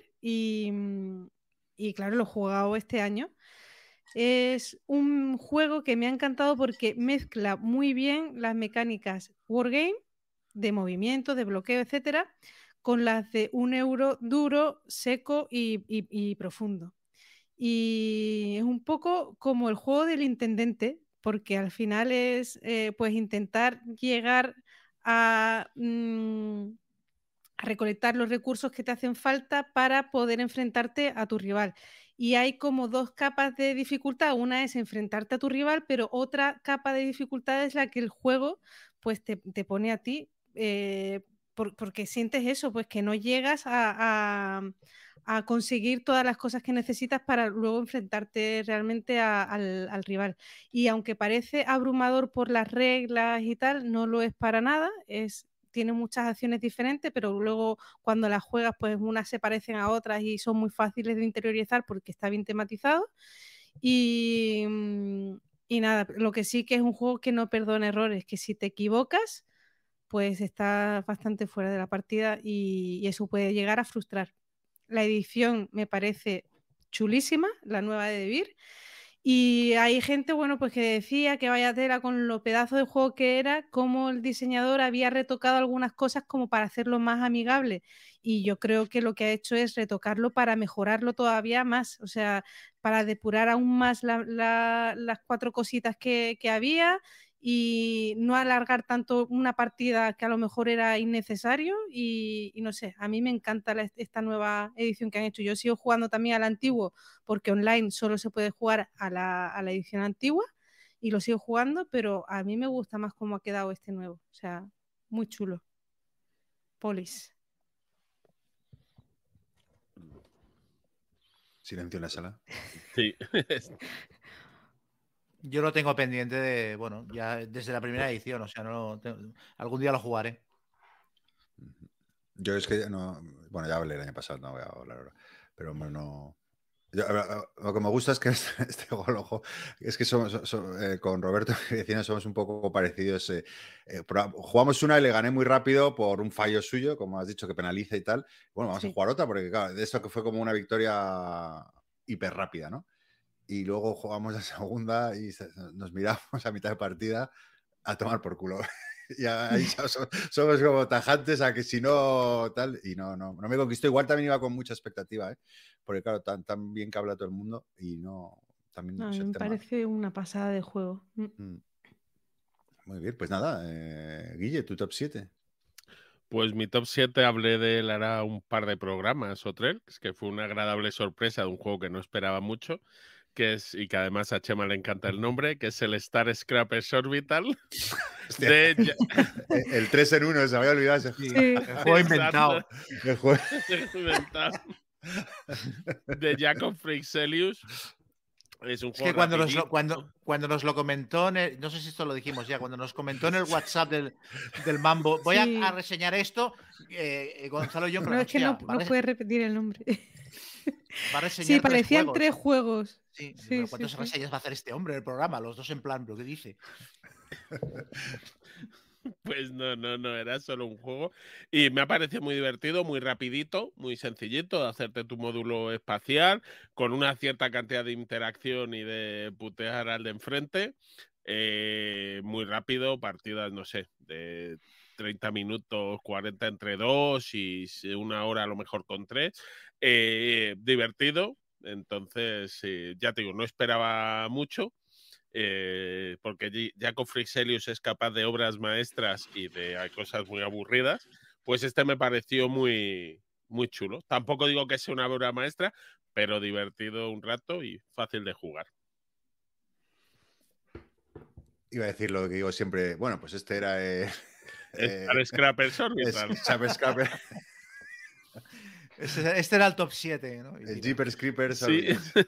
y claro, lo he jugado este año. Es un juego que me ha encantado porque mezcla muy bien las mecánicas Wargame, de movimiento, de bloqueo, etcétera, con las de un euro duro, seco y profundo. Y es un poco como el juego del intendente, porque al final es pues intentar llegar a recolectar los recursos que te hacen falta para poder enfrentarte a tu rival. Y hay como dos capas de dificultad. Una es enfrentarte a tu rival, pero otra capa de dificultad es la que el juego pues te pone a ti, porque sientes eso, pues que no llegas a conseguir todas las cosas que necesitas para luego enfrentarte realmente al rival. Y aunque parece abrumador por las reglas y tal, no lo es para nada. Tiene muchas acciones diferentes, pero luego cuando las juegas, pues unas se parecen a otras y son muy fáciles de interiorizar porque está bien tematizado. Y nada, lo que sí que es un juego que no perdona errores, que si te equivocas, pues estás bastante fuera de la partida y eso puede llegar a frustrar. La edición me parece chulísima, la nueva de Devir. Y hay gente, bueno, pues que decía que vaya tela con lo pedazo de juego que era, cómo el diseñador había retocado algunas cosas como para hacerlo más amigable. Y yo creo que lo que ha hecho es retocarlo para mejorarlo todavía más, o sea, para depurar aún más las 4 cositas que había y no alargar tanto una partida que a lo mejor era innecesario y no sé, a mí me encanta esta nueva edición que han hecho. Yo sigo jugando también al antiguo porque online solo se puede jugar a la edición antigua y lo sigo jugando, pero a mí me gusta más cómo ha quedado este nuevo, o sea, muy chulo. Polis. Silencio en la sala. Sí. Yo lo tengo pendiente de, bueno, ya desde la primera edición, o sea, algún día lo jugaré. Yo es que no, bueno, ya hablé el año pasado, no voy a hablar ahora, pero hombre, no. Lo que me gusta es que este juego, es que con Roberto y Vecina somos un poco parecidos. Jugamos una y le gané muy rápido por un fallo suyo, como has dicho, que penaliza y tal. Bueno, vamos a jugar otra, porque claro, de esto que fue como una victoria hiper rápida, ¿no? Y luego jugamos la segunda y nos miramos a mitad de partida a tomar por culo. Y ahí somos como tajantes a que si no tal, y no me conquistó. Igual también iba con mucha expectativa, ¿eh? Porque claro, tan bien que habla todo el mundo y no también No, no sé, me parece una pasada de juego. Muy bien, pues nada, Guille, tu top 7. Pues mi top 7 hablé de él hará un par de programas o 3, que fue una agradable sorpresa de un juego que no esperaba mucho, y que además a Chema le encanta el nombre, que es el Star Scrappers Orbital. El 3 en 1, se me había olvidado ese juego. Sí, el juego inventado. El juego inventado. De Jacob Fryxelius. Es un juego que cuando nos lo comentó, no sé si esto lo dijimos ya, cuando nos comentó en el WhatsApp del Mambo, voy a reseñar esto, Gonzalo y yo... No, es que no puede repetir el nombre. Va a reseñar sí, parecían 3 juegos. Sí, pero ¿cuántas reseñas va a hacer este hombre en el programa? Los dos en plan, ¿pero qué dice? Pues no, era solo un juego. Y me ha parecido muy divertido, muy rapidito, muy sencillito de hacerte tu módulo espacial, con una cierta cantidad de interacción y de putear al de enfrente. Muy rápido, partidas, no sé, de 30 minutos, 40 entre 2 y 1 hora a lo mejor con 3. Divertido. Entonces, ya te digo, no esperaba mucho. Porque Jacob Fryxelius es capaz de obras maestras y de cosas muy aburridas, pues este me pareció muy, muy chulo. Tampoco digo que sea una obra maestra, pero divertido un rato y fácil de jugar. Iba a decir lo que digo siempre. Bueno, pues este era Star Scrappers Orbital. Scrapper. Este era el top 7, ¿no? El Jeepers Creepers. Sí.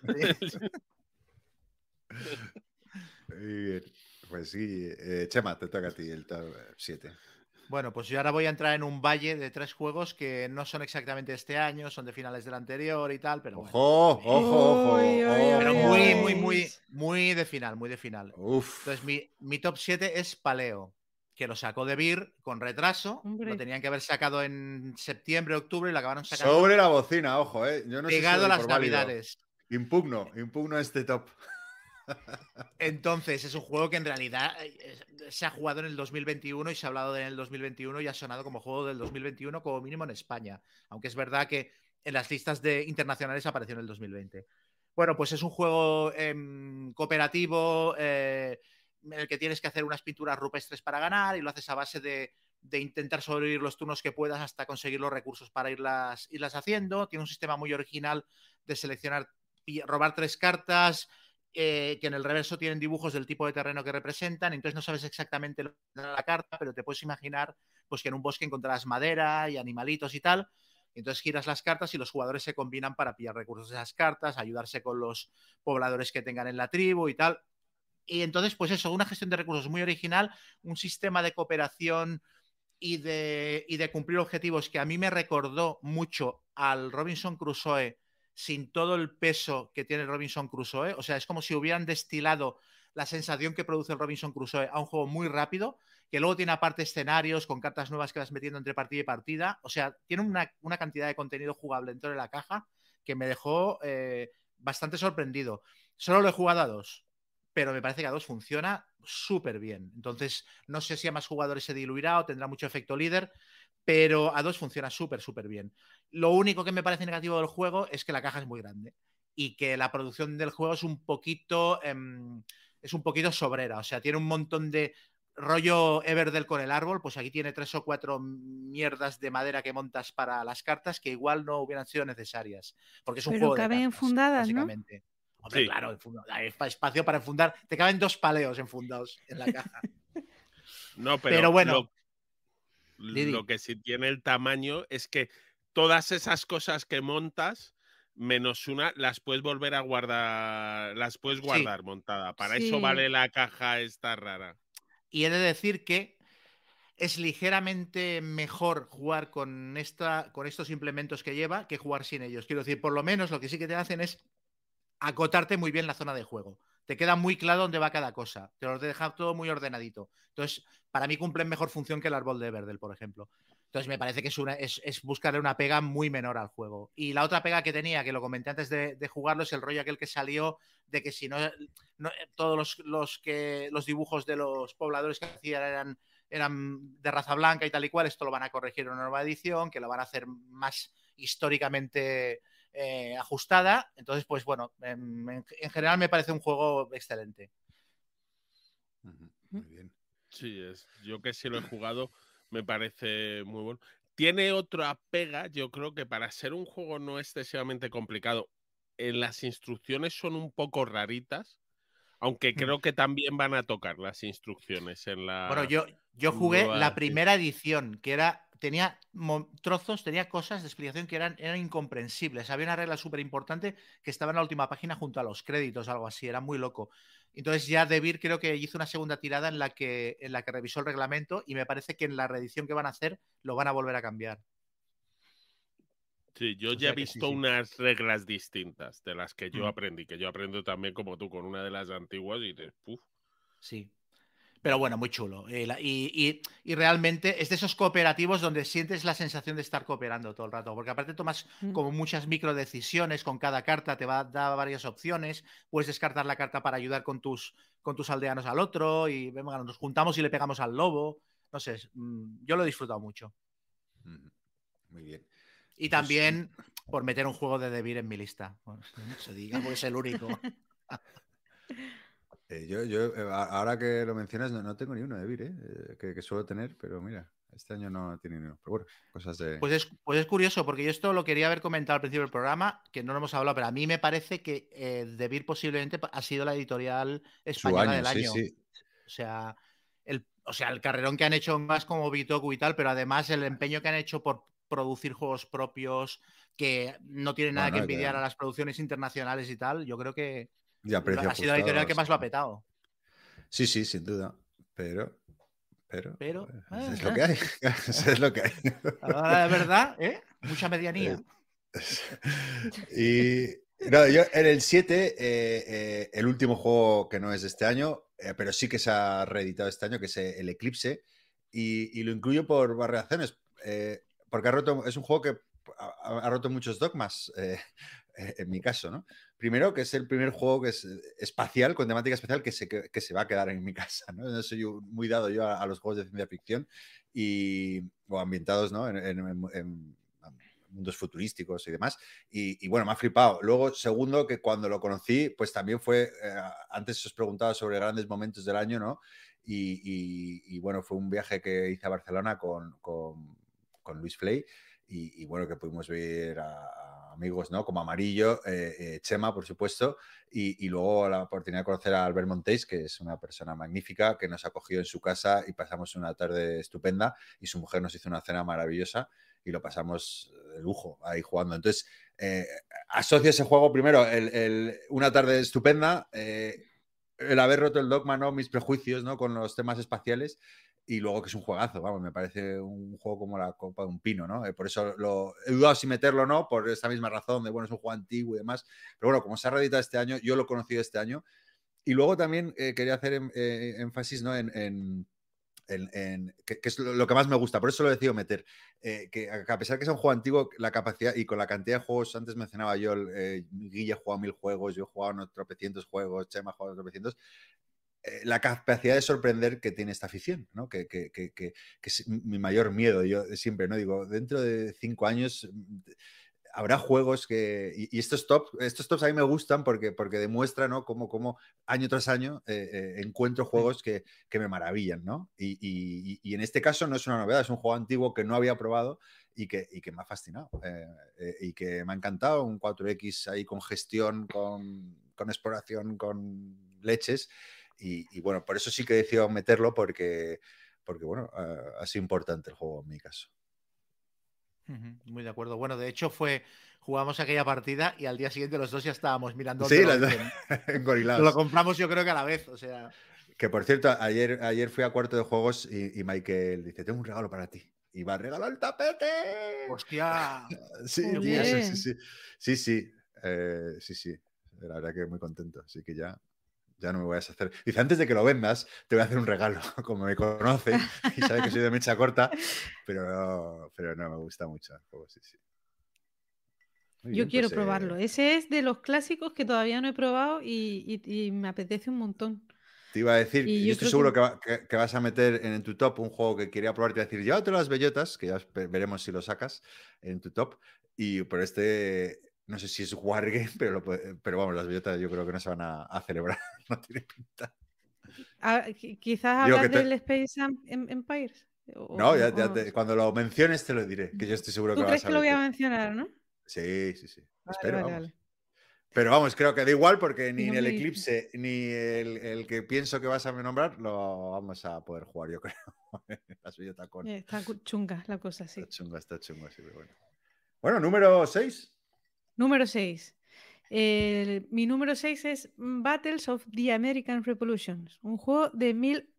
Muy bien. Pues sí, Chema, te toca a ti el top 7. Bueno, pues yo ahora voy a entrar en un valle de 3 juegos que no son exactamente de este año, son de finales del anterior y tal, pero ¡Ojo! bueno. Pero muy de final, muy de final. Uf. Entonces, mi top 7 es Paleo, que lo sacó De Beer con retraso. Hombre. Lo tenían que haber sacado en septiembre, octubre, y lo acabaron sacando Sobre la bocina, ojo, Yo no sé si pegado doy a las por válido. Navidades. Impugno este top. Entonces, es un juego que en realidad se ha jugado en el 2021 y se ha hablado de él en el 2021 y ha sonado como juego del 2021 como mínimo en España. Aunque es verdad que en las listas internacionales apareció en el 2020. Bueno, pues es un juego cooperativo en el que tienes que hacer unas pinturas rupestres para ganar y lo haces a base de intentar sobrevivir los turnos que puedas hasta conseguir los recursos para irlas haciendo. Tiene un sistema muy original de seleccionar, robar 3 cartas, que en el reverso tienen dibujos del tipo de terreno que representan, entonces no sabes exactamente lo que da la carta, pero te puedes imaginar pues, que en un bosque encontrarás madera y animalitos y tal. Entonces giras las cartas y los jugadores se combinan para pillar recursos de esas cartas, ayudarse con los pobladores que tengan en la tribu y tal. Y entonces, pues eso, una gestión de recursos muy original, un sistema de cooperación y de cumplir objetivos que a mí me recordó mucho al Robinson Crusoe, sin todo el peso que tiene Robinson Crusoe. O sea, es como si hubieran destilado la sensación que produce el Robinson Crusoe a un juego muy rápido, que luego tiene aparte escenarios con cartas nuevas que vas metiendo entre partida y partida. O sea, tiene una cantidad de contenido jugable dentro de la caja que me dejó bastante sorprendido. Solo lo he jugado a 2, pero me parece que a 2 funciona súper bien. Entonces, no sé si a más jugadores se diluirá o tendrá mucho efecto líder, pero a 2 funciona súper bien. Lo único que me parece negativo del juego es que la caja es muy grande y que la producción del juego es un poquito sobrera. O sea, tiene un montón de rollo Everdell con el árbol, pues aquí tiene 3 o 4 mierdas de madera que montas para las cartas que igual no hubieran sido necesarias, porque es un juego de cartas, enfundadas, básicamente. ¿No? Hombre, sí. Claro, hay espacio para enfundar. Te caben 2 paleos enfundados en la caja. No, pero bueno. Lo que sí tiene el tamaño es que todas esas cosas que montas, menos una, las puedes volver a guardar, las puedes guardar montada. Para eso vale la caja esta rara. Y he de decir que es ligeramente mejor jugar con estos implementos que lleva que jugar sin ellos. Quiero decir, por lo menos lo que sí que te hacen es acotarte muy bien la zona de juego. Te queda muy claro dónde va cada cosa. Te lo deja todo muy ordenadito. Entonces, para mí cumplen mejor función que el árbol de Everdell, por ejemplo. Entonces, me parece que es buscarle una pega muy menor al juego. Y la otra pega que tenía, que lo comenté antes de jugarlo, es el rollo aquel que salió de que si no todos los dibujos de los pobladores que hacían eran de raza blanca y tal y cual, esto lo van a corregir en una nueva edición, que lo van a hacer más históricamente ajustada. Entonces, pues bueno, en general me parece un juego excelente. Muy bien. Sí, yo que sí lo he jugado, me parece muy bueno. Tiene otra pega, yo creo que para ser un juego no excesivamente complicado, las instrucciones son un poco raritas, aunque creo que también van a tocar las instrucciones en la... Bueno, yo jugué la primera edición, que tenía trozos, tenía cosas de explicación que eran incomprensibles. Había una regla súper importante que estaba en la última página junto a los créditos, algo así, era muy loco. Entonces ya De Beer creo que hizo una segunda tirada en la que revisó el reglamento y me parece que en la reedición que van a hacer lo van a volver a cambiar. Sí, yo ya he visto unas reglas distintas de las que yo aprendí, que yo aprendo también como tú con una de las antiguas y te... ¡puf! Sí. Pero bueno, muy chulo. Y realmente es de esos cooperativos donde sientes la sensación de estar cooperando todo el rato, porque aparte tomas como muchas micro decisiones con cada carta, te da varias opciones, puedes descartar la carta para ayudar con tus aldeanos al otro y venga, nos juntamos y le pegamos al lobo. No sé, yo lo he disfrutado mucho. Muy bien. Y también por meter un juego de De Beer en mi lista. Bueno, no se diga, porque es el único. Yo ahora que lo mencionas, no tengo ni uno de Beer, que suelo tener, pero mira, este año no tiene ni uno. Pero bueno, cosas de... Pues es curioso, porque yo esto lo quería haber comentado al principio del programa, que no lo hemos hablado, pero a mí me parece que De Beer posiblemente ha sido la editorial española del año. Sí. O sea, el carrerón que han hecho más como Bitoku y tal, pero además el empeño que han hecho por producir juegos propios que no tienen nada que envidiar a las producciones internacionales y tal, yo creo que ha sido la editorial que más lo ha petado. Sí, sin duda. Pero es lo que hay. Es lo que hay. Ahora, de verdad, mucha medianía. No, yo en el 7, el último juego que no es de este año, pero sí que se ha reeditado este año, que es el Eclipse, y lo incluyo por varias razones, porque es un juego que ha roto muchos dogmas, en mi caso, ¿no? Primero, que es el primer juego que es espacial, con temática espacial, que se va a quedar en mi casa, ¿no? No soy muy dado yo a los juegos de ciencia ficción o ambientados, ¿no? En mundos futurísticos y demás. Y bueno, me ha flipado. Luego, segundo, que cuando lo conocí, pues también fue, antes os preguntaba sobre grandes momentos del año, ¿no? Y bueno, fue un viaje que hice a Barcelona con Luis Flay y bueno, que pudimos ver a amigos, ¿no? Como Amarillo, Chema, por supuesto, y luego la oportunidad de conocer a Albert Montés, que es una persona magnífica, que nos acogió en su casa y pasamos una tarde estupenda y su mujer nos hizo una cena maravillosa y lo pasamos de lujo ahí jugando. Entonces, asocio ese juego primero, una tarde estupenda, el haber roto el dogma, ¿no? Mis prejuicios, ¿no? Con los temas espaciales y luego que es un juegazo, vamos, me parece un juego como la copa de un pino, ¿no? Por eso he dudado si meterlo o no, por esta misma razón de, bueno, es un juego antiguo y demás, pero bueno, como se ha reeditado este año, yo lo he conocido este año y luego también quería hacer énfasis, ¿no? Que es lo que más me gusta, por eso lo he decidido meter, que a pesar que es un juego antiguo, la capacidad y con la cantidad de juegos, antes mencionaba yo, Guille ha jugado 1000 juegos, yo he jugado unos tropecientos juegos, Chema ha jugado tropecientos, la capacidad de sorprender que tiene esta afición, ¿no? Que es mi mayor miedo, yo siempre, ¿no? Digo, dentro de 5 años habrá juegos que... Y estos tops a mí me gustan porque demuestran, ¿no? Cómo año tras año encuentro juegos que me maravillan, ¿no? Y en este caso no es una novedad, es un juego antiguo que no había probado y que me ha fascinado. Y que me ha encantado, un 4X ahí con gestión, con exploración, con leches. Y bueno, por eso sí que he decidido meterlo porque bueno, ha sido importante el juego en mi caso. Muy de acuerdo. Bueno, de hecho jugamos aquella partida y al día siguiente los dos ya estábamos mirando. Sí, las dos engorilados. Lo compramos yo creo que a la vez, o sea... Que por cierto, ayer fui a Cuarto de Juegos y Michael dice, tengo un regalo para ti. Y va a regalar el tapete. ¡Hostia! Sí, tío, sí. Sí. La verdad que muy contento. Así que ya no me voy a deshacer. Dice, antes de que lo vendas, te voy a hacer un regalo. Como me conoce y sabe que soy de mecha corta, pero no, me gusta mucho el juego, sí. Yo quiero probarlo. Ese es de los clásicos que todavía no he probado y me apetece un montón. Te iba a decir, yo estoy seguro que vas a meter en tu top un juego que quería probar, te iba a decir, llévate las bellotas, que ya veremos si lo sacas en tu top, pero no sé si es Wargame, pero vamos, las bellotas yo creo que no se van a celebrar, no tiene pinta. Quizás hablas del Space Empires. No, cuando lo menciones te lo diré, que yo estoy seguro que vas a ¿Tú crees que lo voy a mencionar, no? Sí. Vale, espero, vale, vamos. Vale. Pero vamos, creo que da igual porque ni en el Eclipse ni el que pienso que vas a nombrar lo vamos a poder jugar, yo creo. Está chunga la cosa, sí. Está chunga, sí, pero bueno. Bueno, número 6. Número 6. Mi número 6 es Battles of the American Revolution, un juego de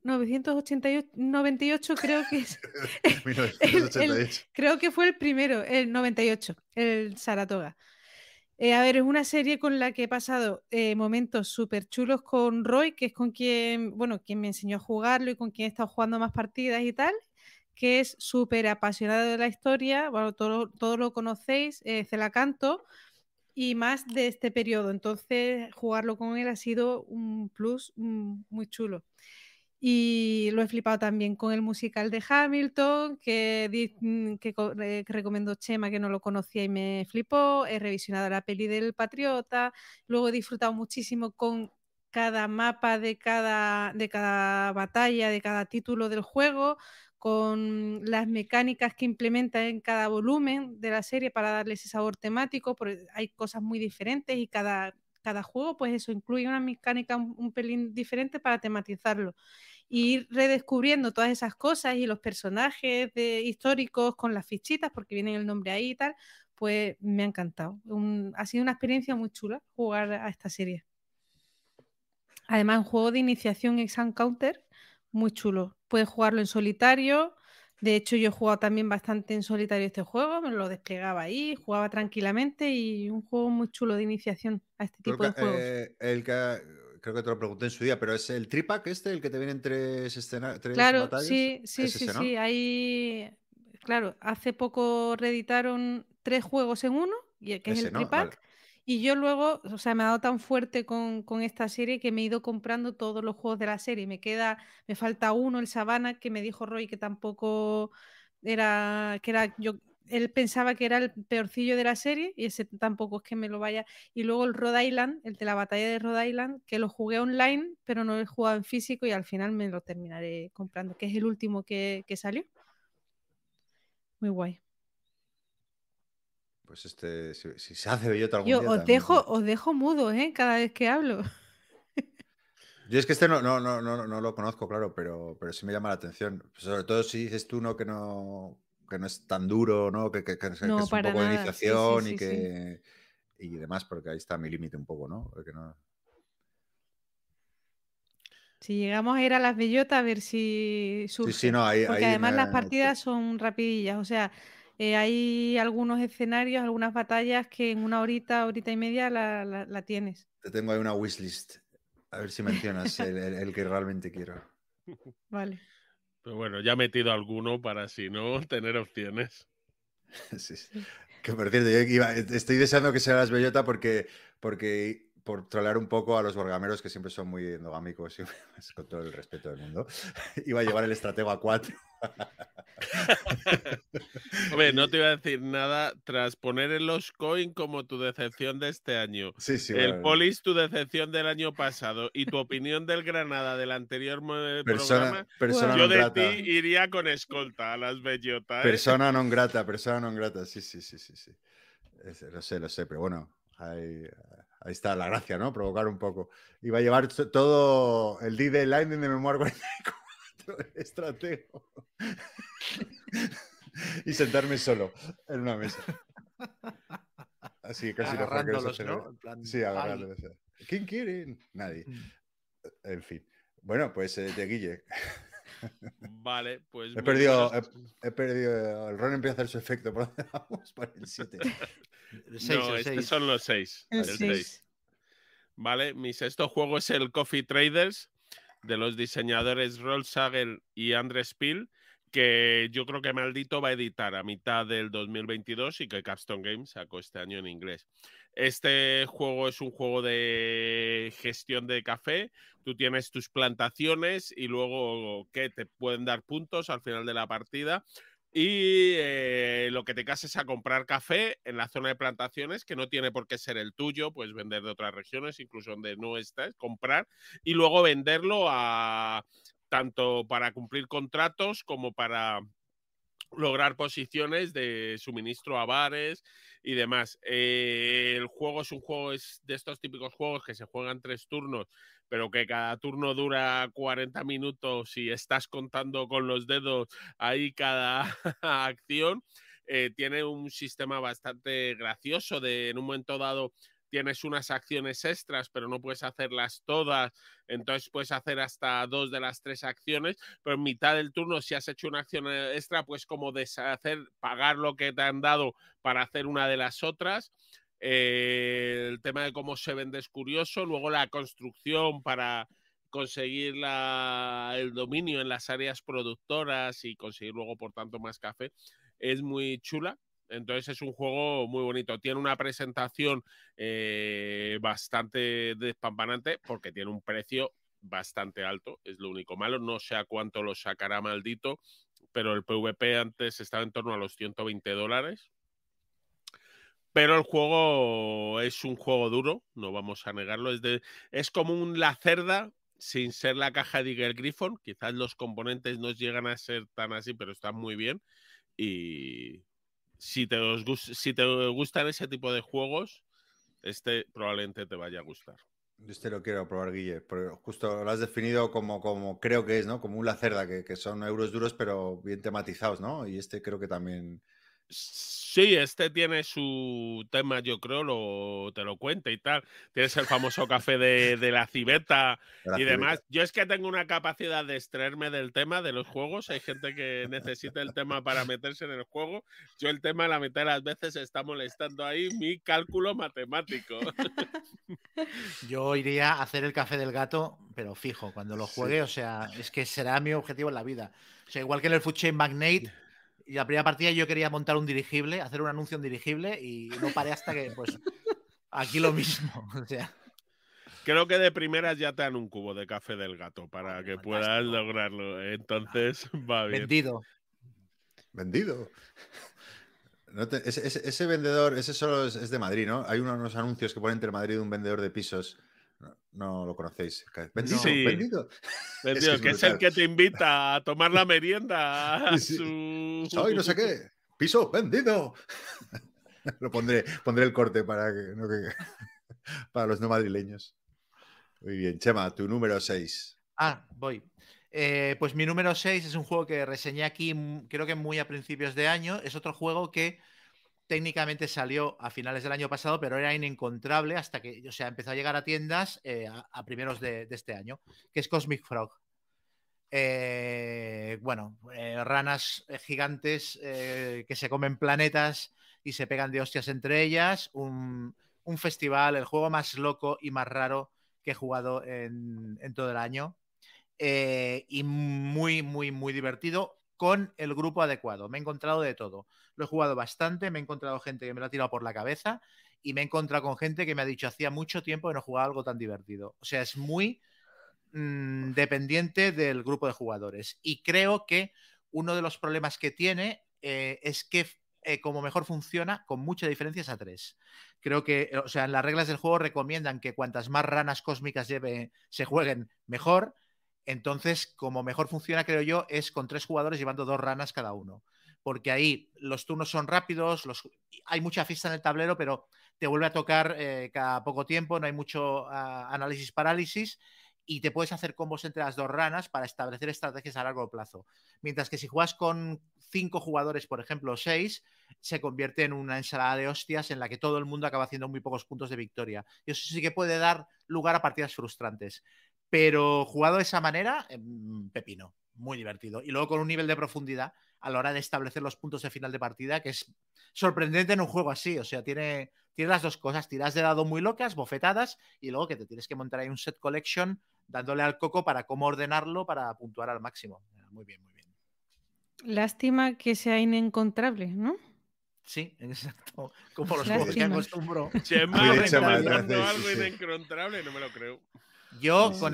1998, creo que es. 1988. Creo que fue el primero, el 98, el Saratoga. A ver, es una serie con la que he pasado momentos súper chulos con Roy, que es con quien me enseñó a jugarlo y con quien he estado jugando más partidas y tal, que es súper apasionado de la historia. Bueno, todo lo conocéis, se la canto. Y más de este periodo, entonces jugarlo con él ha sido un plus muy chulo. Y lo he flipado también con el musical de Hamilton, que recomendó Chema, que no lo conocía y me flipó. He revisionado la peli del Patriota, luego he disfrutado muchísimo con cada mapa de cada batalla, de cada título del juego, con las mecánicas que implementa en cada volumen de la serie para darle ese sabor temático, porque hay cosas muy diferentes y cada juego, pues eso, incluye una mecánica un pelín diferente para tematizarlo. Y ir redescubriendo todas esas cosas y los personajes históricos con las fichitas, porque viene el nombre ahí y tal, pues me ha encantado. Ha sido una experiencia muy chula jugar a esta serie. Además, un juego de iniciación ex-encounter muy chulo. Puedes jugarlo en solitario, De hecho, yo he jugado también bastante en solitario este juego, me lo desplegaba ahí, jugaba tranquilamente y un juego muy chulo de iniciación a este tipo de juegos. Creo que te lo pregunté en su día, pero es el tripack el que te vienen tres Claro, batallas. sí, sí, Es sí, ese, sí. ¿no? Ahí, claro, hace poco reeditaron 3 juegos en uno, que es Ese, el ¿no? Vale. tripack. Y yo luego, o sea, me ha dado tan fuerte con esta serie que me he ido comprando todos los juegos de la serie. Me falta uno, el Savannah, que me dijo Roy que tampoco él pensaba que era el peorcillo de la serie y ese tampoco es que me lo vaya. Y luego el Rhode Island, el de la batalla de Rhode Island, que lo jugué online, pero no lo he jugado en físico y al final me lo terminaré comprando, que es el último que salió. Muy guay. Pues si se hace bellota algún Yo día también. os dejo mudos, ¿eh? Cada vez que hablo. Yo es que no lo conozco, claro, pero sí me llama la atención. Sobre todo si dices tú, ¿no? Que no es tan duro, ¿no? Que No, es un para poco de nada. Sí, sí, iniciación sí, sí. y demás, porque ahí está mi límite un poco, ¿no? Porque no. Si llegamos a ir a las bellotas, a ver si Sí, sí, surge. no, Porque además las partidas son rapidillas. O sea, hay algunos escenarios, algunas batallas que en una horita y media la tienes. te tengo ahí una wishlist. A ver si mencionas el que realmente quiero. Vale. Pero bueno, ya he metido alguno para si no tener opciones. Sí. Sí. Que por cierto, estoy deseando que sea las bellota porque por trolear un poco a los borgameros que siempre son muy endogámicos, siempre, con todo el respeto del mundo, iba a llevar el estratega 4. Hombre, no te iba a decir nada tras poner el Lost Coin como tu decepción de este año. Sí, El bueno. Polis, tu decepción del año pasado. Y tu opinión del Granada del anterior programa. Persona Yo non de grata. ti iría con escolta a las bellotas. Persona non grata. Sí. Lo sé, pero bueno, ahí está la gracia, ¿no? Provocar un poco. Iba a llevar todo el D de Lightning de Memoir 44, el estratego. Y sentarme solo en una mesa. Así, casi mejor que agarrándolos, ¿no? En plan, sí, agarrándolos. ¿Quién quiere? Nadie. En fin. Bueno, pues de Guille. Vale, pues He perdido. El Ron empieza a hacer su efecto. ¿Por dónde vamos? Por el 7. No, estos son los 6. El El 6. Vale, mi sexto juego es el Coffee Traders, de los diseñadores Rolf Sagel y Andres Spiel, que yo creo que Maldito va a editar a mitad del 2022 y que Capstone Games sacó este año en inglés. Este juego es un juego de gestión de café. Tú tienes tus plantaciones y luego que te pueden dar puntos al final de la partida. Y lo que te casas es a comprar café en la zona de plantaciones, que no tiene por qué ser el tuyo, puedes vender de otras regiones, incluso donde no estás, comprar y luego venderlo a tanto para cumplir contratos como para lograr posiciones de suministro a bares y demás. El juego es un juego de estos típicos juegos que se juegan 3 turnos, pero que cada turno dura 40 minutos y estás contando con los dedos ahí cada acción. Tiene un sistema bastante gracioso de en un momento dado tienes unas acciones extras, pero no puedes hacerlas todas, entonces puedes hacer hasta 2 de las 3 acciones, pero en mitad del turno, si has hecho una acción extra, pues como pagar lo que te han dado para hacer una de las otras. El tema de cómo se vende es curioso, luego la construcción para conseguir el dominio en las áreas productoras y conseguir luego, por tanto, más café, es muy chula. Entonces es un juego muy bonito. Tiene una presentación bastante despampanante porque tiene un precio bastante alto. Es lo único malo. No sé a cuánto lo sacará Maldito, pero el PvP antes estaba en torno a los $120. Pero el juego es un juego duro, no vamos a negarlo. Es como un La Cerda sin ser la caja de Eagle Griffon. Quizás los componentes no llegan a ser tan así, pero están muy bien. Y si te gustan ese tipo de juegos, este probablemente te vaya a gustar. Yo lo quiero probar, Guille, porque justo lo has definido como creo que es, ¿no? Como un La Cerda, que son euros duros, pero bien tematizados, ¿no? Y creo que también... Sí, este tiene su tema, yo creo, te lo cuenta y tal. Tienes el famoso café de la civeta y demás. Yo es que tengo una capacidad de extraerme del tema de los juegos. Hay gente que necesita el tema para meterse en el juego. Yo el tema la mitad de las veces está molestando ahí mi cálculo matemático. Yo iría a hacer el café del gato, pero fijo, cuando lo juegue, o sea, es que será mi objetivo en la vida. O sea, igual que en el Food Chain Magnate, y la primera partida yo quería montar un dirigible, hacer un anuncio en dirigible, y no paré hasta que, pues, aquí lo mismo. O sea. Creo que de primeras ya te dan un cubo de café del gato para que puedas lograrlo. Entonces, va bien. Vendido. Ese vendedor, ese solo es de Madrid, ¿no? Hay unos anuncios que ponen entre Madrid y un vendedor de pisos. No lo conocéis. Vendido, sí. vendido. Vendido, que es el que te invita a tomar la merienda a su... Soy no sé qué. Piso vendido. Lo pondré el corte para para los no madrileños. Muy bien. Chema, tu número 6. Voy. Pues mi número 6 es un juego que reseñé aquí, creo que muy a principios de año. Es otro juego que técnicamente salió a finales del año pasado, pero era inencontrable hasta que, o sea, empezó a llegar a tiendas a primeros de este año, que es Cosmic Frog. Ranas gigantes que se comen planetas y se pegan de hostias entre ellas. Un festival, el juego más loco y más raro que he jugado en todo el año. Y muy, muy, muy divertido con el grupo adecuado. Me he encontrado de todo. Lo he jugado bastante, me he encontrado gente que me lo ha tirado por la cabeza y me he encontrado con gente que me ha dicho hacía mucho tiempo que no jugaba algo tan divertido. O sea, es muy dependiente del grupo de jugadores. Y creo que uno de los problemas que tiene es que como mejor funciona, con mucha diferencia, es a 3. Creo que, o sea, en las reglas del juego recomiendan que cuantas más ranas cósmicas se jueguen, mejor. Entonces, como mejor funciona, creo yo, es con 3 jugadores llevando 2 ranas cada uno. Porque ahí los turnos son rápidos, hay mucha fiesta en el tablero, pero te vuelve a tocar cada poco tiempo, no hay mucho análisis-parálisis y te puedes hacer combos entre las 2 ranas para establecer estrategias a largo plazo. Mientras que si juegas con 5 jugadores, por ejemplo, o 6, se convierte en una ensalada de hostias en la que todo el mundo acaba haciendo muy pocos puntos de victoria. Y eso sí que puede dar lugar a partidas frustrantes. Pero jugado de esa manera, pepino, muy divertido. Y luego con un nivel de profundidad a la hora de establecer los puntos de final de partida, que es sorprendente en un juego así. O sea, tiene las dos cosas, tiras de dado muy locas, bofetadas, y luego que te tienes que montar ahí un set collection dándole al coco para cómo ordenarlo para puntuar al máximo. Muy bien, muy bien. Lástima que sea inencontrable, ¿no? Sí, exacto. Como los juegos que acostumbro. Chema, recomendando algo inencontrable, no me lo creo. Yo, con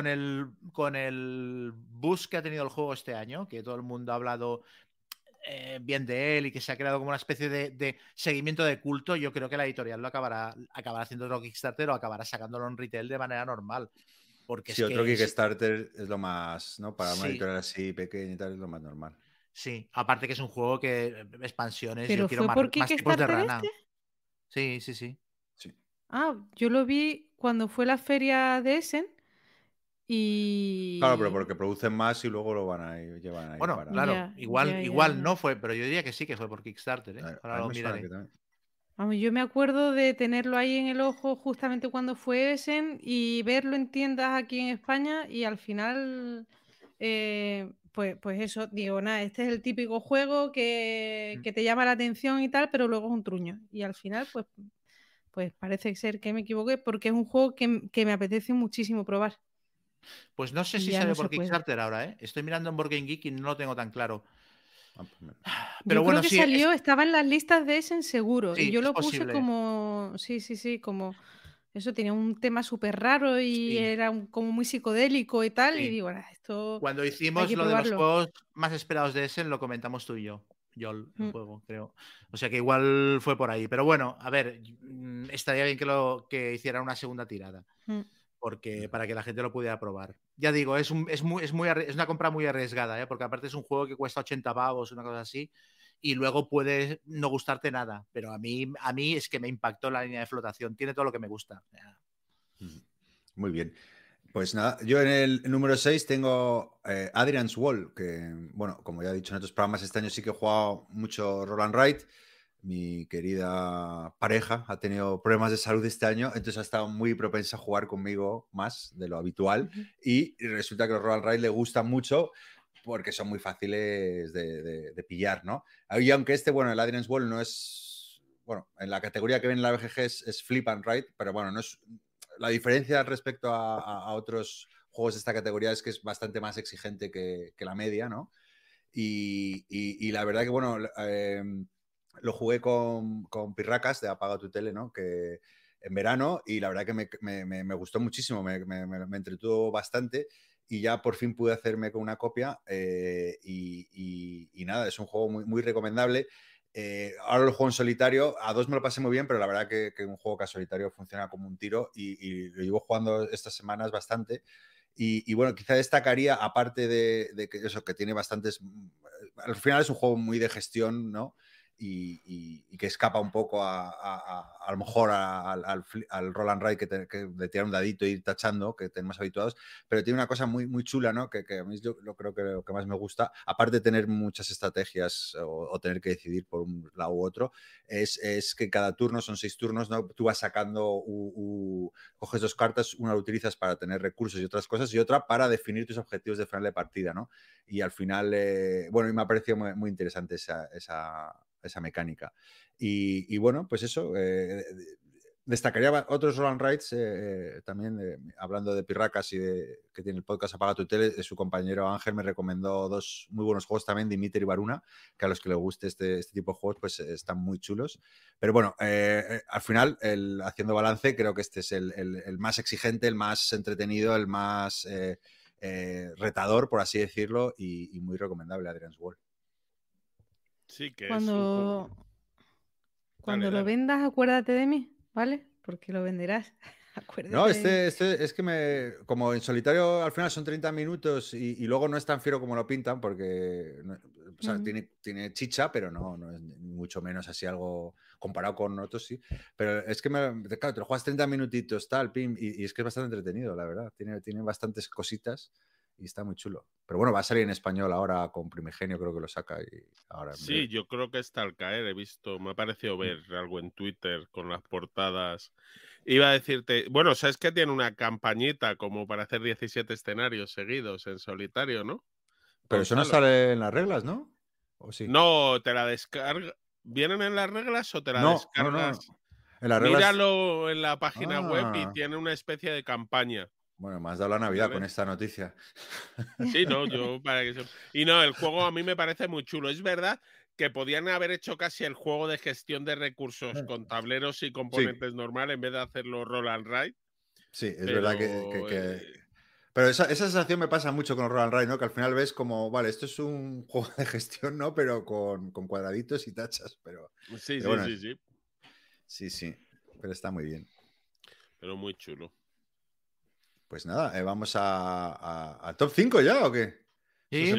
el boost que ha tenido el juego este año, que todo el mundo ha hablado bien de él y que se ha creado como una especie de seguimiento de culto, yo creo que la editorial lo acabará haciendo otro Kickstarter o acabará sacándolo en retail de manera normal. Porque sí, otro Kickstarter es lo más, ¿no? Para una editorial así pequeña y tal, es lo más normal. Sí, aparte que es un juego que expansiones, ¿pero yo quiero fue por más tipos de rana. Este? Sí. Yo lo vi cuando fue la feria de Essen y... Claro, pero porque producen más y luego lo llevan ahí. Bueno, para... claro, igual no fue, pero yo diría que sí que fue por Kickstarter, ¿eh? Ahora lo miraré. Vamos, yo me acuerdo de tenerlo ahí en el ojo justamente cuando fue Essen y verlo en tiendas aquí en España y al final... Pues eso, digo, nada, este es el típico juego que te llama la atención y tal, pero luego es un truño. Y al final, pues parece ser que me equivoqué porque es un juego que me apetece muchísimo probar. Pues no sé si sale por Kickstarter ahora, ¿eh? Estoy mirando en Board Game Geek y no lo tengo tan claro. Pero yo creo que salió, estaba en las listas de Essen seguro. Sí, y yo lo puse posible. como... Sí, como... Eso tenía un tema súper raro y era como muy psicodélico y tal. Y digo, esto. Cuando hicimos lo de los juegos más esperados de Essen, lo comentamos tú y yo. El juego, creo. O sea que igual fue por ahí. Pero bueno, a ver, estaría bien que hiciera una segunda tirada. Porque para que la gente lo pudiera probar. Ya digo, es una compra muy arriesgada, ¿eh? Porque aparte es un juego que cuesta 80 pavos, una cosa así. Y luego puede no gustarte nada, pero a mí es que me impactó la línea de flotación, tiene todo lo que me gusta. Muy bien. Pues nada, yo en el número 6 tengo Adrian's Wall, que, bueno, como ya he dicho en otros programas, este año sí que he jugado mucho Roll and Ride. mi querida pareja ha tenido problemas de salud este año, entonces ha estado muy propensa a jugar conmigo más de lo habitual y resulta que los Roll and Ride le gustan mucho porque son muy fáciles de pillar, ¿no? Y aunque bueno, el Adrian's Wall no es, bueno, en la categoría que viene en la BGG es Flip and Ride, pero bueno, no es la diferencia respecto a otros juegos de esta categoría es que es bastante más exigente que la media, ¿no? Y la verdad que, bueno, lo jugué con Pirracas de Apaga tu Tele, ¿no? Que en verano, y la verdad que me gustó muchísimo, me entretuvo bastante y ya por fin pude hacerme con una copia y nada, es un juego muy, muy recomendable. Ahora lo juego en solitario, a 2 me lo pasé muy bien, pero la verdad que un juego que a solitario funciona como un tiro y lo llevo jugando estas semanas bastante. Y bueno, quizá destacaría, aparte de que eso, que tiene bastantes. Al final es un juego muy de gestión, ¿no? Y que escapa un poco a lo mejor al roll and ride que de tirar un dadito e ir tachando, que tenemos habituados, pero tiene una cosa muy, muy chula, ¿no? Que a mí yo creo que lo que más me gusta, aparte de tener muchas estrategias o tener que decidir por un lado u otro, es que cada turno son 6 turnos, ¿no? Tú vas sacando, coges 2 cartas, una la utilizas para tener recursos y otras cosas, y otra para definir tus objetivos de final de partida, ¿no? Y al final, bueno, y me ha parecido muy, muy interesante esa mecánica. Y bueno, pues eso, destacaría otros roll and rides también, hablando de Pirracas y que tiene el podcast Apaga tu Tele, de su compañero Ángel me recomendó 2 muy buenos juegos también, Dimitri y Varuna, que a los que les guste este tipo de juegos pues están muy chulos. Pero bueno, al final, haciendo balance, creo que este es el más exigente, el más entretenido, el más retador, por así decirlo, y muy recomendable, Adrian's Wall. Sí, que es un juego. Cuando lo vendas, acuérdate de mí, ¿vale? Porque lo venderás. Acuérdate No, de este es que como en solitario al final son 30 minutos y luego no es tan fiero como lo pintan porque o sea, tiene chicha, pero no es ni mucho menos así algo comparado con otros, sí. Pero es que claro, te lo juegas 30 minutitos, tal, pim, y es que es bastante entretenido, la verdad. Tiene bastantes cositas y está muy chulo. Pero bueno, va a salir en español ahora con Primigenio, creo que lo saca. Y ahora Sí, yo creo que está al caer, he visto, me ha parecido ver algo en Twitter con las portadas. Iba a decirte, bueno, sabes que tiene una campañita como para hacer 17 escenarios seguidos en solitario, ¿no? Pero eso no sale en las reglas, ¿no? ¿O sí? No, te la descargas. ¿Vienen en las reglas o te la descargas? No. En las reglas... Míralo en la página web y tiene una especie de campaña. Bueno, me has dado la Navidad con esta noticia. Sí, no, yo para que y no, el juego a mí me parece muy chulo. Es verdad que podían haber hecho casi el juego de gestión de recursos con tableros y componentes normal en vez de hacerlo roll and ride. Sí, es verdad que... Pero esa sensación me pasa mucho con los roll and ride, ¿no? Que al final ves como, vale, esto es un juego de gestión, ¿no? Pero con cuadraditos y tachas, pero... Sí, pero bueno, sí. Pero está muy bien. Pero muy chulo. Pues nada, vamos a top 5 ya, ¿o qué? Sí,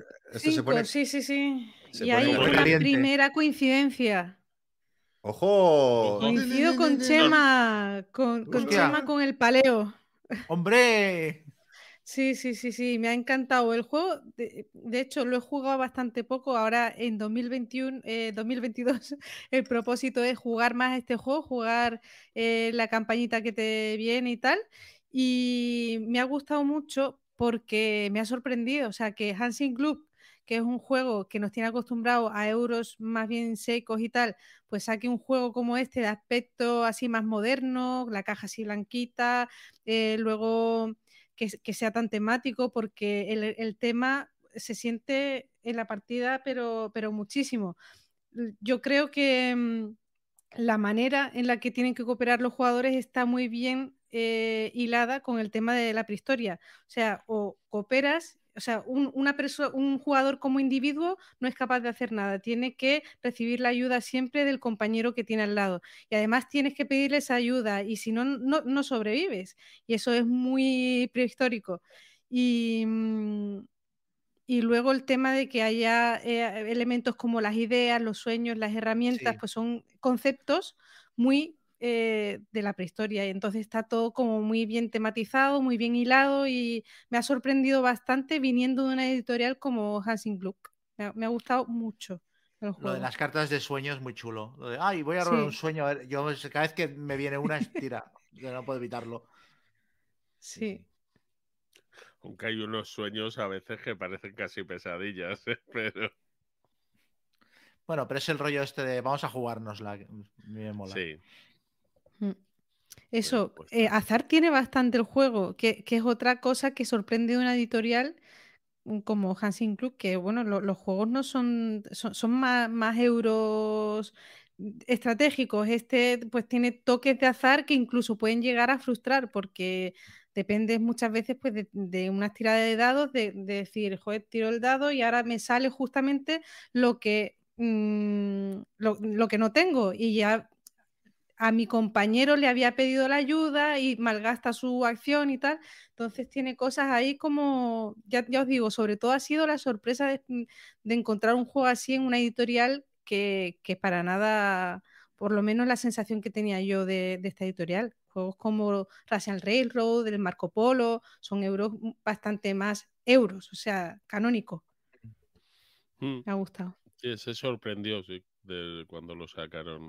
sí. Y hay una primera coincidencia. ¡Ojo! Coincido con Chema, con Chema con el paleo. ¡Hombre! Sí, me ha encantado el juego. De hecho, lo he jugado bastante poco. Ahora en 2022, el propósito es jugar más este juego, jugar la campañita que te viene y tal. Y me ha gustado mucho porque me ha sorprendido. O sea, que Hansing Club, que es un juego que nos tiene acostumbrados a euros más bien secos y tal, pues saque un juego como este de aspecto así más moderno, la caja así blanquita, luego que sea tan temático, porque el tema se siente en la partida, pero muchísimo. Yo creo que la manera en la que tienen que cooperar los jugadores está muy bien hilada con el tema de la prehistoria. O sea, o cooperas, o sea, un jugador como individuo no es capaz de hacer nada, tiene que recibir la ayuda siempre del compañero que tiene al lado. Y además tienes que pedirle esa ayuda y si no, no sobrevives. Y eso es muy prehistórico. Y luego el tema de que haya elementos como las ideas, los sueños, las herramientas, pues son conceptos muy de la prehistoria. Y entonces está todo como muy bien tematizado, muy bien hilado y me ha sorprendido bastante viniendo de una editorial como Hansing Gluck. Me ha gustado mucho. el Lo de juego. las cartas de sueño es muy chulo. Lo de, ay, voy a robar un Sí, sueño. A ver, yo cada vez que me viene una, tira. Yo no puedo evitarlo. sí. Aunque hay unos sueños a veces que parecen casi pesadillas, pero Bueno, pero es el rollo este de vamos a jugárnosla. Que a mí me mola. sí. Mm. Bueno, Eso, pues nada. azar tiene bastante el juego, que es otra cosa que sorprende de una editorial como Hansing Club, que bueno, los juegos no son más euros estratégicos. Este pues tiene toques de azar que incluso pueden llegar a frustrar porque depende muchas veces pues de unas tiradas de dados, de decir, joder, tiro el dado y ahora me sale justamente lo que, lo que no tengo y ya a mi compañero le había pedido la ayuda y malgasta su acción y tal. Entonces tiene cosas ahí como, ya os digo, sobre todo ha sido la sorpresa de encontrar un juego así en una editorial que para nada, por lo menos la sensación que tenía yo de esta editorial. Juegos como Russian Railroad, el Marco Polo, son euros bastante más euros, o sea, canónico. Mm, Me ha gustado. sí, se sorprendió, sí, de cuando lo sacaron.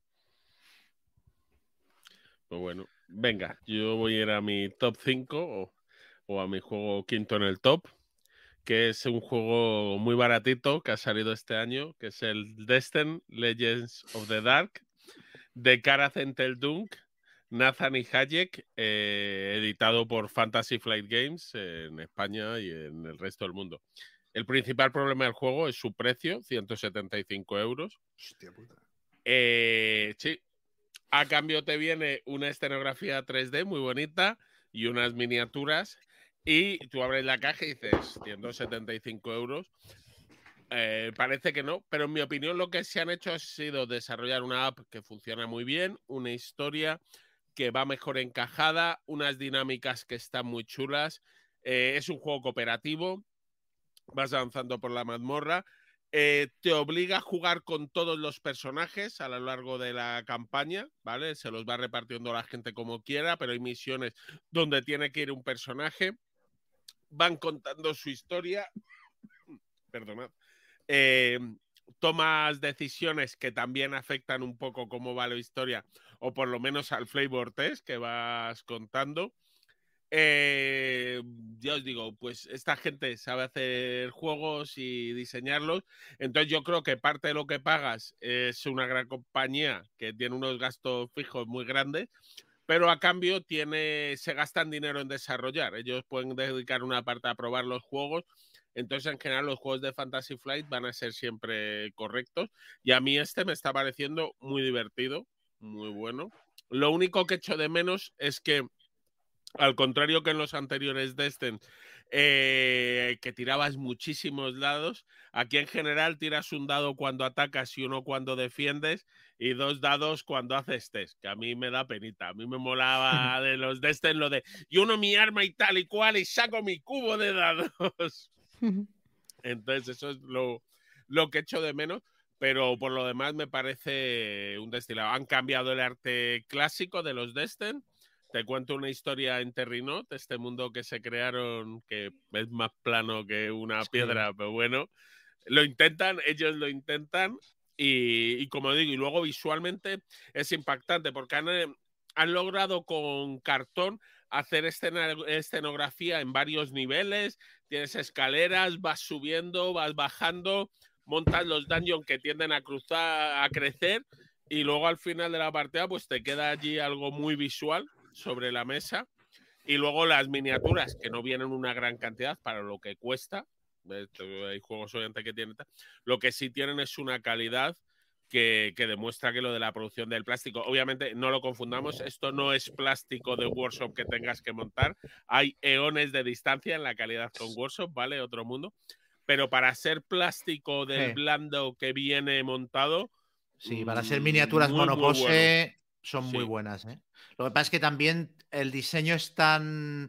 Pues bueno, venga, yo voy a ir a mi top 5 o a mi juego quinto en el top, que es un juego muy baratito que ha salido este año, que es el Destin Legends of the Dark, de Kara Zentel-Dunk, Nathan y Hayek, editado por Fantasy Flight Games en España y en el resto del mundo. El principal problema del juego es su precio, 175 euros. Hostia puta. Sí. A cambio te viene una escenografía 3D muy bonita y unas miniaturas. Y tú abres la caja y dices, 175 euros. Parece que no, pero en mi opinión lo que se han hecho ha sido desarrollar una app que funciona muy bien, una historia que va mejor encajada, unas dinámicas que están muy chulas. Es un juego cooperativo, vas avanzando por la mazmorra. Te obliga a jugar con todos los personajes a lo largo de la campaña, ¿vale? Se los va repartiendo la gente como quiera, pero hay misiones donde tiene que ir un personaje. Van contando su historia. Perdonad. Tomas decisiones que también afectan un poco cómo va la historia, o por lo menos al flavor test que vas contando. Ya os digo, pues esta gente sabe hacer juegos y diseñarlos, entonces yo creo que parte de lo que pagas es una gran compañía que tiene unos gastos fijos muy grandes, pero a cambio se gastan dinero en desarrollar. Ellos pueden dedicar una parte a probar los juegos, entonces en general los juegos de Fantasy Flight van a ser siempre correctos, y a mí este me está pareciendo muy divertido, muy bueno. Lo único que echo de menos es que, al contrario que en los anteriores Destin, que tirabas muchísimos dados, aquí en general tiras un dado cuando atacas y uno cuando defiendes, y 2 dados cuando haces test, que a mí me da penita. A mí me molaba de los Destin lo de y uno mi arma y tal y cual y saco mi cubo de dados. Entonces eso es lo que echo de menos, pero por lo demás me parece un destilado. Han cambiado el arte clásico de los Destin. Te cuento una historia en Terrinot, este mundo que se crearon, que es más plano que una piedra, pero bueno, lo intentan, ellos lo intentan, y como digo, y luego visualmente es impactante, porque han logrado con cartón hacer escenografía en varios niveles, tienes escaleras, vas subiendo, vas bajando, montas los dungeons que tienden a cruzar, a crecer, y luego al final de la partida pues te queda allí algo muy visual sobre la mesa, y luego las miniaturas, que no vienen una gran cantidad para lo que cuesta. Hay juegos obviamente que tienen, lo que sí tienen es una calidad que demuestra que lo de la producción del plástico, obviamente no lo confundamos, esto no es plástico de workshop que tengas que montar, hay eones de distancia en la calidad con workshop, ¿vale? Otro mundo, pero para ser plástico del blando que viene montado, sí, para ser miniaturas muy, muy monopose bueno. son muy Sí. buenas, ¿eh? Lo que pasa es que también el diseño es tan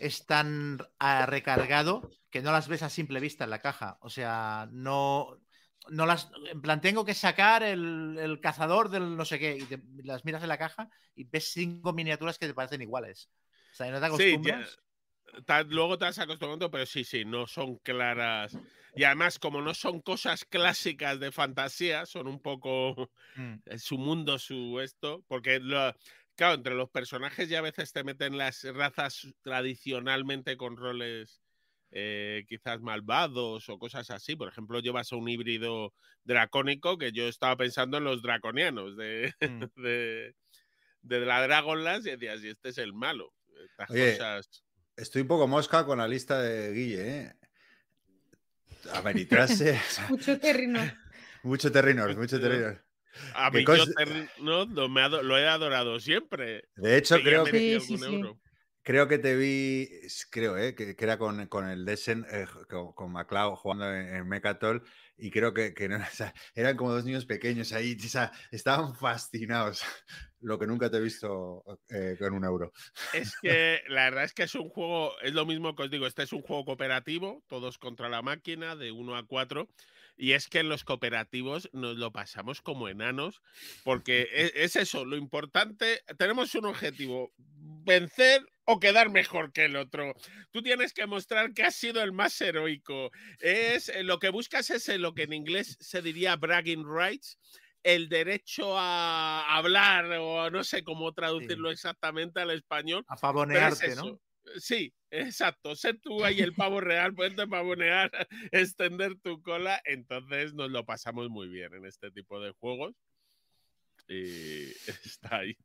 recargado que no las ves a simple vista en la caja. O sea, no las. En plan, tengo que sacar el cazador del no sé qué y las miras en la caja y ves 5 miniaturas que te parecen iguales. O sea, no te acostumbras. Sí, luego te vas acostumbrando, pero sí, no son claras. Y además, como no son cosas clásicas de fantasía, son un poco su mundo, su esto, porque claro, entre los personajes ya a veces te meten las razas tradicionalmente con roles quizás malvados o cosas así. Por ejemplo, llevas a un híbrido dracónico, que yo estaba pensando en los draconianos de la Dragonlance, y decías, y este es el malo. Estas Oye, cosas... estoy un poco mosca con la lista de Guille, ¿eh? Ameritrase. Mucho terreno. Mucho Terrinor, mucho Terrinor. A mí yo lo he adorado siempre. De hecho, creo que Sí. euro. Creo que te vi, que era con el Desen, con MacLeod jugando en Mechatol, y creo que no, o sea, eran como dos niños pequeños ahí, o sea, estaban fascinados, lo que nunca te he visto con un euro. Es que la verdad es que es un juego, es lo mismo que os digo, este es un juego cooperativo, todos contra la máquina, de 1 a 4, y es que en los cooperativos nos lo pasamos como enanos, porque es eso, lo importante, tenemos un objetivo, vencer o quedar mejor que el otro. Tú tienes que mostrar que has sido el más heroico. Lo que buscas es lo que en inglés se diría bragging rights, el derecho a hablar, o no sé cómo traducirlo exactamente al español. A pavonearte, es ¿no? Sí, exacto. Ser tú ahí el pavo real, poderte pavonear, extender tu cola. Entonces nos lo pasamos muy bien en este tipo de juegos. Y está ahí.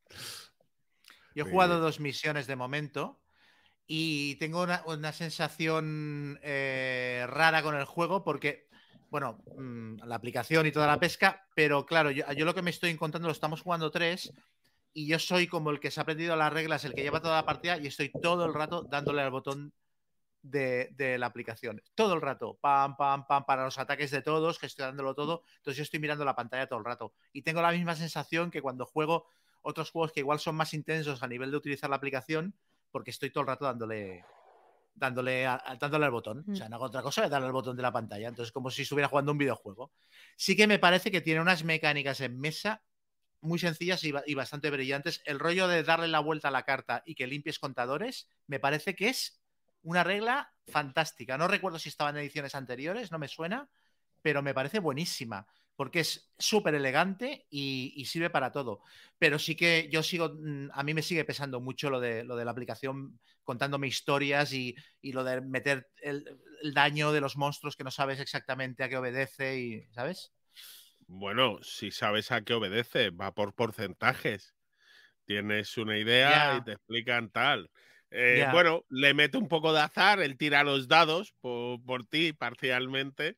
Yo he jugado 2 misiones de momento y tengo una sensación rara con el juego porque, bueno, la aplicación y toda la pesca, pero claro, yo lo que me estoy encontrando, lo estamos jugando 3 y yo soy como el que se ha aprendido las reglas, el que lleva toda la partida y estoy todo el rato dándole al botón de la aplicación. Todo el rato, pam, pam, pam, para los ataques de todos, gestionándolo todo. Entonces yo estoy mirando la pantalla todo el rato y tengo la misma sensación que cuando juego otros juegos que igual son más intensos a nivel de utilizar la aplicación, porque estoy todo el rato dándole al botón. O sea, no hago otra cosa que darle al botón de la pantalla. Entonces, como si estuviera jugando un videojuego. Sí que me parece que tiene unas mecánicas en mesa muy sencillas y bastante brillantes. El rollo de darle la vuelta a la carta y que limpies contadores, me parece que es una regla fantástica. No recuerdo si estaba en ediciones anteriores, no me suena, pero me parece buenísima, porque es súper elegante y sirve para todo. Pero sí que yo a mí me sigue pesando mucho lo de la aplicación contándome historias y lo de meter el daño de los monstruos que no sabes exactamente a qué obedece, y ¿sabes? Bueno, si sabes a qué obedece, va por porcentajes. Tienes una idea y te explican tal. Bueno, le mete un poco de azar, él tira los dados por ti parcialmente,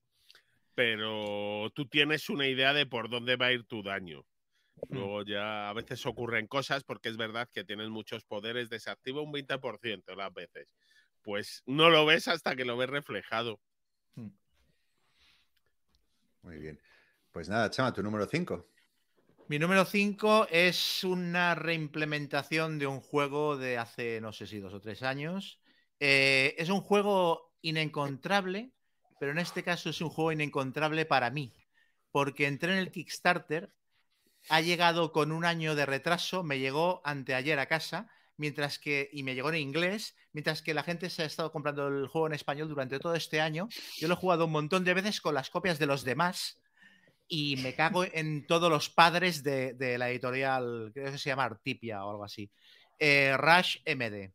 pero tú tiees una idea de por dónde va a ir tu daño. Luego ya a veces ocurren cosas, porque es verdad que tienes muchos poderes, desactiva un 20% las veces. Pues no lo ves hasta que lo ves reflejado. Muy bien. Pues nada, Chema, tu número 5. Mi número 5 es una reimplementación de un juego de hace, no sé si 2 o 3 años. Es un juego inencontrable, pero en este caso es un juego inencontrable para mí, porque entré en el Kickstarter, ha llegado con un año de retraso, me llegó anteayer a casa, y me llegó en inglés, mientras que la gente se ha estado comprando el juego en español durante todo este año. Yo lo he jugado un montón de veces con las copias de los demás, y me cago en todos los padres de la editorial, creo que se llama Artipia o algo así. Rush MD.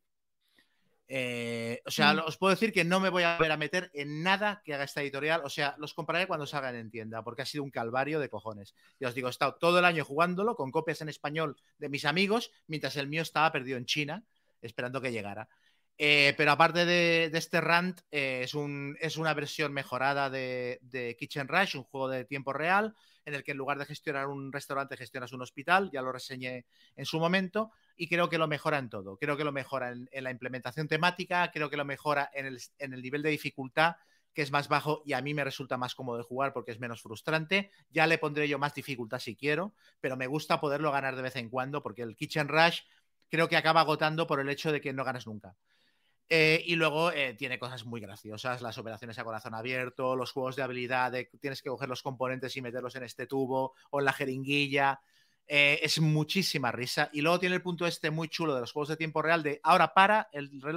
O sea, os puedo decir que no me voy a volver a meter en nada que haga esta editorial. O sea, los compraré cuando salgan en tienda, porque ha sido un calvario de cojones. Ya os digo, he estado todo el año jugándolo con copias en español de mis amigos, mientras el mío estaba perdido en China, esperando que llegara. Pero aparte de este rant, es una versión mejorada de Kitchen Rush, un juego de tiempo real, en el que en lugar de gestionar un restaurante gestionas un hospital. Ya lo reseñé en su momento y creo que lo mejora en todo. Creo que lo mejora en la implementación temática, creo que lo mejora en el nivel de dificultad, que es más bajo y a mí me resulta más cómodo de jugar porque es menos frustrante. Ya le pondré yo más dificultad si quiero, pero me gusta poderlo ganar de vez en cuando, porque el Kitchen Rush creo que acaba agotando por el hecho de que no ganas nunca. Y luego tiene cosas muy graciosas, las operaciones a corazón abierto, los juegos de habilidad, tienes que coger los componentes y meterlos en este tubo o en la jeringuilla. Es muchísima risa. Y luego tiene el punto este muy chulo de los juegos de tiempo real de ahora para el reloj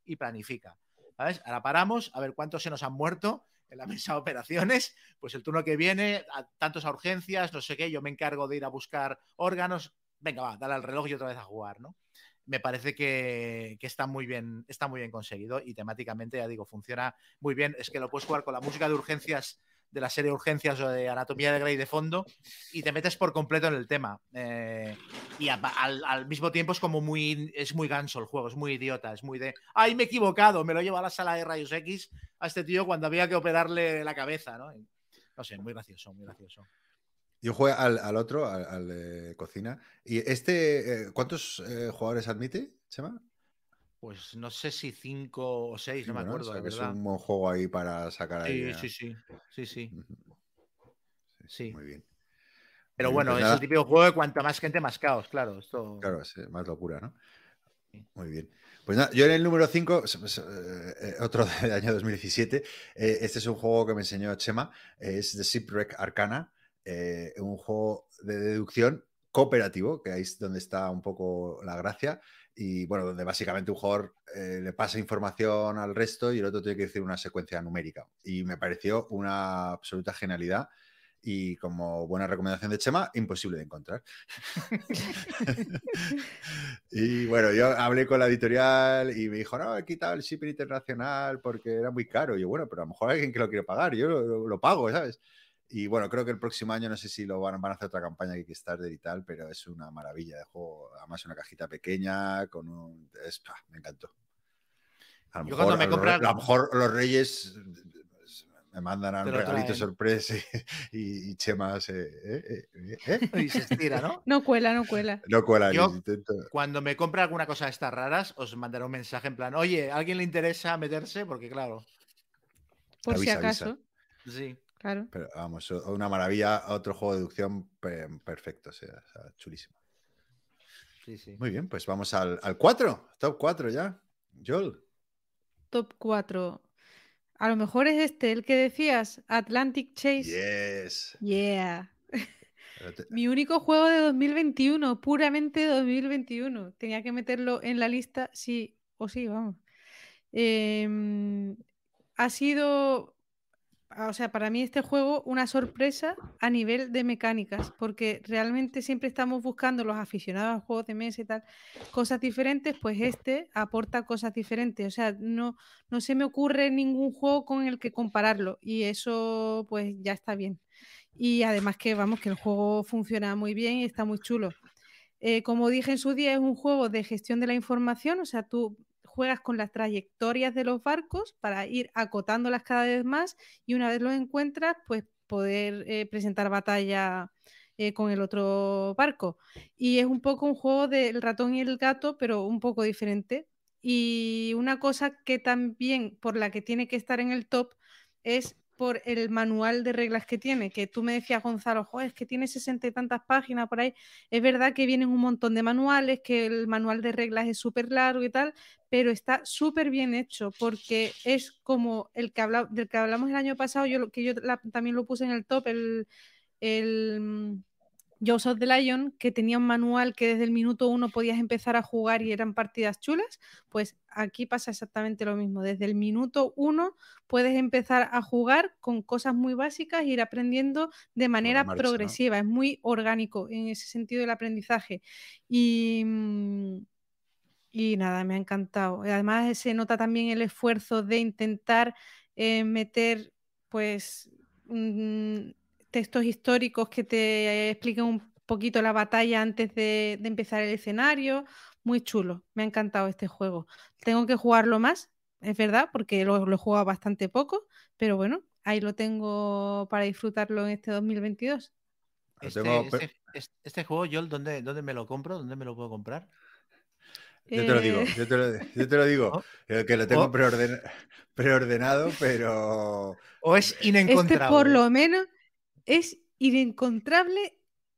y planifica. ¿Sabes? Ahora paramos a ver cuántos se nos han muerto en la mesa de operaciones, pues el turno que viene, tantos a urgencias, no sé qué, yo me encargo de ir a buscar órganos, venga, va, dale al reloj y otra vez a jugar, ¿no? Me parece que está muy bien conseguido y temáticamente, ya digo, funciona muy bien. Es que lo puedes jugar con la música de urgencias de la serie Urgencias o de Anatomía de Grey de fondo y te metes por completo en el tema. Y al mismo tiempo es como es muy ganso el juego, es muy idiota, es muy de ¡ay, me he equivocado! Me lo llevo a la sala de rayos X a este tío cuando había que operarle la cabeza, ¿no? No sé, muy gracioso, muy gracioso. Yo jugué al otro, al de cocina. ¿Y cuántos jugadores admite, Chema? Pues no sé si 5 o 6, no me acuerdo, o sea, la que verdad. es un buen juego ahí para sacar ahí. Sí. Sí. Muy bien. Pero Muy bien, bueno, pues es nada. el típico juego de cuanta más gente, más caos, claro. Esto... Claro, es más locura, ¿no? Muy bien. Pues nada, yo en el número 5, otro del año 2017, este es un juego que me enseñó Chema, es The Shipwreck Arcana, un juego de deducción cooperativo, que ahí es donde está un poco la gracia, y bueno, donde básicamente un jugador le pasa información al resto y el otro tiene que decir una secuencia numérica. Y me pareció una absoluta genialidad. Y como buena recomendación de Chema, imposible de encontrar. Y bueno, yo hablé con la editorial y me dijo, no, he quitado el shipping internacional porque era muy caro. Y yo, bueno, pero a lo mejor hay alguien que lo quiere pagar, yo lo pago, ¿sabes? Y bueno, creo que el próximo año no sé si lo van a hacer otra campaña que Kickstarter y tal, pero es una maravilla de juego. Además, una cajita pequeña con un... me encantó. A lo mejor los Reyes me mandan a un regalito sorpresa y Chema y se estira, ¿no? No cuela. No cuela. Yo, cuando me compre alguna cosa de estas raras, os mandaré un mensaje en plan, oye, ¿a alguien le interesa meterse? Porque claro. Por si acaso. Sí. Claro. Pero vamos, una maravilla, otro juego de deducción perfecto, o sea, chulísimo. Sí. Muy bien, pues vamos al 4, top 4 ya. Joel. Top 4. A lo mejor es el que decías, Atlantic Chase. Yes. Yeah. Mi único juego de 2021, puramente 2021. Tenía que meterlo en la lista, sí o sí, vamos. Ha sido, o sea, para mí este juego una sorpresa a nivel de mecánicas, porque realmente siempre estamos buscando los aficionados a juegos de mesa y tal, cosas diferentes, pues este aporta cosas diferentes. O sea, no se me ocurre ningún juego con el que compararlo y eso pues ya está bien. Y además que vamos, que el juego funciona muy bien y está muy chulo. Como dije en su día, es un juego de gestión de la información, o sea, tú juegas con las trayectorias de los barcos para ir acotándolas cada vez más y una vez los encuentras, pues poder presentar batalla con el otro barco. Y es un poco un juego del ratón y el gato, pero un poco diferente. Y una cosa que también por la que tiene que estar en el top es por el manual de reglas que tiene, que tú me decías, Gonzalo, es que tiene 60 y tantas páginas por ahí. Es verdad que vienen un montón de manuales, que el manual de reglas es súper largo y tal, pero está súper bien hecho porque es como del que hablamos el año pasado, también lo puse en el top, el Jaws of the Lion, que tenía un manual que desde el minuto 1 podías empezar a jugar y eran partidas chulas, pues aquí pasa exactamente lo mismo. Desde el minuto 1 puedes empezar a jugar con cosas muy básicas e ir aprendiendo de manera progresiva. ¿No? Es muy orgánico en ese sentido el aprendizaje. Y nada, me ha encantado. Además se nota también el esfuerzo de intentar meter pues textos históricos que te expliquen un poquito la batalla antes de empezar el escenario. Muy chulo, me ha encantado este juego. Tengo que jugarlo más, es verdad, porque lo he jugado bastante poco, pero bueno, ahí lo tengo para disfrutarlo en este 2022. Este juego, Joel, ¿dónde me lo compro? ¿Dónde me lo puedo comprar? Yo te lo digo, yo te lo digo, que lo tengo preordenado, pero... O es inencontrable. Este por lo menos es inencontrable,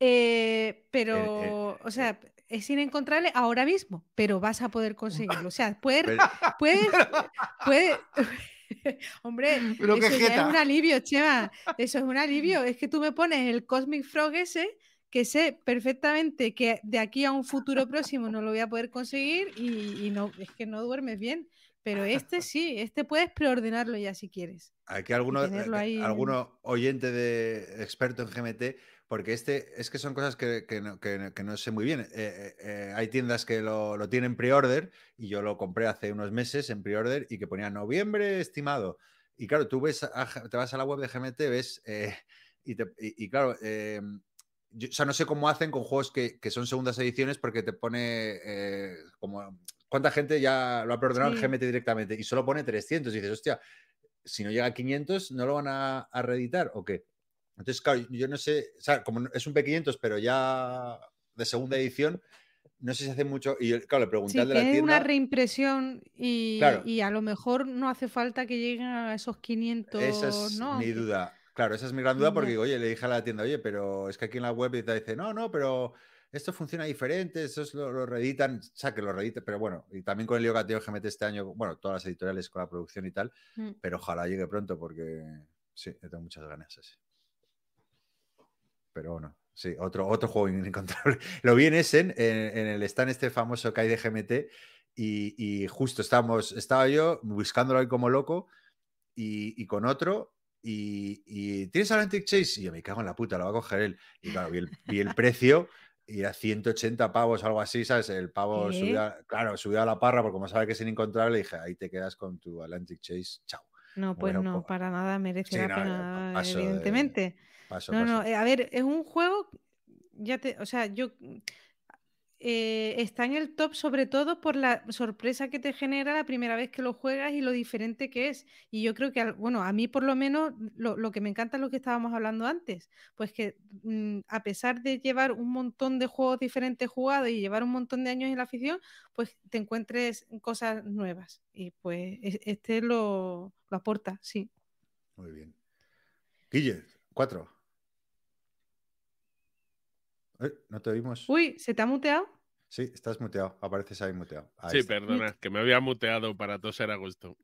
pero, o sea, es inencontrable ahora mismo, pero vas a poder conseguirlo. O sea, puedes hombre, pero eso ya es un alivio, Chema. Eso es un alivio. Es que tú me pones el Cosmic Frog ese, que sé perfectamente que de aquí a un futuro próximo no lo voy a poder conseguir y no, es que no duermes bien. Pero este puedes preordenarlo ya si quieres. Aquí Y alguno tenerlo ahí en- oyente de experto en GMT, porque es que son cosas que no sé muy bien. Hay tiendas que lo tienen pre-order y yo lo compré hace unos meses en pre-order y que ponía noviembre estimado. Y claro, tú te vas a la web de GMT, ves y claro, o sea, no sé cómo hacen con juegos que son segundas ediciones porque te pone como cuánta gente ya lo ha preordenado en Sí. GMT directamente y solo pone 300 y dices, hostia, si no llega a 500, ¿no lo van a reeditar o qué? Entonces, claro, yo no sé, o sea, como es un P500, pero ya de segunda edición, no sé si hace mucho. Y claro, le pregunté Sí, al de la que es una tienda, reimpresión claro, y a lo mejor no hace falta que lleguen a esos esa 500, es ¿no? mi Que- duda. Claro, esa es mi gran duda porque ya. digo, oye, le dije a la tienda, oye, pero es que aquí en la web y te dice, no, pero esto funciona diferente, eso lo reeditan, o sea, que lo reeditan, pero bueno, y también con el lío que ha tenido GMT este año, bueno, todas las editoriales con la producción y tal, Mm. pero ojalá llegue pronto porque sí, yo tengo muchas ganas así. Pero bueno, sí, otro juego inencontrable. Lo vi en Essen, en el stand este famoso que hay de GMT, y justo estaba yo buscándolo ahí como loco y con otro. Y ¿tienes Atlantic Chase? Y yo me cago en la puta, lo va a coger él. Y claro, vi el precio y era 180 pavos, algo así, ¿sabes? El pavo ¿Qué? subió a la parra, porque como sabe que es inencontrable, dije, ahí te quedas con tu Atlantic Chase, chao. No, pues Bueno, no, para nada merece sí, la no, pena, paso de. evidentemente. Paso, No, no, paso. a ver, es un juego, o sea, está en el top sobre todo por la sorpresa que te genera la primera vez que lo juegas y lo diferente que es. Y yo creo que, bueno, a mí por lo menos lo que me encanta es lo que estábamos hablando antes, pues que a pesar de llevar un montón de juegos diferentes jugados y llevar un montón de años en la afición, pues te encuentres cosas nuevas. Y pues este lo aporta, sí. Muy bien. Guille, 4. ¿No te oímos? Uy, ¿se te ha muteado? Sí, estás muteado. Apareces ahí muteado. Ahí Sí, está. perdona, que me había muteado para toser a gusto.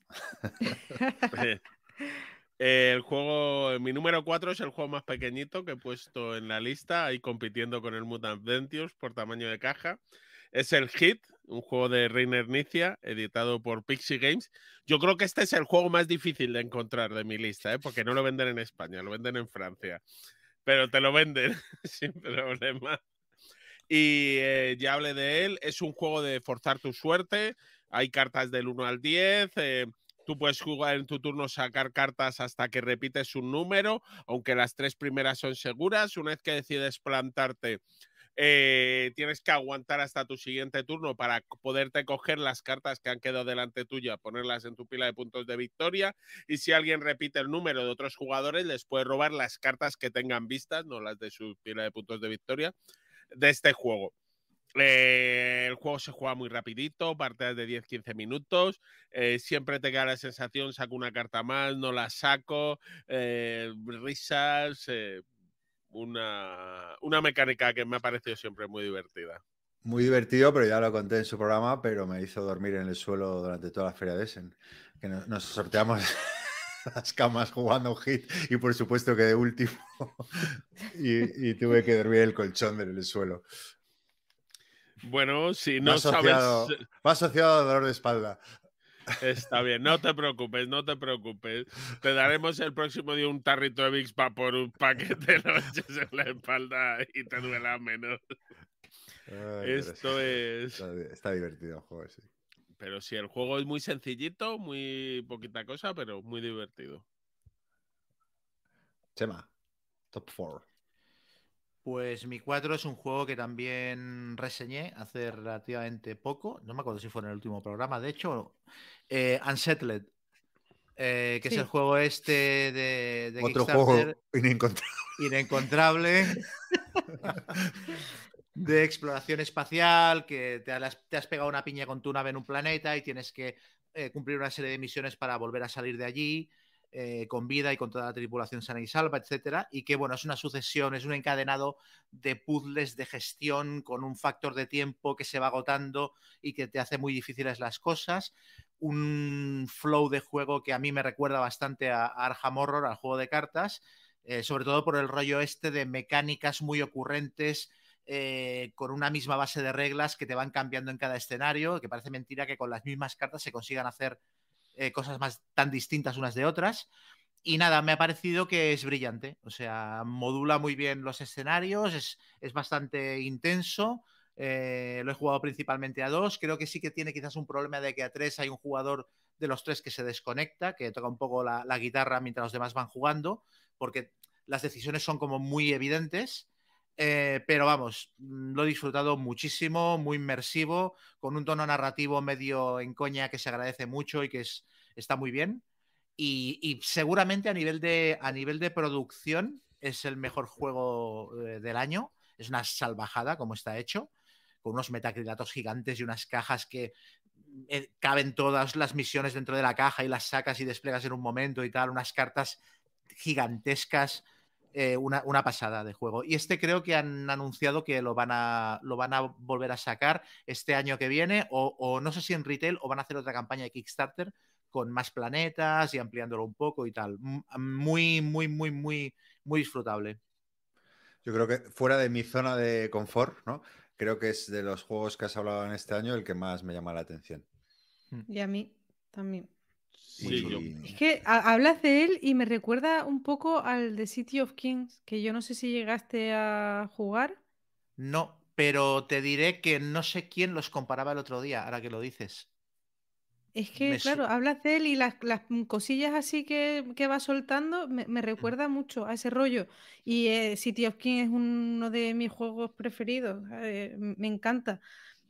El juego, mi número 4 es el juego más pequeñito que he puesto en la lista, ahí compitiendo con el Mutant Ventures por tamaño de caja. Es el Hit, un juego de Reiner Knizia, editado por Pixie Games. Yo creo que este es el juego más difícil de encontrar de mi lista, porque no lo venden en España, lo venden en Francia. Pero te lo venden sin problema. Y ya hablé de él, es un juego de forzar tu suerte, hay cartas del 1 al 10, tú puedes jugar en tu turno, sacar cartas hasta que repites un número, aunque las 3 primeras son seguras. Una vez que decides plantarte, tienes que aguantar hasta tu siguiente turno para poderte coger las cartas que han quedado delante tuya, ponerlas en tu pila de puntos de victoria, y si alguien repite el número de otros jugadores, les puedes robar las cartas que tengan vistas, no las de su pila de puntos de victoria, de este juego. El juego se juega muy rapidito, partidas de 10-15 minutos, siempre te queda la sensación, saco una carta más, no la saco, risas, una mecánica que me ha parecido siempre muy divertida. Muy divertido, pero ya lo conté en su programa, pero me hizo dormir en el suelo durante toda la feria de Essen. Que nos sorteamos las camas jugando un hit y por supuesto quedé último y tuve que dormir el colchón en el suelo. Bueno, si Va no sabes... asociado a dolor de espalda. Está bien, no te preocupes, no te preocupes. Te daremos el próximo día un tarrito de Vicks para que te lo eches en la espalda y te duela menos. Ay, Esto es... Está divertido el juego, sí. Pero sí, el juego es muy sencillito, muy poquita cosa, pero muy divertido. Chema, top 4. Pues mi 4 es un juego que también reseñé hace relativamente poco. No me acuerdo si fue en el último programa. De hecho, Unsettled, que es el Sí. juego este de Otro Kickstarter juego inencontrable de exploración espacial, que te has pegado una piña con tu nave en un planeta y tienes que cumplir una serie de misiones para volver a salir de allí. Con vida y con toda la tripulación sana y salva, etcétera, y que bueno, es una sucesión, es un encadenado de puzzles de gestión con un factor de tiempo que se va agotando y que te hace muy difíciles las cosas, un flow de juego que a mí me recuerda bastante a Arkham Horror, al juego de cartas, sobre todo por el rollo este de mecánicas muy ocurrentes, con una misma base de reglas que te van cambiando en cada escenario, que parece mentira que con las mismas cartas se consigan hacer cosas tan distintas unas de otras. Y nada, me ha parecido que es brillante, o sea, modula muy bien los escenarios, es bastante intenso. Lo he jugado principalmente a 2, creo que sí que tiene quizás un problema de que a 3 hay un jugador de los 3 que se desconecta, que toca un poco la guitarra mientras los demás van jugando, porque las decisiones son como muy evidentes. Pero vamos, lo he disfrutado muchísimo, muy inmersivo, con un tono narrativo medio en coña que se agradece mucho y que está muy bien. Y seguramente a nivel de producción es el mejor juego del año. Es una salvajada como está hecho, con unos metacrilatos gigantes y unas cajas que caben todas las misiones dentro de la caja y las sacas y desplegas en un momento y tal, unas cartas gigantescas. Una pasada de juego. Y creo que han anunciado que lo van a volver a sacar este año que viene, o no sé si en retail o van a hacer otra campaña de Kickstarter con más planetas y ampliándolo un poco y tal. Muy, muy, muy, muy, muy disfrutable. Yo creo que fuera de mi zona de confort, ¿no? Creo que es de los juegos que has hablado en este año el que más me llama la atención. Y a mí también. Sí, Es que hablas de él y me recuerda un poco al de City of Kings, que yo no sé si llegaste a jugar. No, pero te diré que no sé quién los comparaba el otro día, ahora que lo dices. Es que, claro, hablas de él y las cosillas así que va soltando me recuerda mucho a ese rollo. Y City of Kings es uno de mis juegos preferidos. Me encanta.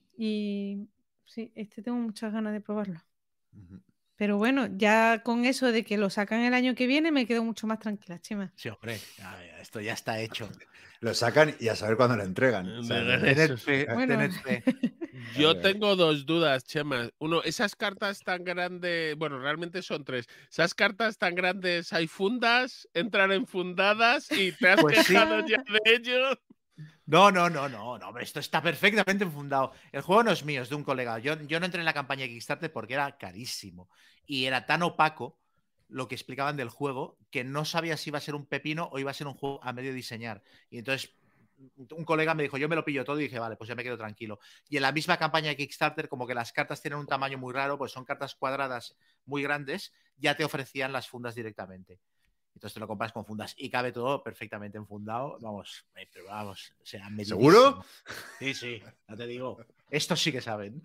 Y sí, tengo muchas ganas de probarlo. Pero bueno, ya con eso de que lo sacan el año que viene me quedo mucho más tranquila, Chema. Sí, hombre, esto ya está hecho. Lo sacan y a saber cuándo lo entregan. O sea, Bueno, yo tengo dos dudas, Chema. Uno, esas cartas tan grandes, bueno, realmente son 3. Esas cartas tan grandes, ¿hay fundas? ¿Entran enfundadas? ¿Y te has Pues sí. quejado ya de ello? No, hombre, esto está perfectamente enfundado. El juego no es mío, es de un colega. Yo no entré en la campaña de Kickstarter porque era carísimo y era tan opaco lo que explicaban del juego que no sabía si iba a ser un pepino o iba a ser un juego a medio diseñar. Y entonces un colega me dijo, yo me lo pillo todo y dije, vale, pues ya me quedo tranquilo. Y en la misma campaña de Kickstarter, como que las cartas tienen un tamaño muy raro, pues son cartas cuadradas muy grandes, ya te ofrecían las fundas directamente. Entonces te lo compras con fundas y cabe todo perfectamente enfundado. Vamos, o sea, medidísimo. ¿Seguro? Sí, ya te digo. Estos sí que saben.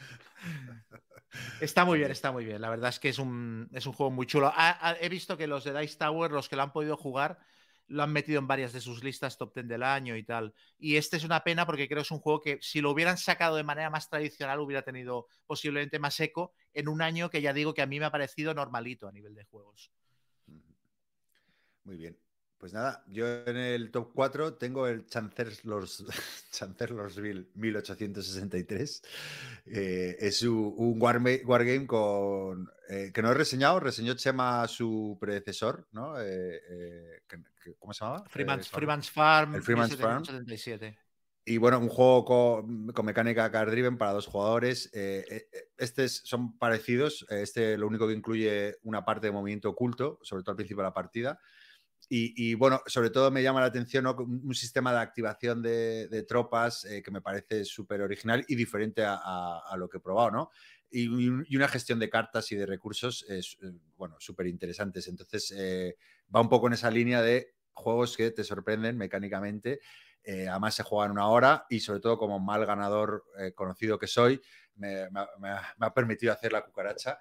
Está muy bien. La verdad es que es un juego muy chulo. He visto que los de Dice Tower, los que lo han podido jugar, lo han metido en varias de sus listas top 10 del año y tal. Y es una pena porque creo que es un juego que si lo hubieran sacado de manera más tradicional hubiera tenido posiblemente más eco en un año que ya digo que a mí me ha parecido normalito a nivel de juegos. Muy bien. Pues nada, yo en el top 4 tengo el Chancellorsville 1863. Es un wargame con que no he reseñado, reseñó Chema su predecesor, ¿no? ¿Cómo se llamaba? Freeman's Farm, el Freeman's Farm. 1777. Y bueno, un juego con mecánica card driven para 2 jugadores. Son parecidos. Lo único que incluye una parte de movimiento oculto, sobre todo al principio de la partida. Y bueno, sobre todo me llama la atención, ¿no? Un sistema de activación de tropas que me parece súper original y diferente a lo que he probado, ¿no? Y una gestión de cartas y de recursos, bueno, súper interesantes. Entonces, va un poco en esa línea de juegos que te sorprenden mecánicamente. Además, se juega en 1 hora y sobre todo como mal ganador conocido que soy, me ha permitido hacer la cucaracha.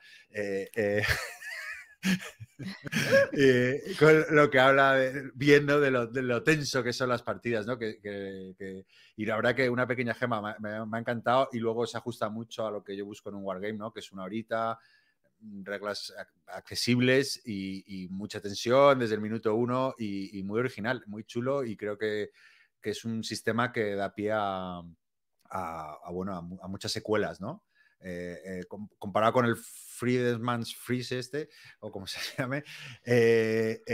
Con lo que habla viendo de lo tenso que son las partidas, ¿no? Y la verdad que una pequeña gema me ha encantado y luego se ajusta mucho a lo que yo busco en un wargame, ¿no? Que es 1 horita, reglas accesibles y mucha tensión desde el minuto 1 y muy original, muy chulo, y creo que es un sistema que da pie a muchas secuelas, ¿no? Comparado con el Friedman's Freeze o como se llame,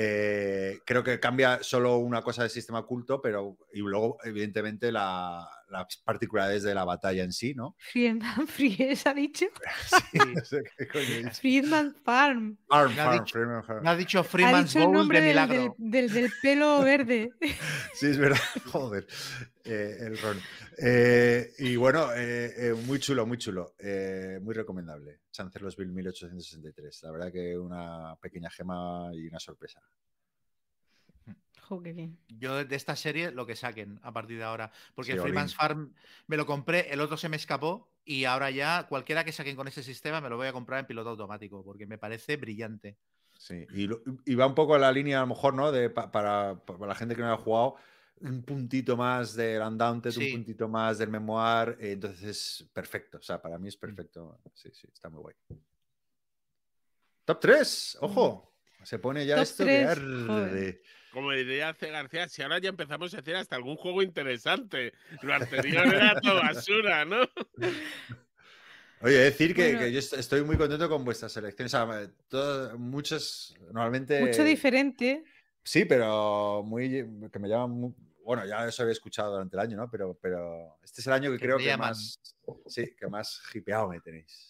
creo que cambia solo una cosa del sistema oculto, y luego evidentemente la las particularidades de la batalla en sí, ¿no? Friedman Fries ha dicho. Sí, no sé qué coño he dicho. Friedman Farm. Freeman Farm. Me ha dicho Ha Freeman's dicho el Bowl nombre de del, milagro. del pelo verde. Sí, es verdad. Joder, el ron. Y bueno, muy chulo, muy chulo. Muy recomendable. Chancellorsville 1863. La verdad que una pequeña gema y una sorpresa. Jo, qué bien. Yo de esta serie lo que saquen a partir de ahora. Porque Sí, Freeman's Olin. Farm me lo compré, el otro se me escapó y ahora ya cualquiera que saquen con ese sistema me lo voy a comprar en piloto automático porque me parece brillante. Sí, y va un poco a la línea, a lo mejor, ¿no? Para la gente que no lo ha jugado, un puntito más del Undaunted, Sí. un puntito más del Memoir, entonces es perfecto. O sea, para mí es perfecto. Sí, sí, está muy guay. Top 3, ojo. Se pone ya Top esto 3, que arde. joder. Como diría C. García, si ahora ya empezamos a decir hasta algún juego interesante. Lo anterior era todo basura, ¿no? Oye, decir Bueno. que yo estoy muy contento con vuestras selecciones. O sea, muchas, normalmente. Mucho diferente. Sí, pero que me llaman. Bueno, ya eso había escuchado durante el año, ¿no? Pero este es el año que creo me que llaman. más. Sí, que más hipeado me tenéis.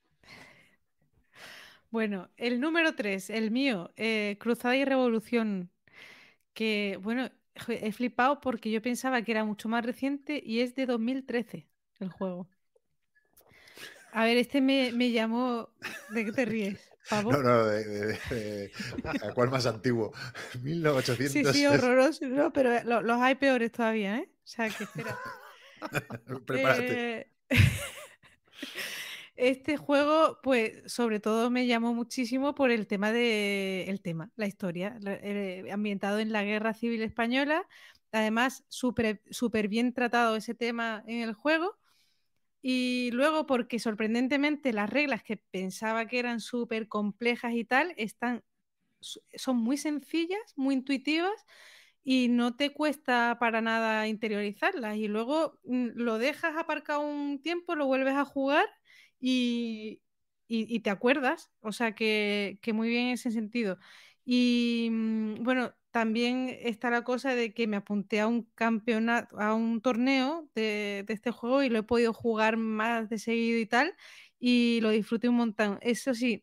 Bueno, el número 3, el mío, Cruzada y Revolución. Que, bueno, he flipado porque yo pensaba que era mucho más reciente y es de 2013 el juego. A ver, este me llamó. ¿De qué te ríes, pavo? No, ¿a cuál más antiguo? 1800. Sí, sí, horroroso, no, pero los hay peores todavía, ¿eh? O sea, que espera. Prepárate. Este juego, pues, sobre todo me llamó muchísimo por el tema la historia, ambientado en la Guerra Civil Española. Además, súper bien tratado ese tema en el juego. Y luego, porque sorprendentemente las reglas que pensaba que eran súper complejas y tal, son muy sencillas, muy intuitivas y no te cuesta para nada interiorizarlas. Y luego lo dejas aparcado un tiempo, lo vuelves a jugar y te acuerdas. O sea que muy bien en ese sentido. Y bueno, también está la cosa de que me apunté a un campeonato, a un torneo de este juego y lo he podido jugar más de seguido y tal, y lo disfruté un montón. Eso sí,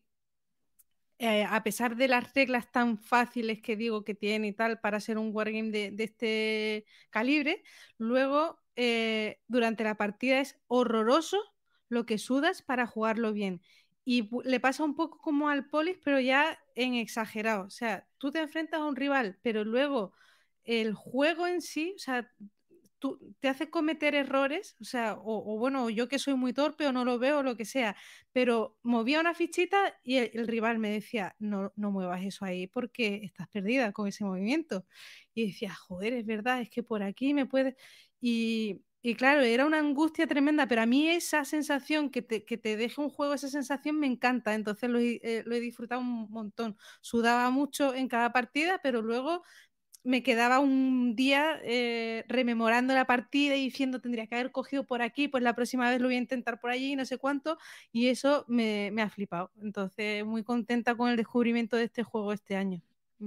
a pesar de las reglas tan fáciles que digo que tiene y tal para ser un wargame de este calibre, luego durante la partida es horroroso lo que sudas para jugarlo bien. Y le pasa un poco como al Polis, pero ya en exagerado. O sea, tú te enfrentas a un rival, pero luego el juego en sí, o sea, te hace cometer errores, o sea, o bueno, yo que soy muy torpe o no lo veo o lo que sea, pero movía una fichita y el rival me decía, no muevas eso ahí porque estás perdida con ese movimiento. Y decía, joder, es verdad, es que por aquí me puedes... Y claro, era una angustia tremenda, pero a mí esa sensación, que te deje un juego, esa sensación me encanta, entonces lo he disfrutado un montón. Sudaba mucho en cada partida, pero luego me quedaba un día rememorando la partida y diciendo tendría que haber cogido por aquí, pues la próxima vez lo voy a intentar por allí, no sé cuánto, y eso me ha flipado. Entonces, muy contenta con el descubrimiento de este juego este año.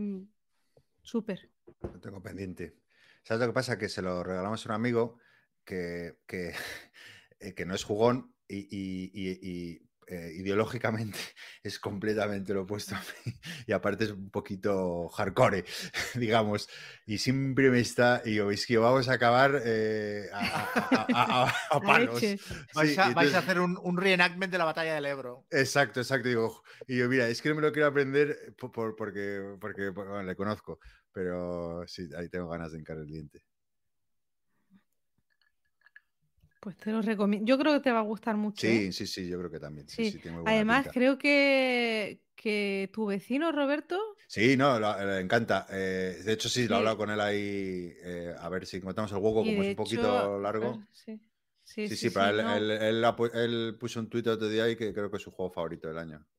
Súper. Lo tengo pendiente. ¿Sabes lo que pasa? Que se lo regalamos a un amigo que no es jugón y ideológicamente es completamente lo opuesto a mí. Y aparte es un poquito hardcore, digamos. Y siempre me está... Y yo, es que vamos a acabar a palos. Vais a hacer un reenactment de la batalla del Ebro. Exacto. Y yo, mira, es que no me lo quiero aprender porque bueno, le conozco. Pero sí, ahí tengo ganas de hincar el diente. Pues te lo recomiendo. Yo creo que te va a gustar mucho. Sí, yo creo que también. Sí, tiene muy buena Además, pinta. creo que tu vecino, Roberto... Sí, no, le encanta. De hecho, sí, lo he Sí. hablado con él ahí, a ver si encontramos el hueco, Y como de es un poquito hecho, largo. Sí, pero no. él puso un tuit otro día y que creo que es su juego favorito del año.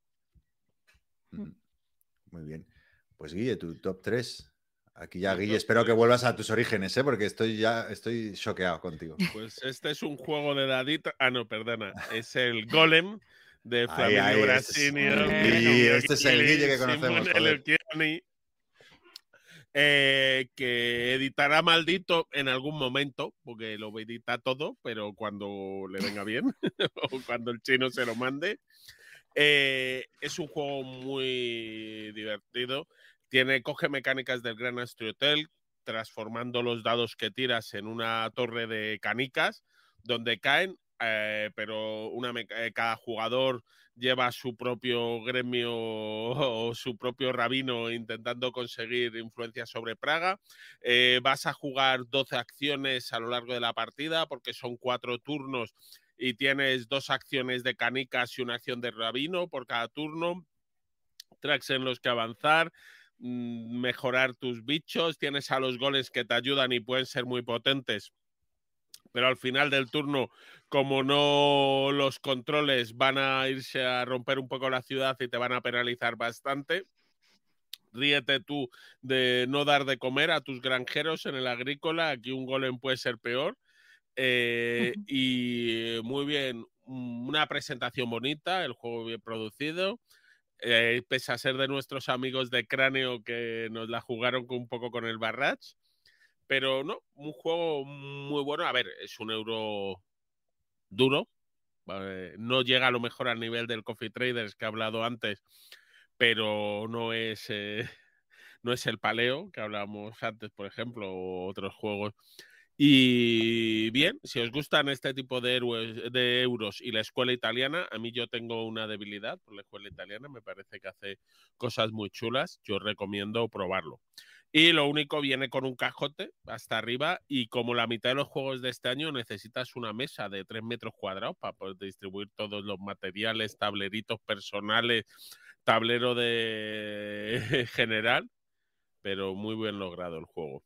Muy bien. Pues Guille, tu top 3. Aquí ya, Guille, espero que vuelvas a tus orígenes, porque estoy choqueado contigo. Pues este es un juego de dadito. Ah, no, perdona. Es el Golem de Flaminio Brasinio. Este es el Guille que conocemos. que editará Maldito en algún momento, porque lo edita todo, pero cuando le venga bien, o cuando el chino se lo mande. Es un juego muy divertido. Coge mecánicas del Grand Astro Hotel, transformando los dados que tiras en una torre de canicas, donde caen, pero cada jugador lleva su propio gremio o su propio rabino intentando conseguir influencia sobre Praga. Vas a jugar 12 acciones a lo largo de la partida, porque son 4 turnos y tienes 2 acciones de canicas y una acción de rabino por cada turno. Tracks en los que avanzar, mejorar tus bichos. Tienes a los golems que te ayudan y pueden ser muy potentes, pero al final del turno, como no los controles, van a irse a romper un poco la ciudad y te van a penalizar bastante. Ríete tú de no dar de comer a tus granjeros en el agrícola. Aquí un golem puede ser peor. Y muy bien, una presentación bonita, el juego bien producido. Pese a ser de nuestros amigos de Cráneo, que nos la jugaron un poco con el Barrage. Pero no, un juego muy bueno. A ver, es un euro duro. No llega a lo mejor al nivel del Coffee Traders que he hablado antes, pero no es el Paleo que hablábamos antes, por ejemplo, o otros juegos. Y bien, si os gustan este tipo de euros y la escuela italiana, a mí yo tengo una debilidad por la escuela italiana, me parece que hace cosas muy chulas, yo recomiendo probarlo. Y lo único, viene con un cajote hasta arriba, y como la mitad de los juegos de este año necesitas una mesa de 3 metros cuadrados para poder distribuir todos los materiales, tableritos personales, tablero de general, pero muy bien logrado el juego.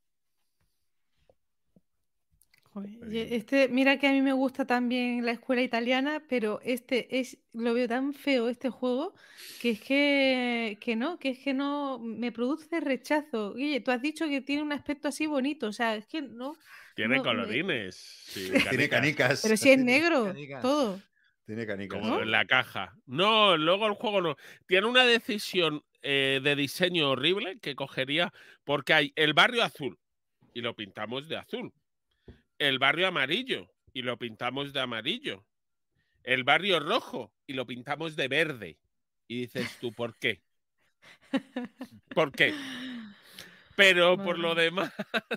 Mira que a mí me gusta también la escuela italiana, pero lo veo tan feo este juego que es que no me produce rechazo. Oye, tú has dicho que tiene un aspecto así bonito, o sea, es que no. Tiene no, colorines. Sí, Tiene canicas. Pero si es negro, todo. Tiene canicas. Como en la caja. No, luego el juego no. Tiene una decisión de diseño horrible que cogería, porque hay el barrio azul y lo pintamos de azul. El barrio amarillo y lo pintamos de amarillo. El barrio rojo y lo pintamos de verde. Y dices tú, ¿por qué? ¿Por qué? Pero por lo demás...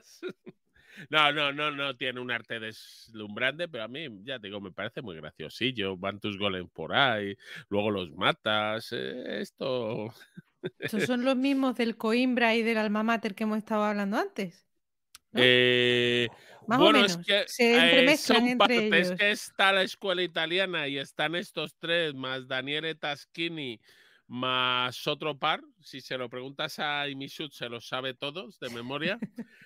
No tiene un arte deslumbrante, pero a mí, ya te digo, me parece muy graciosillo. Van tus golems por ahí, luego los matas. Esto... Estos son los mismos del Coimbra y del Alma Mater que hemos estado hablando antes, ¿no? Más o menos. Es que se entremezclan son entre partes, ellos. Es que está la escuela italiana y están estos 3, más Daniele Taschini, más otro par. Si se lo preguntas a Imisut, se lo sabe todos de memoria.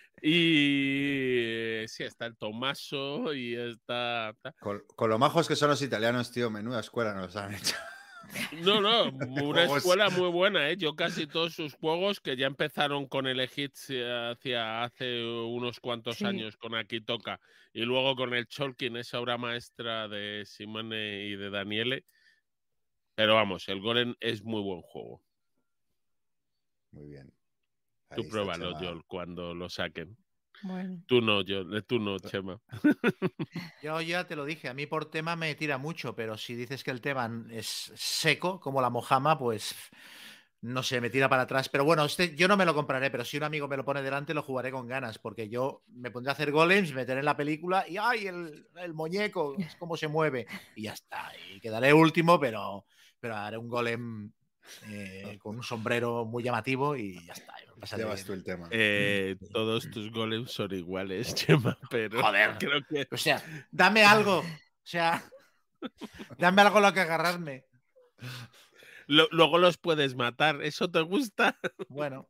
Y sí, está el Tommaso y está... Con lo majos que son los italianos, tío, menuda escuela nos han hecho. No, una escuela muy buena, ¿eh? Yo casi todos sus juegos, que ya empezaron con el Egipcio hace unos cuantos años con Akitoka, y luego con el Cholkin, esa obra maestra de Simone y de Daniele. Pero vamos, el Golem es muy buen juego. Muy bien. Tú pruébalo, Joel, cuando lo saquen. Bueno. Tú no, Chema. Yo ya te lo dije, a mí por tema me tira mucho, pero si dices que el tema es seco, como la Mojama, pues no sé, me tira para atrás. Pero bueno, yo no me lo compraré, pero si un amigo me lo pone delante, lo jugaré con ganas, porque yo me pondré a hacer golems, meteré en la película y ¡ay! El muñeco, es cómo se mueve. Y ya está. Y quedaré último, pero haré un golem con un sombrero muy llamativo y ya está. Llevas tú el tema. Todos tus golems son iguales, Chema, pero joder, creo que... O sea, dame algo. O sea, dame algo a lo que agarrarme. Luego los puedes matar. ¿Eso te gusta? Bueno.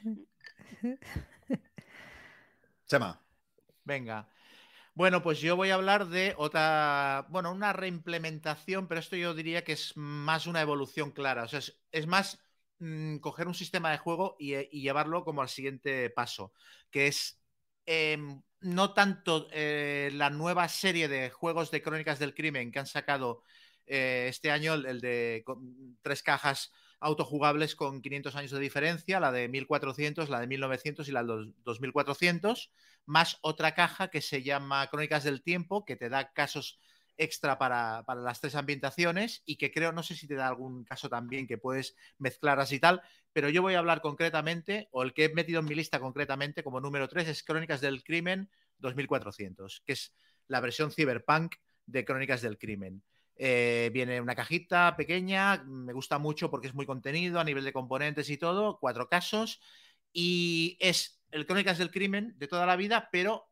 Chema. Venga. Bueno, pues yo voy a hablar de otra, una reimplementación, pero esto yo diría que es más una evolución clara. O sea, es más coger un sistema de juego y llevarlo como al siguiente paso, que es no tanto la nueva serie de juegos de Crónicas del Crimen que han sacado este año, el de 3 cajas autojugables con 500 años de diferencia, la de 1400, la de 1900 y la de 2400, más otra caja que se llama Crónicas del Tiempo, que te da casos extra para las 3 ambientaciones y que creo, no sé si te da algún caso también que puedes mezclar así y tal, pero yo voy a hablar concretamente, o el que he metido en mi lista concretamente como número 3 es Crónicas del Crimen 2400, que es la versión cyberpunk de Crónicas del Crimen. Viene una cajita pequeña, me gusta mucho porque es muy contenido a nivel de componentes y todo, 4 casos, y es el Crónicas del Crimen de toda la vida, pero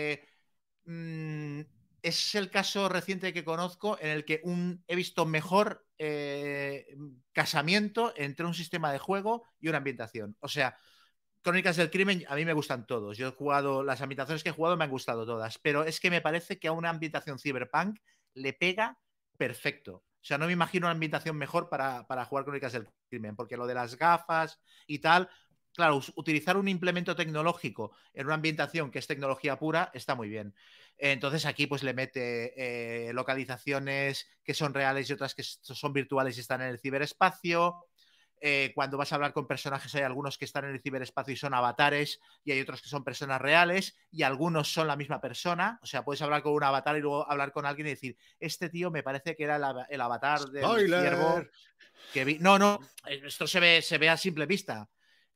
es el caso reciente que conozco en el que he visto mejor casamiento entre un sistema de juego y una ambientación. O sea, Crónicas del Crimen a mí me gustan todos. Yo he jugado, las ambientaciones que he jugado me han gustado todas, pero es que me parece que a una ambientación cyberpunk le pega perfecto. O sea, no me imagino una ambientación mejor para jugar Crónicas del Crimen, porque lo de las gafas y tal, claro, utilizar un implemento tecnológico en una ambientación que es tecnología pura está muy bien. Entonces aquí pues le mete localizaciones que son reales y otras que son virtuales y están en el ciberespacio. Cuando vas a hablar con personajes hay algunos que están en el ciberespacio y son avatares y hay otros que son personas reales y algunos son la misma persona. O sea, puedes hablar con un avatar y luego hablar con alguien y decir, este tío me parece que era el avatar del ciervo que vi. No, esto se ve a simple vista.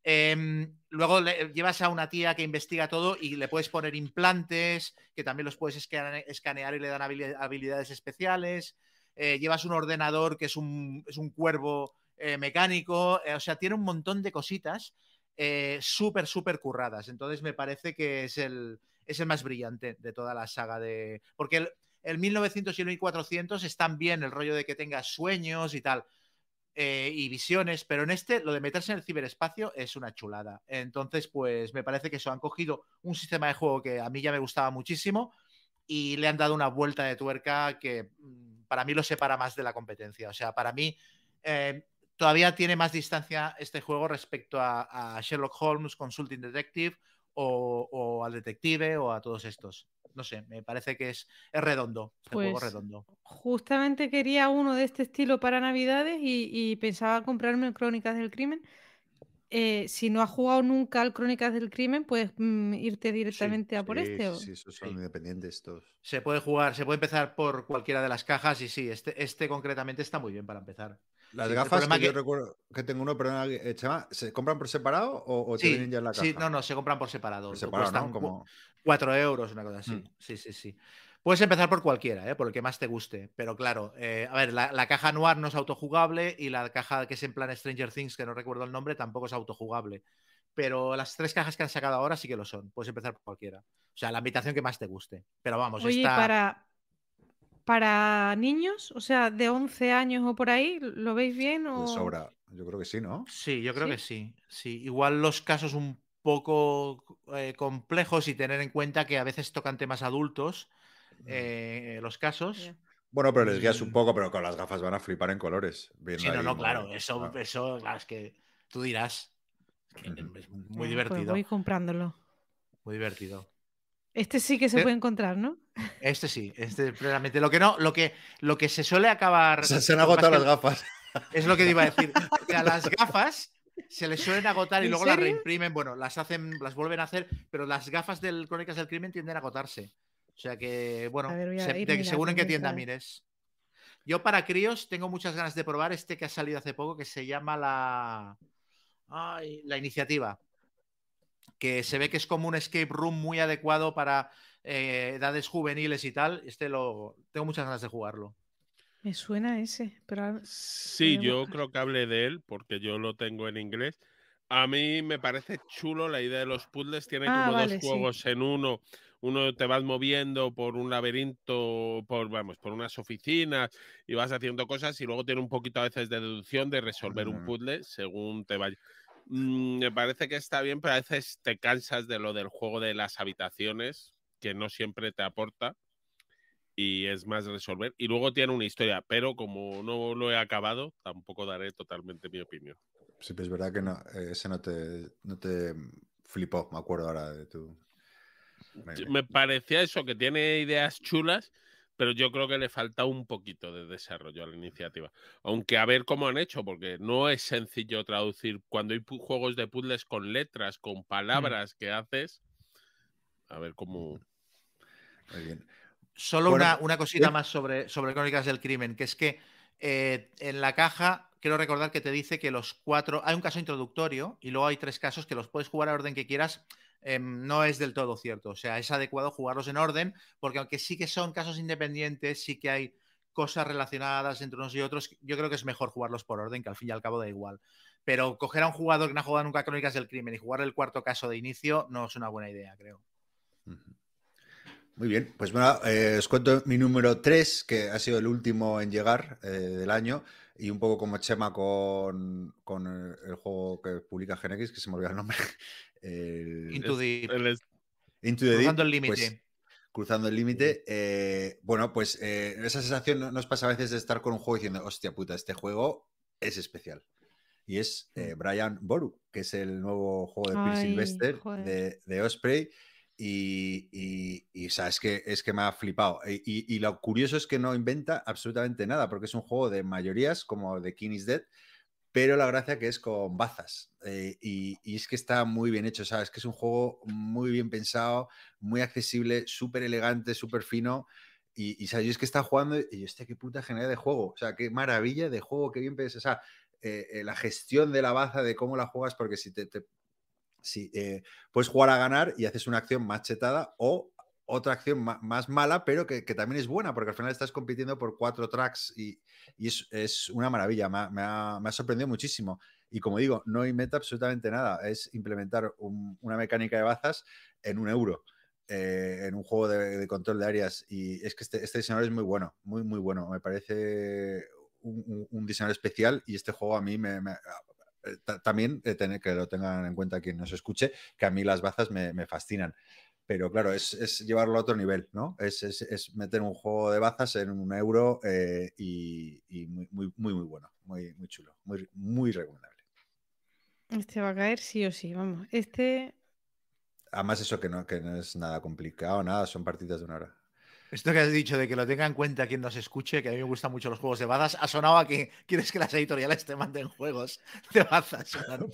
Luego llevas a una tía que investiga todo y le puedes poner implantes que también los puedes escanear y le dan habilidades especiales. Llevas un ordenador que es un cuervo mecánico, o sea, tiene un montón de cositas súper curradas. Entonces me parece que es el más brillante de toda la saga de... Porque el 1900 y el 1400 están bien el rollo de que tengas sueños y tal, y visiones, pero en este lo de meterse en el ciberespacio es una chulada. Entonces, pues me parece que eso, han cogido un sistema de juego que a mí ya me gustaba muchísimo y le han dado una vuelta de tuerca que para mí lo separa más de la competencia. O sea, para mí todavía tiene más distancia este juego respecto a Sherlock Holmes, Consulting Detective o al Detective o a todos estos. No sé, me parece que es redondo, este juego redondo. Justamente quería uno de este estilo para Navidades y pensaba comprarme el Crónicas del Crimen. Si no has jugado nunca al Crónicas del Crimen, puedes irte directamente a por este. Sí, esos son independientes todos. Se puede jugar, se puede empezar por cualquiera de las cajas y sí, este concretamente está muy bien para empezar. Las gafas que yo recuerdo que tengo uno, perdona, Chema, ¿se compran por separado o te vienen ya en la caja? Sí, no, se compran por separado. Por separado, cuestan, ¿no? Como 4 euros, una cosa así. Sí. Puedes empezar por cualquiera, por el que más te guste. Pero claro, a ver, la caja Noir no es autojugable y la caja que es en plan Stranger Things, que no recuerdo el nombre, tampoco es autojugable. Pero las 3 cajas que han sacado ahora sí que lo son. Puedes empezar por cualquiera. O sea, la habitación que más te guste. Pero vamos, oye, para niños, o sea, de 11 años o por ahí, ¿lo veis bien? de sobra. Yo creo que sí, ¿no? Sí, yo creo que sí. Igual los casos un poco complejos y tener en cuenta que a veces tocan temas adultos los casos. Bueno, pero les guías un poco, pero con las gafas van a flipar en colores. Sí, claro, eso claro, es que tú dirás. Es que es muy divertido. Pues voy comprándolo. Muy divertido. Este sí que se puede encontrar, ¿no? Este sí, realmente. Lo que se suele acabar. Se han agotado las gafas. Es lo que te iba a decir. Que a las gafas se les suelen agotar y luego las reimprimen, bueno, las vuelven a hacer, pero las gafas del Crónicas del Crimen tienden a agotarse. O sea que, bueno, según en qué tienda mires. Yo para críos tengo muchas ganas de probar este que ha salido hace poco, que se llama la Iniciativa. Que se ve que es como un escape room muy adecuado para edades juveniles y tal. Tengo muchas ganas de jugarlo. Me suena ese, pero... Sí, yo creo que hablé de él porque yo lo tengo en inglés. A mí me parece chulo la idea de los puzzles. Tiene como dos juegos en uno. Uno te vas moviendo por un laberinto, por unas oficinas y vas haciendo cosas y luego tiene un poquito a veces de deducción de resolver un puzzle según te vaya. Me parece que está bien, pero a veces te cansas de lo del juego de las habitaciones, que no siempre te aporta. Y es más resolver. Y luego tiene una historia, pero como no lo he acabado, tampoco daré totalmente mi opinión. Sí, pero es verdad que no, ese no te flipó, me acuerdo ahora de tu... Me parecía eso, que tiene ideas chulas, pero yo creo que le falta un poquito de desarrollo a la iniciativa. Aunque a ver cómo han hecho, porque no es sencillo traducir. Cuando hay juegos de puzzles con letras, con palabras que haces, a ver cómo... Muy bien. Solo Bueno, una cosita más sobre Crónicas del Crimen, que es que en la caja quiero recordar que te dice que los 4... Hay un caso introductorio y luego hay 3 casos que los puedes jugar a orden que quieras. No es del todo cierto. O sea, es adecuado jugarlos en orden, porque aunque sí que son casos independientes, sí que hay cosas relacionadas entre unos y otros, yo creo que es mejor jugarlos por orden, que al fin y al cabo da igual. Pero coger a un jugador que no ha jugado nunca Crónicas del Crimen y jugar el 4º caso de inicio no es una buena idea, creo. Muy bien, pues bueno, os cuento mi número 3, que ha sido el último en llegar del año, y un poco como Chema con el juego que publica GeneX, que se me olvidó el nombre. Into the Deep. Into the Cruzando Deep, el límite. pues, cruzando el límite. Bueno, pues esa sensación nos pasa a veces de estar con un juego diciendo, hostia puta, este juego es especial. Y es Brian Boru, que es el nuevo juego de Phil Sylvester de Osprey. Y o sea, es que me ha flipado. Y lo curioso es que no inventa absolutamente nada, porque es un juego de mayorías, como The King is Dead, pero la gracia que es con bazas. Y es que está muy bien hecho, ¿sabes? Que es un juego muy bien pensado, muy accesible, súper elegante, súper fino. Y ¿sabes? Yo es que estaba jugando y hostia, qué puta genialidad de juego. O sea, qué maravilla de juego, qué bien pensado. O sea, la gestión de la baza, de cómo la juegas, porque si puedes jugar a ganar y haces una acción más chetada o otra acción más mala, pero que también es buena, porque al final estás compitiendo por 4 tracks y es una maravilla. Me ha sorprendido muchísimo. Y como digo, no inventa absolutamente nada. Es implementar una mecánica de bazas en €1 en un juego de control de áreas. Y es que este diseñador es muy bueno, muy, muy bueno. Me parece un diseñador especial y este juego a mí también tener que lo tengan en cuenta quien nos escuche, que a mí las bazas me fascinan. Pero claro, es llevarlo a otro nivel, ¿no? Es meter un juego de bazas en €1 y muy, muy, muy, muy bueno, muy, muy chulo, muy, muy recomendable. Este va a caer sí o sí, vamos. Además, eso que no es nada complicado, nada, son partidas de 1 hora. Esto que has dicho de que lo tenga en cuenta quien nos escuche, que a mí me gustan mucho los juegos de bazas, ha sonado a que quieres que las editoriales te manden juegos de bazas.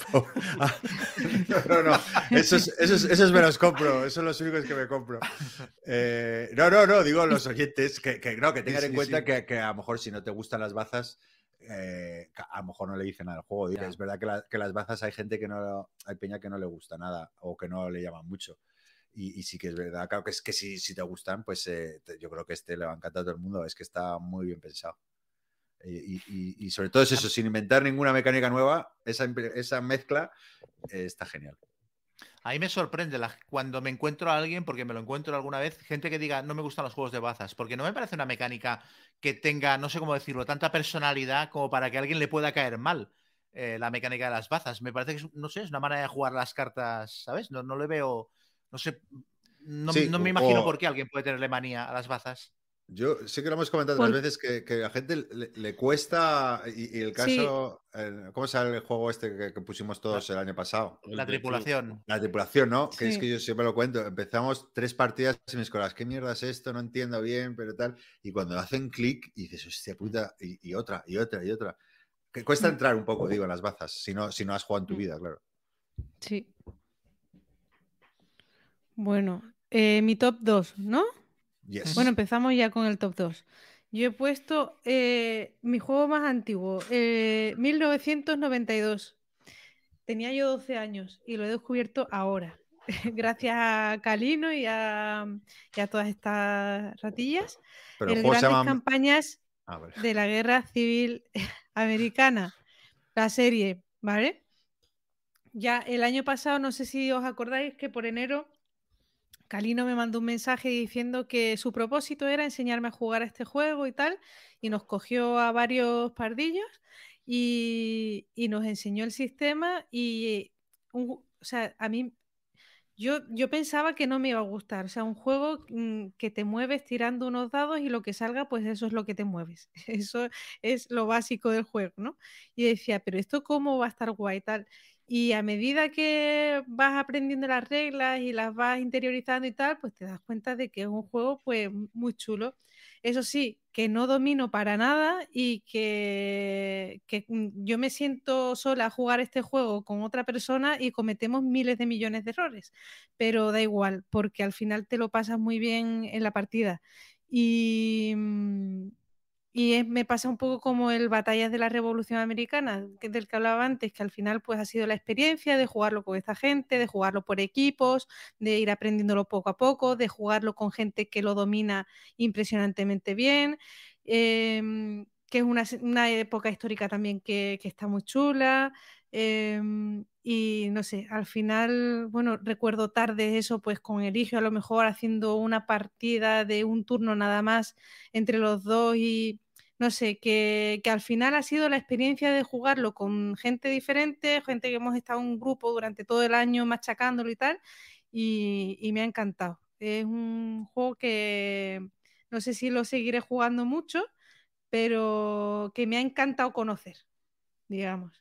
No. Esos me los compro, esos son los únicos que me compro. No, digo los oyentes que tengan en cuenta que a lo mejor si no te gustan las bazas, a lo mejor no le dicen nada al juego. Yeah. Es verdad que las bazas hay gente hay peña que no le gusta nada o que no le llaman mucho. Y sí que es verdad, claro que es que si te gustan, pues yo creo que le va a encantar a todo el mundo, es que está muy bien pensado. Y sobre todo es eso, sin inventar ninguna mecánica nueva, esa mezcla está genial. A mí me sorprende cuando me encuentro a alguien, porque me lo encuentro alguna vez, gente que diga no me gustan los juegos de bazas, porque no me parece una mecánica que tenga, no sé cómo decirlo, tanta personalidad como para que a alguien le pueda caer mal la mecánica de las bazas. Me parece que no sé, es una manera de jugar las cartas, ¿sabes? No le veo... No sé, no me imagino por qué alguien puede tenerle manía a las bazas. Yo sí que lo hemos comentado otras veces que a la gente le cuesta y el caso, sí. ¿Cómo se llama el juego este que pusimos todos el año pasado? La tripulación. La tripulación, ¿no? Sí. Que es que yo siempre lo cuento. Empezamos 3 partidas y mis colegas, ¿qué mierda es esto? No entiendo bien, pero tal. Y cuando hacen clic y dices, hostia puta, y otra. Que cuesta entrar un poco, digo, en las bazas, si no has jugado en tu vida, claro. Sí. Bueno, mi top 2, ¿no? Yes. Bueno, empezamos ya con el top 2. Yo he puesto mi juego más antiguo, 1992. Tenía yo 12 años y lo he descubierto ahora, gracias a Calino y a todas estas ratillas. Pero el Grandes Campañas de la Guerra Civil Americana, la serie, ¿vale? Ya el año pasado, no sé si os acordáis que por enero Calino me mandó un mensaje diciendo que su propósito era enseñarme a jugar a este juego y tal, y nos cogió a varios pardillos y nos enseñó el sistema y, o sea, a mí, yo pensaba que no me iba a gustar, o sea, un juego que te mueves tirando unos dados y lo que salga, pues eso es lo que te mueves, eso es lo básico del juego, ¿no? Y decía, pero esto cómo va a estar guay y tal. Y a medida que vas aprendiendo las reglas y las vas interiorizando y tal, pues te das cuenta de que es un juego pues muy chulo. Eso sí, que no domino para nada y que yo me siento sola a jugar este juego con otra persona y cometemos miles de millones de errores, pero da igual, porque al final te lo pasas muy bien en la partida. Y me pasa un poco como el Batallas de la Revolución Americana, del que hablaba antes, que al final pues ha sido la experiencia de jugarlo con esta gente, de jugarlo por equipos, de ir aprendiéndolo poco a poco, de jugarlo con gente que lo domina impresionantemente bien, que es una época histórica también que está muy chula. Y no sé, al final, bueno, recuerdo tarde eso, pues con Eligio a lo mejor haciendo una partida de un turno nada más entre los dos y no sé, que al final ha sido la experiencia de jugarlo con gente diferente, gente que hemos estado en un grupo durante todo el año machacándolo y tal, y me ha encantado. Es un juego que no sé si lo seguiré jugando mucho, pero que me ha encantado conocer, digamos.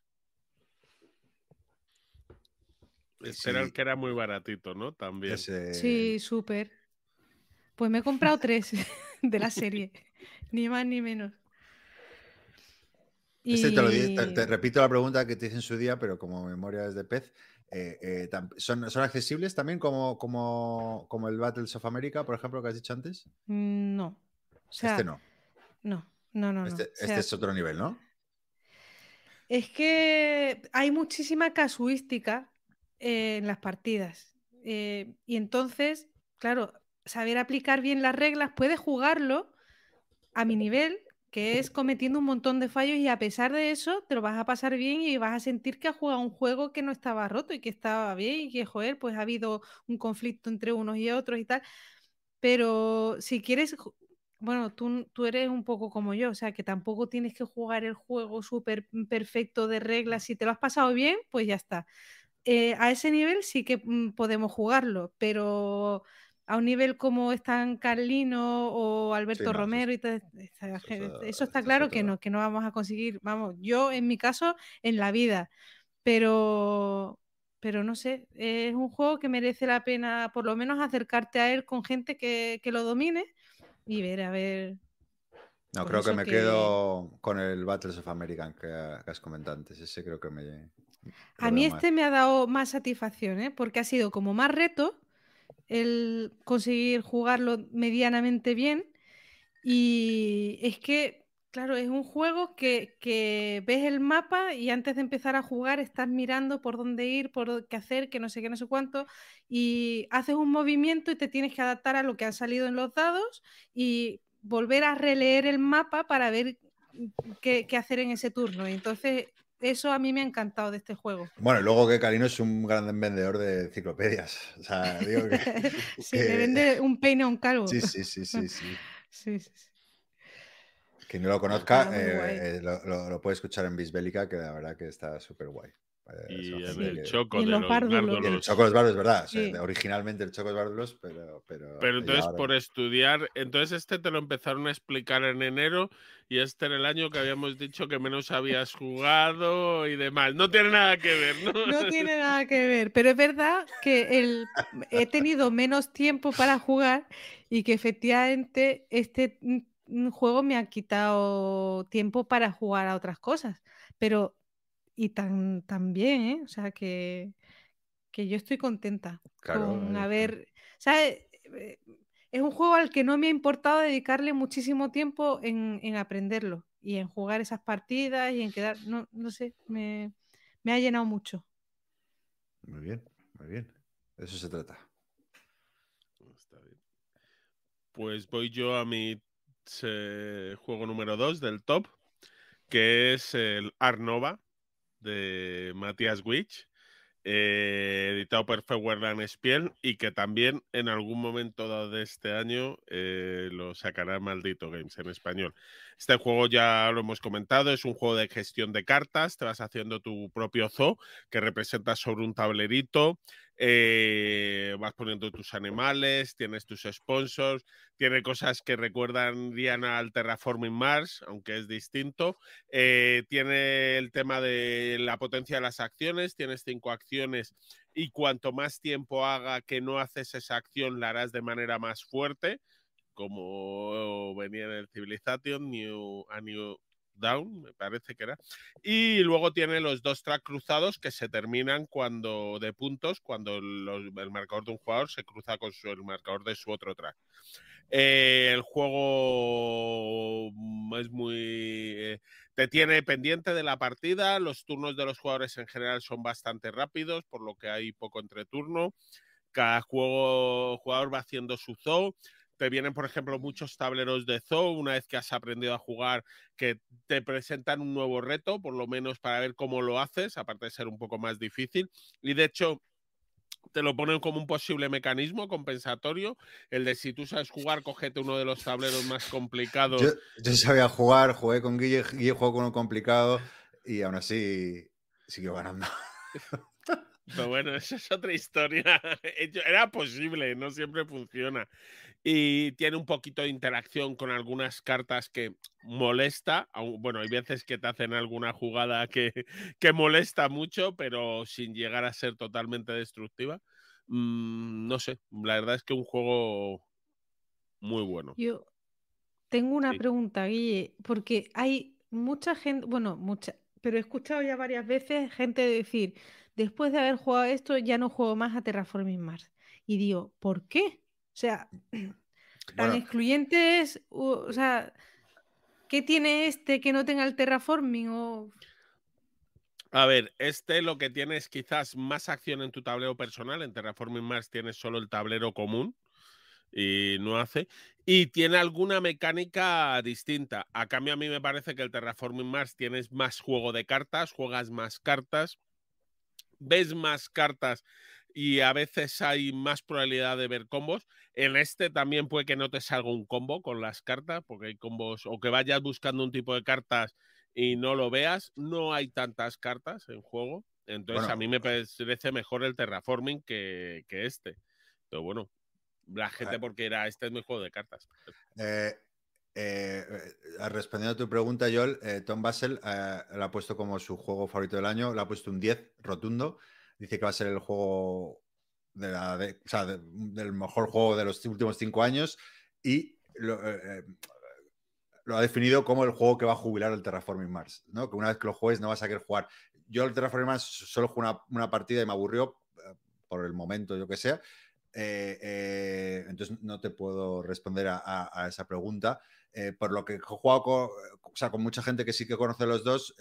Este era el que era muy baratito, ¿no? También. Sí, súper. Pues me he comprado 3 de la serie, ni más ni menos. Te repito la pregunta que te hice en su día, pero como memoria es de pez. ¿Son accesibles también como el Battles of America, por ejemplo, que has dicho antes? No. O sea, Este no. No. O sea, Este es otro nivel, ¿no? Es que hay muchísima casuística en las partidas. Y entonces, claro, saber aplicar bien las reglas, puedes jugarlo a mi nivel, que es cometiendo un montón de fallos y a pesar de eso te lo vas a pasar bien y vas a sentir que has jugado un juego que no estaba roto y que estaba bien y que, joder, pues ha habido un conflicto entre unos y otros y tal. Pero si quieres, bueno, tú eres un poco como yo, o sea, que tampoco tienes que jugar el juego súper perfecto de reglas. Si te lo has pasado bien, pues ya está. A ese nivel sí que podemos jugarlo, pero a un nivel como están Carlino o Alberto Sí, no, Romero y todo, eso está claro que no vamos a conseguir, vamos, yo en mi caso, en la vida, pero no sé, es un juego que merece la pena por lo menos acercarte a él con gente que lo domine y ver, a ver. No, Pues creo que eso me quedo con el Battles of American que has comentado antes. Ese creo que A lo mí veo más. este me ha dado más satisfacción, ¿eh? Porque ha sido como más reto el conseguir jugarlo medianamente bien. Y es que, claro, es un juego que ves el mapa y antes de empezar a jugar estás mirando por dónde ir, por qué hacer, que no sé qué, no sé cuánto, y haces un movimiento y te tienes que adaptar a lo que han salido en los dados y volver a releer el mapa para ver qué hacer en ese turno. Y entonces, eso a mí me ha encantado de este juego. Bueno, y luego que Carino es un gran vendedor de enciclopedias. O sea, digo que. Sí, le vende un peine a un calvo. Sí. Sí. Quien no lo conozca, Está muy guay. lo puede escuchar en Bisbélica, que la verdad que está súper guay. Y Son en gente el que. Choco Y en de los los bárdulos. Y el Bárdulos. Choco de los Bárdulos, ¿verdad? O sea, Sí. originalmente el Choco de los Bárdulos, Pero entonces ahora. por estudiar, entonces este te lo empezaron a explicar en enero y este era el año que habíamos dicho que menos habías jugado y demás. No tiene nada que ver, ¿no? No tiene nada que ver, pero es verdad que he tenido menos tiempo para jugar y que efectivamente este juego me ha quitado tiempo para jugar a otras cosas. Pero, y tan bien, ¿eh? O sea que yo estoy contenta Claro, con ahí está. ¿sabes? Es un juego al que no me ha importado dedicarle muchísimo tiempo en aprenderlo y en jugar esas partidas y en quedar, no sé, me ha llenado mucho. Muy bien, muy bien. De eso se trata. Está bien. Pues voy yo a mi juego número 2 del top, que es el Art Nova de Matthias Witch, editado por Feuerland Spiel y que también en algún momento dado de este año lo sacará Maldito Games en español. Este juego ya lo hemos comentado, es un juego de gestión de cartas, te vas haciendo tu propio zoo que representas sobre un tablerito, vas poniendo tus animales, tienes tus sponsors, tiene cosas que recuerdan al Terraforming Mars, aunque es distinto. Tiene el tema de la potencia de las acciones, tienes 5 acciones y cuanto más tiempo haga que no haces esa acción, la harás de manera más fuerte. como venía en el Civilization, A New Dawn, me parece que era. Y luego tiene los 2 tracks cruzados que se terminan de puntos cuando el marcador de un jugador se cruza con el marcador de su otro track. El juego es muy... te tiene pendiente de la partida, los turnos de los jugadores en general son bastante rápidos, por lo que hay poco entreturno. Cada jugador va haciendo su zoo. Te vienen, por ejemplo, muchos tableros de zoo una vez que has aprendido a jugar, que te presentan un nuevo reto, por lo menos para ver cómo lo haces, aparte de ser un poco más difícil. Y de hecho, te lo ponen como un posible mecanismo compensatorio, el de si tú sabes jugar, cógete uno de los tableros más complicados. Yo sabía jugar, jugué con Guille jugó con uno complicado y aún así siguió ganando. Pero bueno, esa es otra historia. Era posible, no siempre funciona. Y tiene un poquito de interacción con algunas cartas que molesta. Bueno, hay veces que te hacen alguna jugada que molesta mucho, pero sin llegar a ser totalmente destructiva. No sé, la verdad es que un juego muy bueno. Yo tengo una Sí. pregunta, Guille, porque hay mucha gente, bueno, mucha, pero he escuchado ya varias veces gente decir, después de haber jugado esto, ya no juego más a Terraforming Mars. Y digo, ¿por qué? O sea, tan Bueno, excluyentes, o sea, ¿qué tiene este que no tenga el terraforming? A ver, lo que tiene es quizás más acción en tu tablero personal. En Terraforming Mars tienes solo el tablero común y no hace. Y tiene alguna mecánica distinta. A cambio, a mí me parece que el Terraforming Mars tienes más juego de cartas, juegas más cartas, ves más cartas y a veces hay más probabilidad de ver combos. En este también puede que no te salga un combo con las cartas, porque hay combos, o que vayas buscando un tipo de cartas y no lo veas. No hay tantas cartas en juego. Entonces bueno, a mí me parece mejor el Terraforming que este. Pero bueno, la gente porque este es mi juego de cartas. Respondiendo a tu pregunta, Joel, Tom Basel lo ha puesto como su juego favorito del año, le ha puesto un 10 rotundo. Dice que va a ser el juego del mejor juego de los últimos 5 años y lo ha definido como el juego que va a jubilar el Terraforming Mars, ¿no? Que una vez que lo juegues no vas a querer jugar. Yo el Terraforming Mars solo jugué una partida y me aburrió por el momento, yo que sea. Entonces no te puedo responder a esa pregunta. Por lo que he jugado con mucha gente que sí que conoce los dos,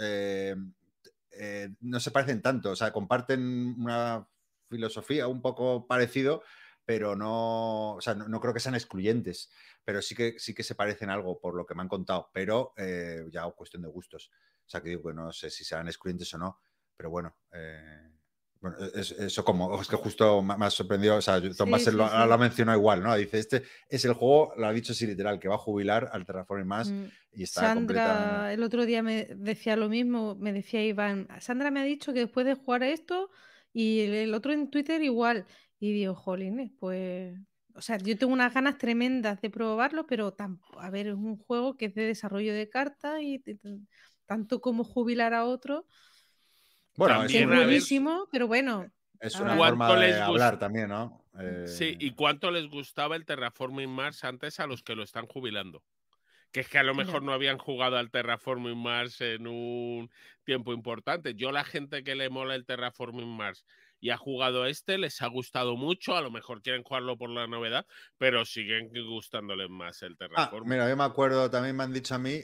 no se parecen tanto. O sea, comparten una filosofía un poco parecido, pero no creo que sean excluyentes. Pero sí que se parecen algo por lo que me han contado. Pero ya cuestión de gustos. O sea, que digo que no sé si serán excluyentes o no. Pero bueno, bueno, eso como, es que justo me ha sorprendido, o sea, Tom Basel lo ha mencionado igual, ¿no? Dice, este es el juego, lo ha dicho así literal, que va a jubilar al Terraforming Mars y está Sandra, el otro día me decía lo mismo, me decía Iván, Sandra me ha dicho que después de jugar a esto, y el otro en Twitter igual, y digo, jolines, pues, o sea, yo tengo unas ganas tremendas de probarlo, pero a ver, es un juego que es de desarrollo de cartas y tanto como jubilar a otro. Bueno, también, es buenísimo, pero bueno. Es una forma de hablar también, ¿no? Sí, ¿y cuánto les gustaba el Terraforming Mars antes a los que lo están jubilando? Que es que a lo mejor no habían jugado al Terraforming Mars en un tiempo importante. Yo, la gente que le mola el Terraforming Mars y ha jugado les ha gustado mucho. A lo mejor quieren jugarlo por la novedad, pero siguen gustándoles más el Terraforming. Mira, yo me acuerdo, también me han dicho a mí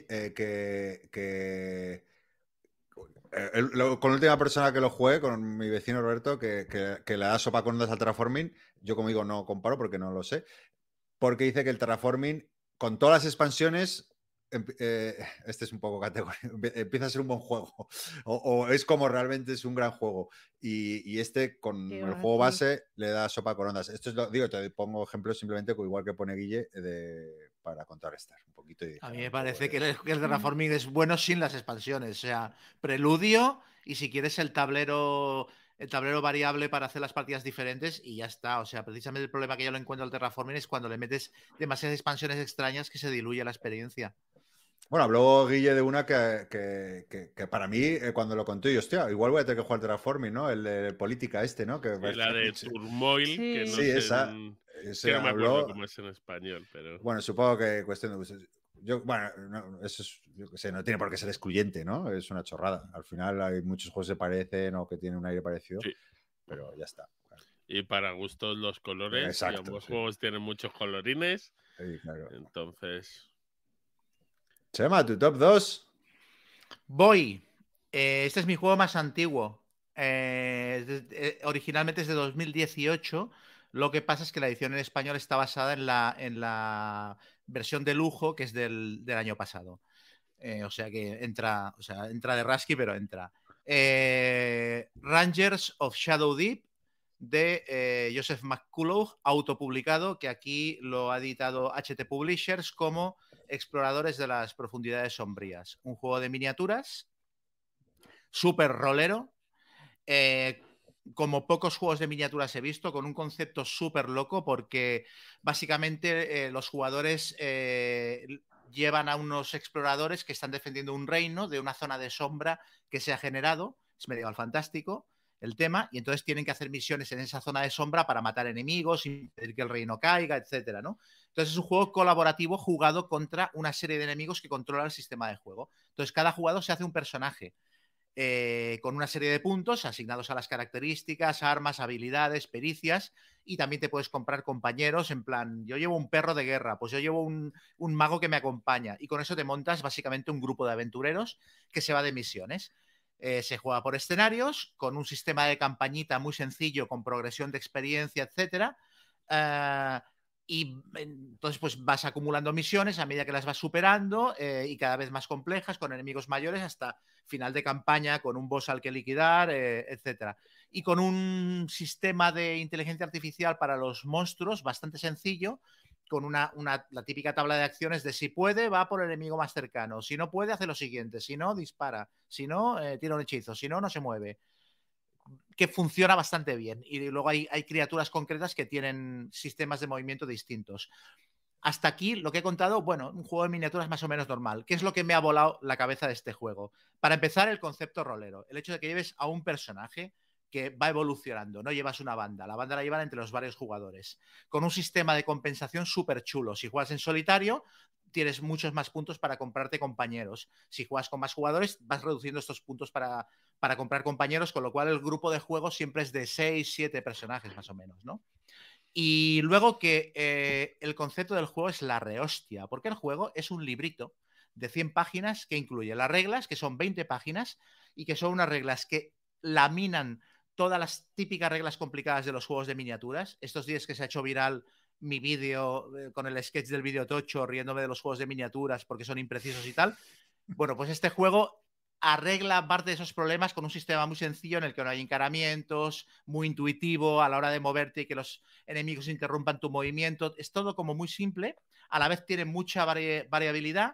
con la última persona que lo jugué, con mi vecino Roberto, que le da sopa con ondas al Terraforming. Yo, como digo, no comparo porque no lo sé. Porque dice que el Terraforming, con todas las expansiones, este es un poco categórico, empieza a ser un buen juego. O es como realmente es un gran juego. Y este, con el juego base, le da sopa con ondas. Esto es digo, te pongo ejemplos simplemente, igual que pone Guille, para contrarrestar un poquito. A mí me parece que el Terraforming es bueno sin las expansiones. O sea, preludio y si quieres el tablero variable para hacer las partidas diferentes y ya está. O sea, precisamente el problema que yo lo encuentro al Terraforming es cuando le metes demasiadas expansiones extrañas que se diluye la experiencia. Bueno, habló Guille de una que para mí, cuando lo conté, yo, hostia, igual voy a tener que jugar Terraforming, ¿no? El de política ¿no? Que la de Turmoil. Sí, que no sí, esa. Se Que no me acuerdo habló, cómo es en español, pero... bueno, supongo que cuestión de... bueno, no, eso es, yo qué sé, no tiene por qué ser excluyente, ¿no? Es una chorrada. Al final hay muchos juegos que se parecen o que tienen un aire parecido, Sí. pero ya está. Y para gustos los colores, Exacto, y ambos sí. juegos tienen muchos colorines, Sí, claro. entonces... Chema, tu top 2. Voy. Este es mi juego más antiguo. Originalmente es de 2018. Lo que pasa es que la edición en español está basada en la versión de lujo que es del año pasado. O sea que entra de Rasky, pero entra. Rangers of Shadow Deep de Joseph McCullough, autopublicado, que aquí lo ha editado HT Publishers como Exploradores de las Profundidades Sombrías. Un juego de miniaturas, súper rolero, como pocos juegos de miniaturas he visto, con un concepto súper loco, porque básicamente los jugadores llevan a unos exploradores que están defendiendo un reino de una zona de sombra que se ha generado. Es medieval fantástico el tema, y entonces tienen que hacer misiones en esa zona de sombra para matar enemigos, impedir que el reino caiga, etcétera, ¿no? Entonces es un juego colaborativo jugado contra una serie de enemigos que controla el sistema de juego. Entonces cada jugador se hace un personaje con una serie de puntos asignados a las características, armas, habilidades, pericias, y también te puedes comprar compañeros en plan, yo llevo un perro de guerra, pues yo llevo un mago que me acompaña, y con eso te montas básicamente un grupo de aventureros que se va de misiones. Se juega por escenarios, con un sistema de campañita muy sencillo, con progresión de experiencia, etcétera. Y entonces pues vas acumulando misiones a medida que las vas superando y cada vez más complejas, con enemigos mayores, hasta final de campaña, con un boss al que liquidar, etcétera. Y con un sistema de inteligencia artificial para los monstruos bastante sencillo, con la típica tabla de acciones de si puede, va por el enemigo más cercano, si no puede, hace lo siguiente, si no, dispara, si no, tira un hechizo, si no, no se mueve, que funciona bastante bien. Y luego hay criaturas concretas que tienen sistemas de movimiento distintos. Hasta aquí lo que he contado, bueno, un juego de miniaturas más o menos normal. ¿Qué es lo que me ha volado la cabeza de este juego? Para empezar, el concepto rolero. El hecho de que lleves a un personaje que va evolucionando, no llevas una banda. La banda la llevan entre los varios jugadores. Con un sistema de compensación súper chulo. Si juegas en solitario, tienes muchos más puntos para comprarte compañeros. Si juegas con más jugadores, vas reduciendo estos puntos para comprar compañeros, con lo cual el grupo de juego siempre es de 6, 7 personajes más o menos, ¿no? Y luego que el concepto del juego es la rehostia, porque el juego es un librito de 100 páginas que incluye las reglas, que son 20 páginas, y que son unas reglas que laminan todas las típicas reglas complicadas de los juegos de miniaturas. Estos días que se ha hecho viral mi vídeo con el sketch del vídeo tocho, riéndome de los juegos de miniaturas porque son imprecisos y tal. Bueno, pues este juego arregla parte de esos problemas con un sistema muy sencillo en el que no hay encaramientos, muy intuitivo a la hora de moverte y que los enemigos interrumpan tu movimiento. Es todo como muy simple, a la vez tiene mucha variabilidad.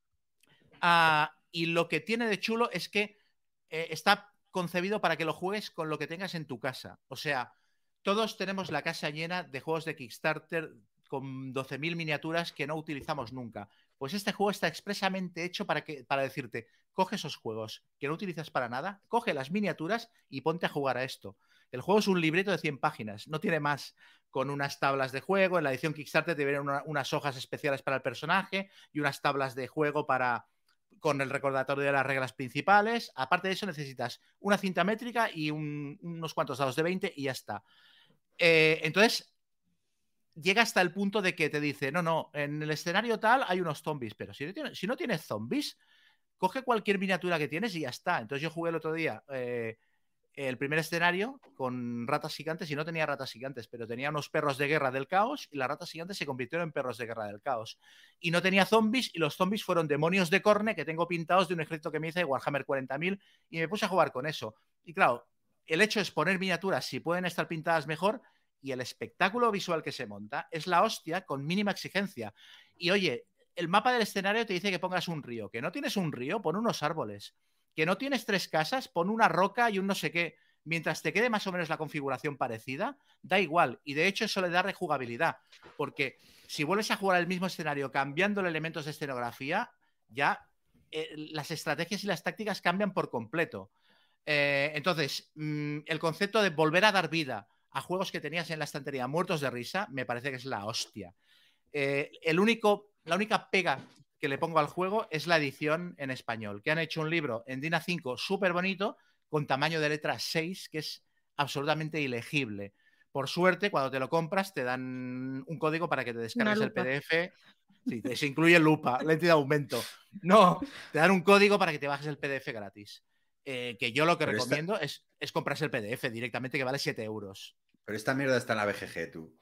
Y lo que tiene de chulo es que está concebido para que lo juegues con lo que tengas en tu casa. O sea, todos tenemos la casa llena de juegos de Kickstarter con 12.000 miniaturas que no utilizamos nunca. Pues este juego está expresamente hecho para decirte, coge esos juegos que no utilizas para nada, coge las miniaturas y ponte a jugar a esto. El juego es un libreto de 100 páginas, no tiene más, con unas tablas de juego. En la edición Kickstarter te vienen unas hojas especiales para el personaje y unas tablas de juego con el recordatorio de las reglas principales. Aparte de eso necesitas una cinta métrica y unos cuantos dados de 20 y ya está. Entonces llega hasta el punto de que te dice, no, en el escenario tal hay unos zombies, pero si no tienes zombies, coge cualquier miniatura que tienes y ya está. Entonces yo jugué el otro día el primer escenario con ratas gigantes y no tenía ratas gigantes, pero tenía unos perros de guerra del caos y las ratas gigantes se convirtieron en perros de guerra del caos. Y no tenía zombies y los zombies fueron demonios de Khorne que tengo pintados de un ejército que me hice de Warhammer 40.000 y me puse a jugar con eso. Y claro, el hecho es poner miniaturas si pueden estar pintadas mejor, y el espectáculo visual que se monta es la hostia con mínima exigencia. Y oye, el mapa del escenario te dice que pongas un río. Que no tienes un río, pon unos árboles. Que no tienes 3 casas, pon una roca y un no sé qué. Mientras te quede más o menos la configuración parecida, da igual. Y de hecho eso le da rejugabilidad. Porque si vuelves a jugar el mismo escenario cambiando elementos de escenografía, ya las estrategias y las tácticas cambian por completo. Entonces, el concepto de volver a dar vida a juegos que tenías en la estantería muertos de risa, me parece que es la hostia. La única pega que le pongo al juego es la edición en español, que han hecho un libro en DIN A5 súper bonito, con tamaño de letra 6, que es absolutamente ilegible. Por suerte, cuando te lo compras, te dan un código para que te descargues el PDF. Sí, se incluye lupa, lente de aumento. No, te dan un código para que te bajes el PDF gratis. Que yo lo que recomiendo es comprarse el PDF directamente, que vale 7 euros. Pero esta mierda está en la BGG, tú.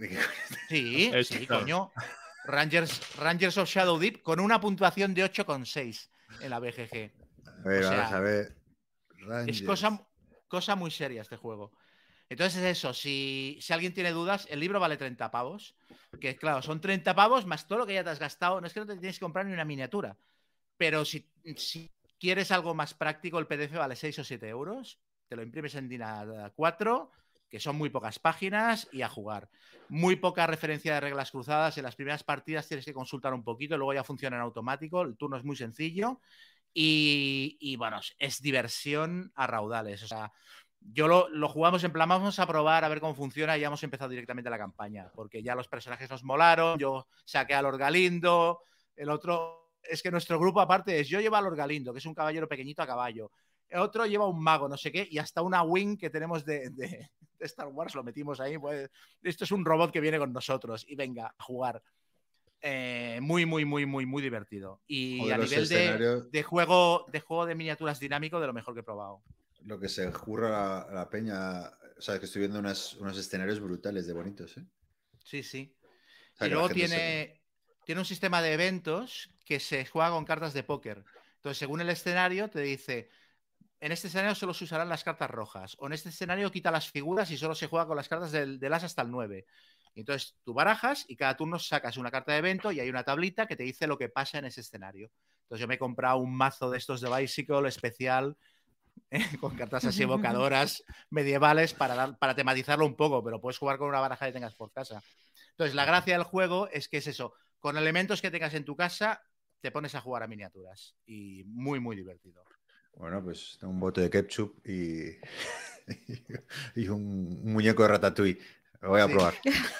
Sí, sí, coño. Rangers of Shadow Deep con una puntuación de 8,6 en la BGG. Vamos a ver. Rangers. Es cosa muy seria este juego. Entonces es eso, si alguien tiene dudas, el libro vale 30 pavos, que claro, son 30 pavos más todo lo que ya te has gastado. No es que no te tienes que comprar ni una miniatura, pero si quieres algo más práctico, el PDF vale 6 o 7 euros, te lo imprimes en DIN A4, que son muy pocas páginas, y a jugar. Muy poca referencia de reglas cruzadas. En las primeras partidas tienes que consultar un poquito, luego ya funciona en automático, el turno es muy sencillo y bueno, es diversión a raudales. O sea, yo lo jugamos en plan, vamos a probar a ver cómo funciona, y ya hemos empezado directamente la campaña, porque ya los personajes nos molaron. Yo saqué a Lord Galindo, el otro, es que nuestro grupo aparte es, yo llevo a Lord Galindo, que es un caballero pequeñito a caballo, el otro lleva un mago, no sé qué, y hasta una wing que tenemos de Star Wars lo metimos ahí. Pues, esto es un robot que viene con nosotros, y venga, a jugar. Muy, muy, muy, muy, muy divertido. Y a nivel de juego de miniaturas dinámico, de lo mejor que he probado. Lo que se jurra la peña, o sea, que estoy viendo unos escenarios brutales de bonitos, ¿eh? Sí, sí. O sea, y luego tiene un sistema de eventos que se juega con cartas de póker. Entonces, según el escenario, te dice, en este escenario solo se usarán las cartas rojas, o en este escenario quita las figuras y solo se juega con las cartas del as hasta el 9. Entonces, tú barajas y cada turno sacas una carta de evento y hay una tablita que te dice lo que pasa en ese escenario. Entonces, yo me he comprado un mazo de estos de Bicycle especial, con cartas así evocadoras medievales para tematizarlo un poco, pero puedes jugar con una baraja que tengas por casa. Entonces, la gracia del juego es que es eso, con elementos que tengas en tu casa, te pones a jugar a miniaturas, y muy, muy divertido. Bueno, pues un bote de ketchup y un muñeco de Ratatouille. Lo voy a probar.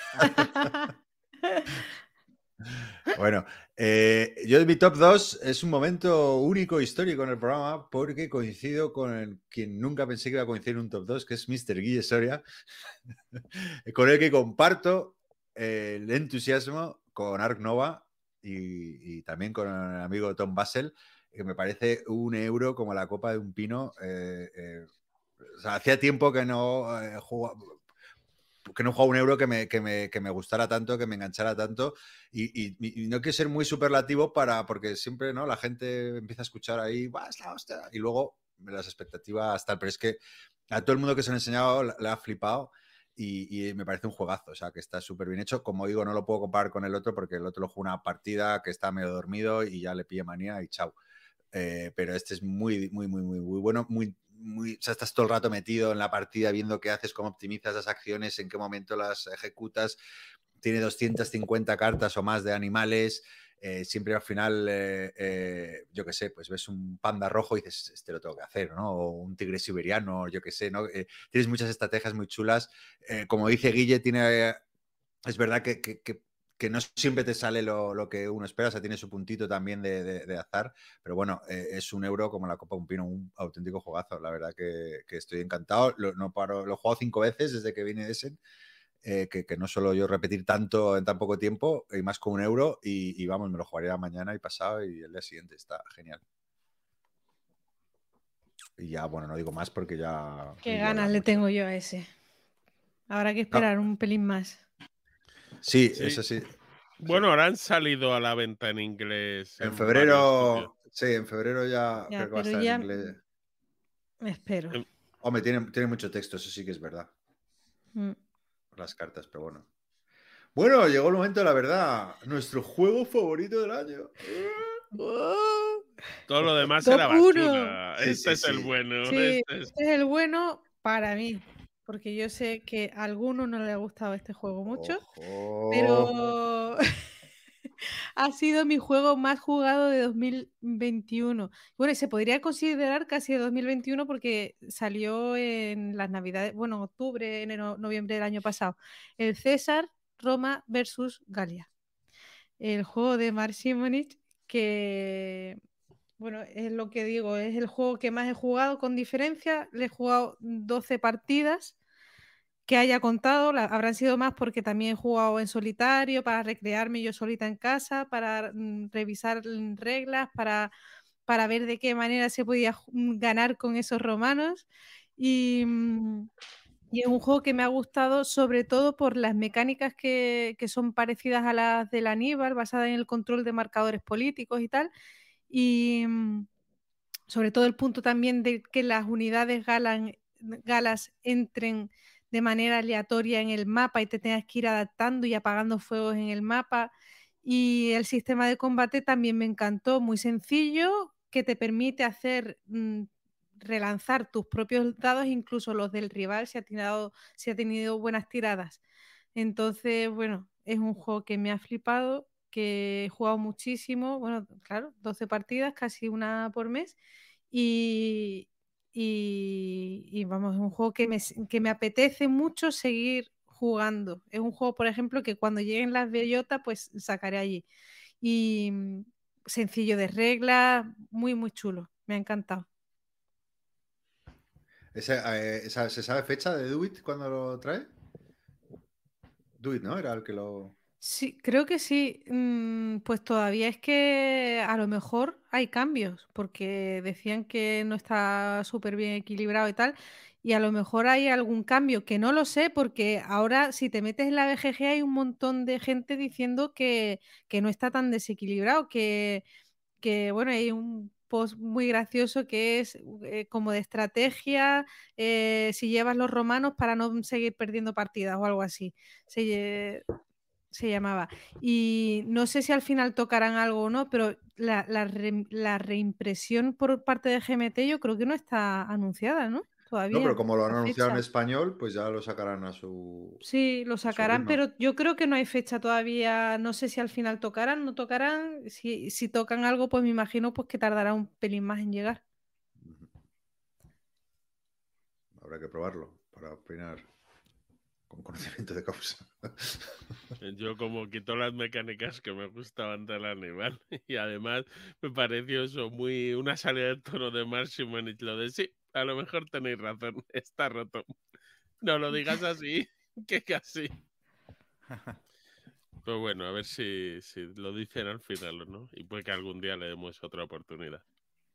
Bueno, yo en mi top 2 es un momento único, histórico en el programa, porque coincido con quien nunca pensé que iba a coincidir en un top 2, que es Mr. Guille Soria, con el que comparto el entusiasmo con Ark Nova y también con el amigo Tom Basel, que me parece un euro como la copa de un pino. O sea, hacía tiempo que no jugaba un euro que me gustara tanto, que me enganchara tanto, y no quiero ser muy superlativo porque siempre, ¿no?, la gente empieza a escuchar ahí, ¡va, es la hostia! Y luego las expectativas tal, pero es que a todo el mundo que se lo he enseñado le ha flipado, y me parece un juegazo, o sea, que está súper bien hecho. Como digo, no lo puedo comparar con el otro porque el otro lo jugó una partida que está medio dormido y ya le pillé manía y chao. Pero este es muy, muy, muy, muy, muy bueno, muy, o sea, estás todo el rato metido en la partida viendo qué haces, cómo optimizas las acciones, en qué momento las ejecutas. Tiene 250 cartas o más de animales. Siempre al final, yo qué sé, pues ves un panda rojo y dices, este lo tengo que hacer, ¿no? O un tigre siberiano, yo qué sé, ¿no? Tienes muchas estrategias muy chulas. Como dice Guille, es verdad que no siempre te sale lo que uno espera, o sea, tiene su puntito también de azar, pero bueno, es un euro como la copa de un pino, un auténtico juegazo. La verdad que estoy encantado. Lo he jugado 5 veces desde que vine de Essen, que no suelo yo repetir tanto en tan poco tiempo, y más con un euro, y vamos, me lo jugaría mañana y pasado y el día siguiente. Está genial. Y ya, bueno, no digo más porque ya... Qué ganas le tengo yo a ese. Habrá que esperar un pelín más. Sí, eso sí. Bueno, ahora han salido a la venta en inglés. En febrero, sí, en febrero ya creo que va a estar en inglés. Me espero. Hombre, tiene mucho texto, eso sí que es verdad. Las cartas, pero bueno. Bueno, llegó el momento de la verdad. Nuestro juego favorito del año. Todo lo demás era basura. Este es el bueno. Sí, este es el bueno para mí. Porque yo sé que a alguno no le ha gustado este juego mucho. Pero Ha sido mi juego más jugado de 2021. Bueno, y se podría considerar casi de 2021 porque salió en las Navidades, bueno, octubre, enero, noviembre del año pasado. El César Roma versus Galia. El juego de Mark Simonich, que, bueno, es lo que digo, es el juego que más he jugado con diferencia. Le he jugado 12 partidas. Que haya contado, habrán sido más porque también he jugado en solitario para recrearme yo solita en casa, para revisar reglas, para ver de qué manera se podía ganar con esos romanos. Y es un juego que me ha gustado sobre todo por las mecánicas que son parecidas a las del Aníbal, basadas en el control de marcadores políticos y tal. Y sobre todo el punto también de que las unidades galas entren de manera aleatoria en el mapa y te tengas que ir adaptando y apagando fuegos en el mapa. Y el sistema de combate también me encantó, muy sencillo, que te permite hacer relanzar tus propios dados, incluso los del rival, si ha tenido buenas tiradas. Entonces, bueno, es un juego que me ha flipado, que he jugado muchísimo, bueno, claro, 12 partidas, casi una por mes. Y vamos, es un juego que me apetece mucho seguir jugando. Es un juego, por ejemplo, que cuando lleguen las bellotas, pues sacaré allí. Y sencillo de reglas, muy, muy chulo. Me ha encantado. ¿Se sabe fecha de Do It cuando lo trae? Do It, ¿no? Era el que lo... Sí, creo que sí. Pues todavía es que a lo mejor hay cambios, porque decían que no está súper bien equilibrado y tal, y a lo mejor hay algún cambio, que no lo sé, porque ahora si te metes en la BGG hay un montón de gente diciendo que no está tan desequilibrado, bueno, hay un post muy gracioso que es como de estrategia, si llevas los romanos para no seguir perdiendo partidas o algo así. Se llamaba. Y no sé si al final tocarán algo o no, pero la reimpresión por parte de GMT yo creo que no está anunciada, ¿no? Todavía. No, pero como lo han la anunciado en fecha. español, pues ya lo sacarán a su... Sí, lo a su sacarán, ritmo. pero yo creo que no hay fecha todavía. No sé si al final tocarán, no tocarán. Si tocan algo, pues me imagino pues que tardará un pelín más en llegar. Habrá que probarlo para opinar con conocimiento de causa. Yo como quito las mecánicas que me gustaban del Aníbal y además me pareció eso muy una salida de tono de Mark Simonich, lo de sí, a lo mejor tenéis razón, está roto. No lo digas así, que casi. Pero bueno, a ver si lo dicen al final o no. Y puede que algún día le demos otra oportunidad.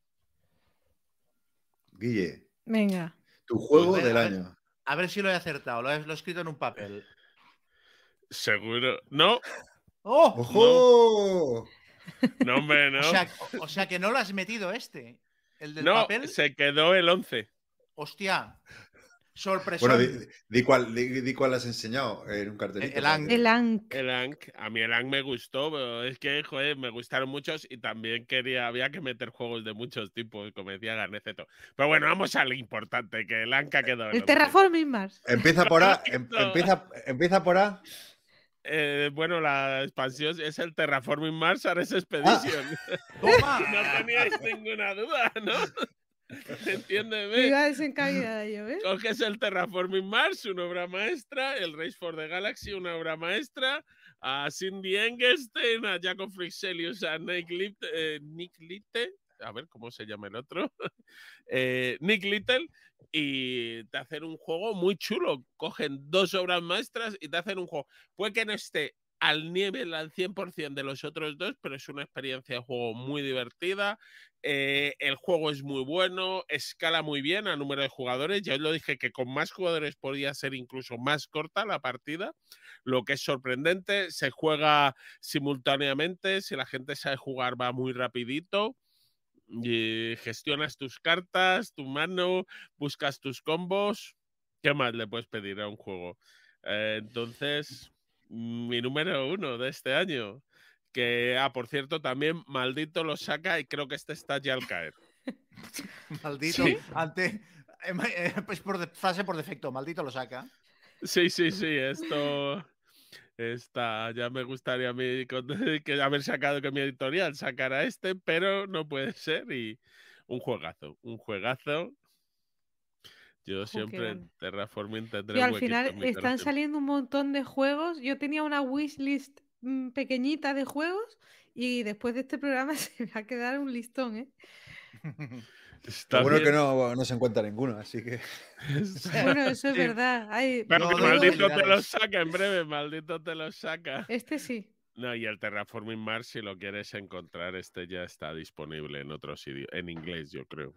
Guille, Venga. tu juego Pues, del año. A ver si lo he acertado, lo he escrito en un papel. Seguro. ¡No! ¡Oh! ¡Ojo! No, hombre, no. O sea que no lo has metido este. El del No, papel. se quedó el 11. Hostia. Sorpresón. Bueno, di cuál has enseñado en un cartelito. El Ankh. El Ankh. El Ankh, a mí el Ankh me gustó, pero es que, joder, me gustaron muchos y también había que meter juegos de muchos tipos, como decía Garneceto. Pero bueno, vamos a lo importante, que el Ankh ha quedado El Terraforming Mars. Empieza por A. Empieza por A. Bueno, la expansión es el Terraforming Mars Ares Expedition. ¡Toma! No teníais ninguna duda, ¿no? Entiéndeme. Me iba desencaminada yo, ¿eh? Coges el Terraforming Mars, una obra maestra, el Race for the Galaxy, una obra maestra, a Cindy Engelstein, a Jacob Frixelius, a Nick Little, a ver cómo se llama el otro, Nick Little, y te hacen un juego muy chulo. Cogen dos obras maestras y te hacen un juego. Puede que no esté al nivel al 100% de los otros dos, pero es una experiencia de juego muy divertida. El juego es muy bueno, escala muy bien a número de jugadores. Ya os lo dije que con más jugadores podría ser incluso más corta la partida, lo que es sorprendente. Se juega simultáneamente, si la gente sabe jugar va muy rapidito. Y gestionas tus cartas, tu mano, buscas tus combos. ¿Qué más le puedes pedir a un juego? Entonces, mi número 1 de este año. Que, por cierto, también Maldito lo saca y creo que este está ya al caer. Maldito. ¿Sí? Pues frase por defecto, Maldito lo saca. Sí, esto... Ya me gustaría a mí que haber sacado que mi editorial sacara pero no puede ser. Y un juegazo, un juegazo. Yo Jo, qué siempre en grande. Terraforming tendré Sí, un al huequito final en mi están corazón. saliendo un montón de juegos. Yo tenía una wishlist pequeñita de juegos y después de este programa se me va a quedar un listón, ¿eh? Lo Está bueno es que bien. no se encuentra ninguno, así que. Bueno, eso es Sí, verdad. Hay Pero no que doy todo. maldito te los posibilidades. saca en breve, maldito te los saca. Este sí. No, y el Terraforming Mars, si lo quieres encontrar, ya está disponible en otros idiomas, en inglés, yo creo.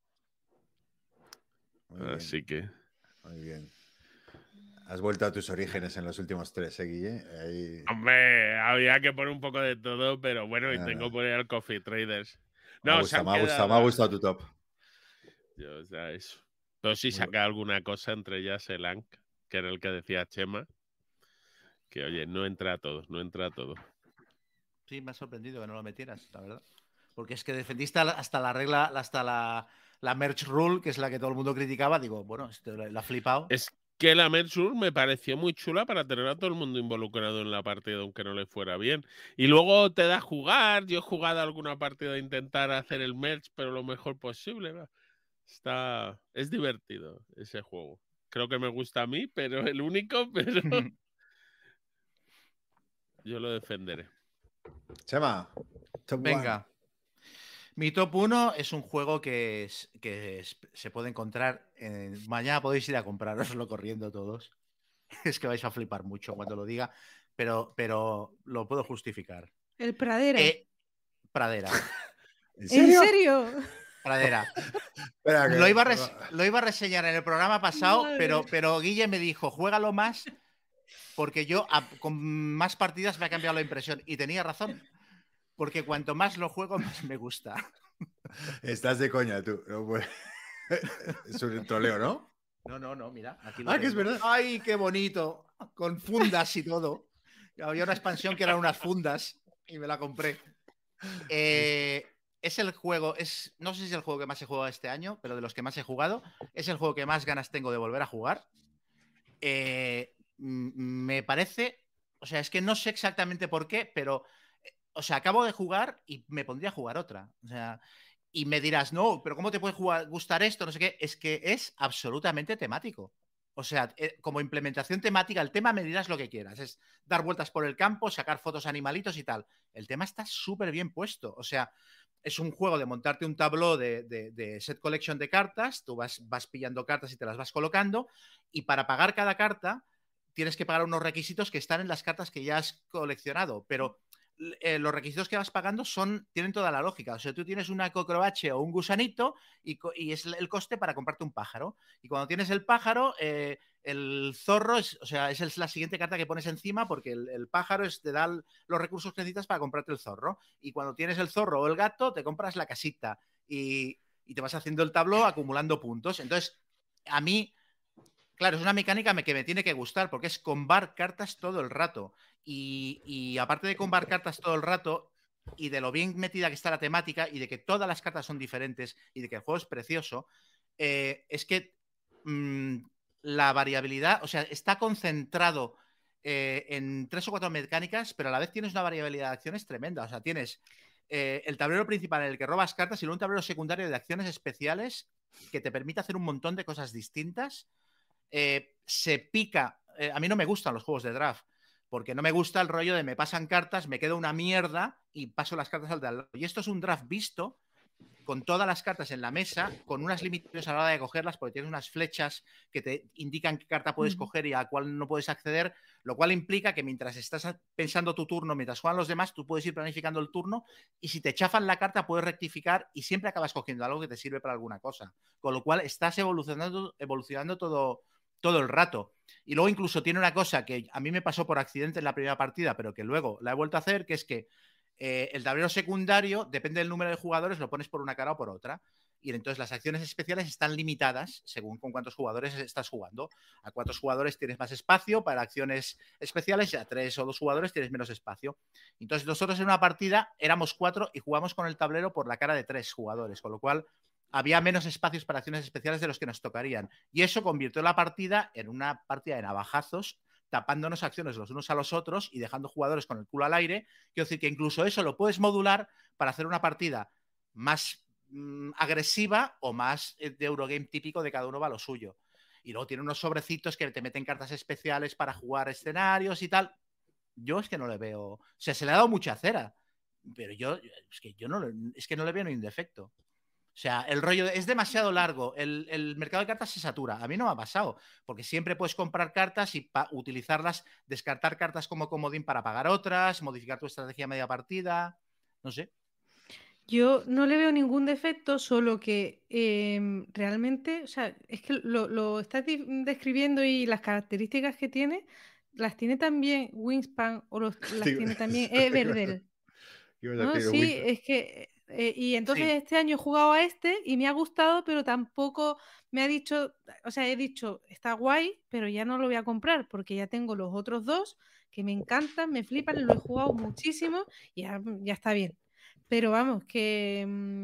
Muy bien, Así que. muy bien. Has vuelto a tus orígenes en los últimos 3, Guille? Ahí... Hombre, había que poner un poco de todo, pero bueno, y Ah, tengo por ahí al Coffee Traders. me ha No, se gustado, han me ha gustado, quedado. me ha gustado tu top. O sea, eso. Pero sí Muy saca alguna cosa, entre ellas el Ankh, que era el que decía Chema. Que oye, no entra a todos, no entra a todo. Sí, me ha sorprendido que no lo metieras, la verdad. Porque es que defendiste hasta la regla, hasta la merge rule, que es la que todo el mundo criticaba. Digo, bueno, esto lo ha flipado. Es que la Merchur me pareció muy chula para tener a todo el mundo involucrado en la partida, aunque no le fuera bien. Y luego te da a jugar. Yo he jugado alguna partida de intentar hacer el merge, pero lo mejor posible. ¿Va? Es divertido ese juego. Creo que me gusta a mí, pero el único, pero yo lo defenderé. Chema, top Venga. one. Mi top 1 es un juego que se puede encontrar. Mañana podéis ir a comprároslo corriendo todos. Es que vais a flipar mucho cuando lo diga, pero lo puedo justificar. El Pradera. Pradera. ¿En ¿En serio? serio? Pradera. Espera, que... Lo iba a reseñar en el programa pasado, Madre. pero Guille me dijo, juégalo más, porque yo con más partidas me ha cambiado la impresión. Y tenía razón, porque cuanto más lo juego, más me gusta. Estás de coña, tú. No, pues... es un troleo, ¿no? No, mira. Aquí lo Que es tengo. verdad. ¡Ay, qué bonito! Con fundas y todo. Había una expansión que eran unas fundas y me la compré. Es el juego, no sé si es el juego que más he jugado este año, pero de los que más he jugado, es el juego que más ganas tengo de volver a jugar. Me parece, o sea, es que no sé exactamente por qué, pero, o sea, acabo de jugar y me pondría a jugar otra. O sea, y me dirás, no, pero ¿cómo te puede gustar esto? No sé qué, es que es absolutamente temático. O sea, como implementación temática, el tema me dirás lo que quieras. Es dar vueltas por el campo, sacar fotos a animalitos y tal. El tema está súper bien puesto. O sea, es un juego de montarte un tabló de set collection de cartas. Tú vas pillando cartas y te las vas colocando. Y para pagar cada carta, tienes que pagar unos requisitos que están en las cartas que ya has coleccionado. Pero los requisitos que vas pagando tienen toda la lógica. O sea, tú tienes una cocrobache o un gusanito y es el coste para comprarte un pájaro. Y cuando tienes el pájaro, el zorro es la siguiente carta que pones encima porque el pájaro te da los recursos que necesitas para comprarte el zorro. Y cuando tienes el zorro o el gato, te compras la casita y te vas haciendo el tabló acumulando puntos. Entonces, a mí... Claro, es una mecánica que me tiene que gustar porque es combar cartas todo el rato. Y aparte de combar cartas todo el rato y de lo bien metida que está la temática y de que todas las cartas son diferentes y de que el juego es precioso, es que la variabilidad, o sea, está concentrado en 3 o 4 mecánicas, pero a la vez tienes una variabilidad de acciones tremenda. O sea, tienes el tablero principal en el que robas cartas y luego un tablero secundario de acciones especiales que te permite hacer un montón de cosas distintas. Se pica. A mí no me gustan los juegos de draft, porque no me gusta el rollo de me pasan cartas, me quedo una mierda y paso las cartas al de al lado. Y esto es un draft visto, con todas las cartas en la mesa, con unas limitaciones a la hora de cogerlas, porque tienes unas flechas que te indican qué carta puedes coger y a cuál no puedes acceder, lo cual implica que mientras estás pensando tu turno, mientras juegan los demás, tú puedes ir planificando el turno y si te chafan la carta puedes rectificar y siempre acabas cogiendo algo que te sirve para alguna cosa. Con lo cual estás evolucionando todo el rato. Y luego incluso tiene una cosa que a mí me pasó por accidente en la primera partida, pero que luego la he vuelto a hacer, que es que el tablero secundario, depende del número de jugadores, lo pones por una cara o por otra. Y entonces las acciones especiales están limitadas según con cuántos jugadores estás jugando. A 4 jugadores tienes más espacio para acciones especiales y a 3 o 2 jugadores tienes menos espacio. Entonces nosotros en una partida éramos 4 y jugamos con el tablero por la cara de 3 jugadores, con lo cual había menos espacios para acciones especiales de los que nos tocarían. Y eso convirtió la partida en una partida de navajazos tapándonos acciones los unos a los otros y dejando jugadores con el culo al aire. Quiero decir que incluso eso lo puedes modular para hacer una partida más agresiva o más de Eurogame típico de cada uno va a lo suyo. Y luego tiene unos sobrecitos que te meten cartas especiales para jugar escenarios y tal. Yo es que no le veo... O sea, se le ha dado mucha cera, pero es que no le veo ni un defecto. O sea, el rollo es demasiado largo. El mercado de cartas se satura. A mí no me ha pasado, porque siempre puedes comprar cartas y utilizarlas, descartar cartas como comodín para pagar otras, modificar tu estrategia a media partida. No sé. Yo no le veo ningún defecto, solo que realmente, o sea, es que lo estás describiendo y las características que tiene, las tiene también Wingspan o las tiene también Everdell. ¿No? Sí, es que... y entonces Sí. este año he jugado a este y me ha gustado, pero tampoco me ha dicho, o sea, he dicho, está guay, pero ya no lo voy a comprar porque ya tengo los otros dos que me encantan, me flipan, lo he jugado muchísimo y ya está bien. Pero vamos, que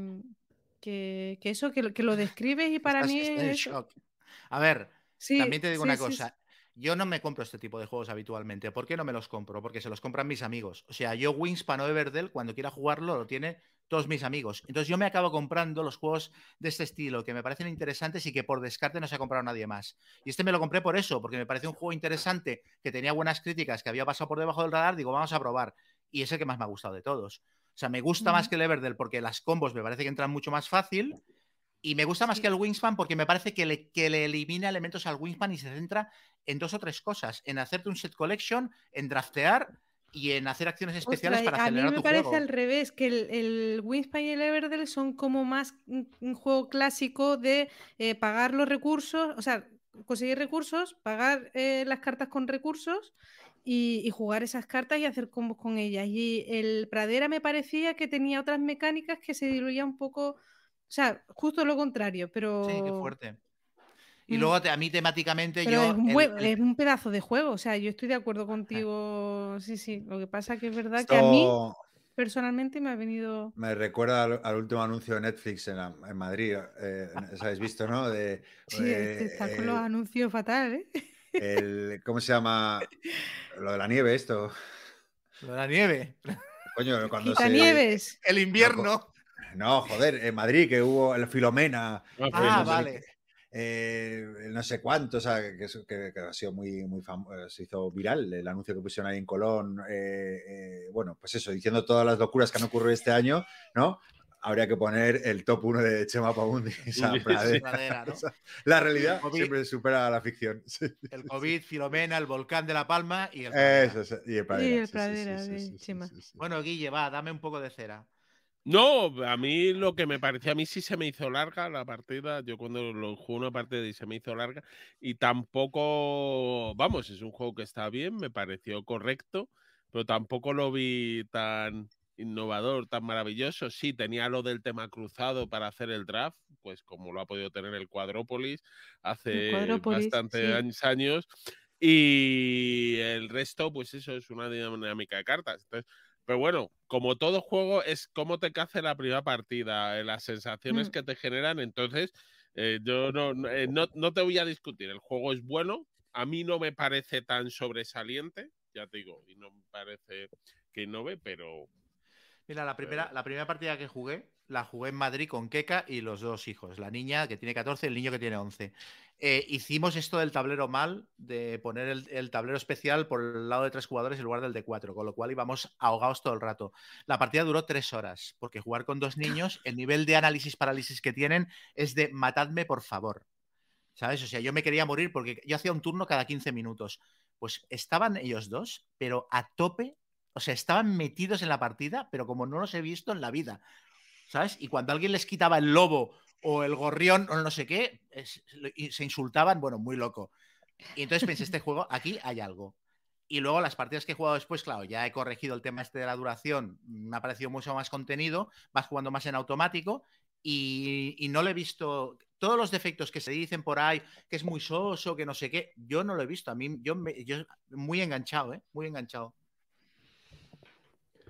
eso, que lo describes y para mí Estás en es eso. shock. A ver, Sí, también te digo una sí, cosa. sí. Yo no me compro este tipo de juegos habitualmente. ¿Por qué no me los compro? Porque se los compran mis amigos. O sea, yo Wingspan o Everdell, cuando quiera jugarlo, lo tiene todos mis amigos. Entonces yo me acabo comprando los juegos de este estilo, que me parecen interesantes y que por descarte no se ha comprado nadie más. Y este me lo compré por eso, porque me pareció un juego interesante, que tenía buenas críticas, que había pasado por debajo del radar. Digo, vamos a probar. Y es el que más me ha gustado de todos. O sea, me gusta más que el Everdell porque las combos me parece que entran mucho más fácil. Y me gusta más que el Wingspan porque me parece que le elimina elementos al Wingspan y se centra en 2 o 3 cosas. En hacerte un set collection, en draftear y en hacer acciones especiales para acelerar tu juego. A mí me parece al revés, que el Wingspan y el Everdell son como más un juego clásico de pagar los recursos, o sea, conseguir recursos, pagar las cartas con recursos y jugar esas cartas y hacer combos con ellas. Y el Pradera me parecía que tenía otras mecánicas que se diluía un poco, o sea, justo lo contrario, pero... Sí, qué fuerte. Y luego a mí temáticamente pero yo... es un pedazo de juego, o sea, yo estoy de acuerdo contigo, sí. Lo que pasa que es verdad que a mí personalmente me ha venido... Me recuerda al último anuncio de Netflix en Madrid, ¿os habéis visto, no? Sí, está con los anuncios fatal, ¿eh? ¿Cómo se llama? Lo de la nieve, esto. Lo de la nieve. Coño, cuando Quitanieves. El invierno. No, joder, en Madrid que hubo el Filomena. Vale. No sé cuánto, o sea, que ha sido muy famoso, se hizo viral el anuncio que pusieron ahí en Colón. Bueno, pues eso, diciendo todas las locuras que han ocurrido este año, ¿no? Habría que poner el top 1 de Chema Paundi. Esa pradera, ¿no? La realidad siempre supera a la ficción. Sí. El COVID, Filomena, el volcán de La Palma y el Pradera. Eso, y el Pradera. Y el Pradera de Chema. Bueno, Guille, va, dame un poco de cera. No, a mí lo que me pareció, a mí sí se me hizo larga la partida. Yo cuando lo jugué una partida y se me hizo larga. Y tampoco, vamos, es un juego que está bien, me pareció correcto, pero tampoco lo vi tan innovador, tan maravilloso. Sí, tenía lo del tema cruzado para hacer el draft, pues como lo ha podido tener el Quadrópolis hace bastantes años. Y el resto, pues eso es una dinámica de cartas. Entonces, pero bueno, como todo juego es cómo te cace la primera partida, las sensaciones que te generan. Entonces, yo no te voy a discutir. El juego es bueno. A mí no me parece tan sobresaliente, ya te digo, y no me parece que innove, pero... Mira, la primera partida que jugué, la jugué en Madrid con Keka y los 2 hijos. La niña que tiene 14 y el niño que tiene 11. Hicimos esto del tablero mal, de poner el tablero especial por el lado de 3 jugadores en lugar del de 4, con lo cual íbamos ahogados todo el rato. La partida duró 3 horas, porque jugar con 2 niños, el nivel de análisis-parálisis que tienen es de matadme, por favor. ¿Sabes? O sea, yo me quería morir porque yo hacía un turno cada 15 minutos. Pues estaban ellos 2, pero a tope. O sea, estaban metidos en la partida, pero como no los he visto en la vida, ¿sabes? Y cuando alguien les quitaba el lobo o el gorrión o no sé qué, se insultaban, bueno, muy loco. Y entonces pensé, este juego, aquí hay algo. Y luego las partidas que he jugado después, claro, ya he corregido el tema este de la duración, me ha parecido mucho más contenido, vas jugando más en automático y no le he visto... Todos los defectos que se dicen por ahí, que es muy soso, que no sé qué, yo no lo he visto. A mí, yo muy enganchado, muy enganchado.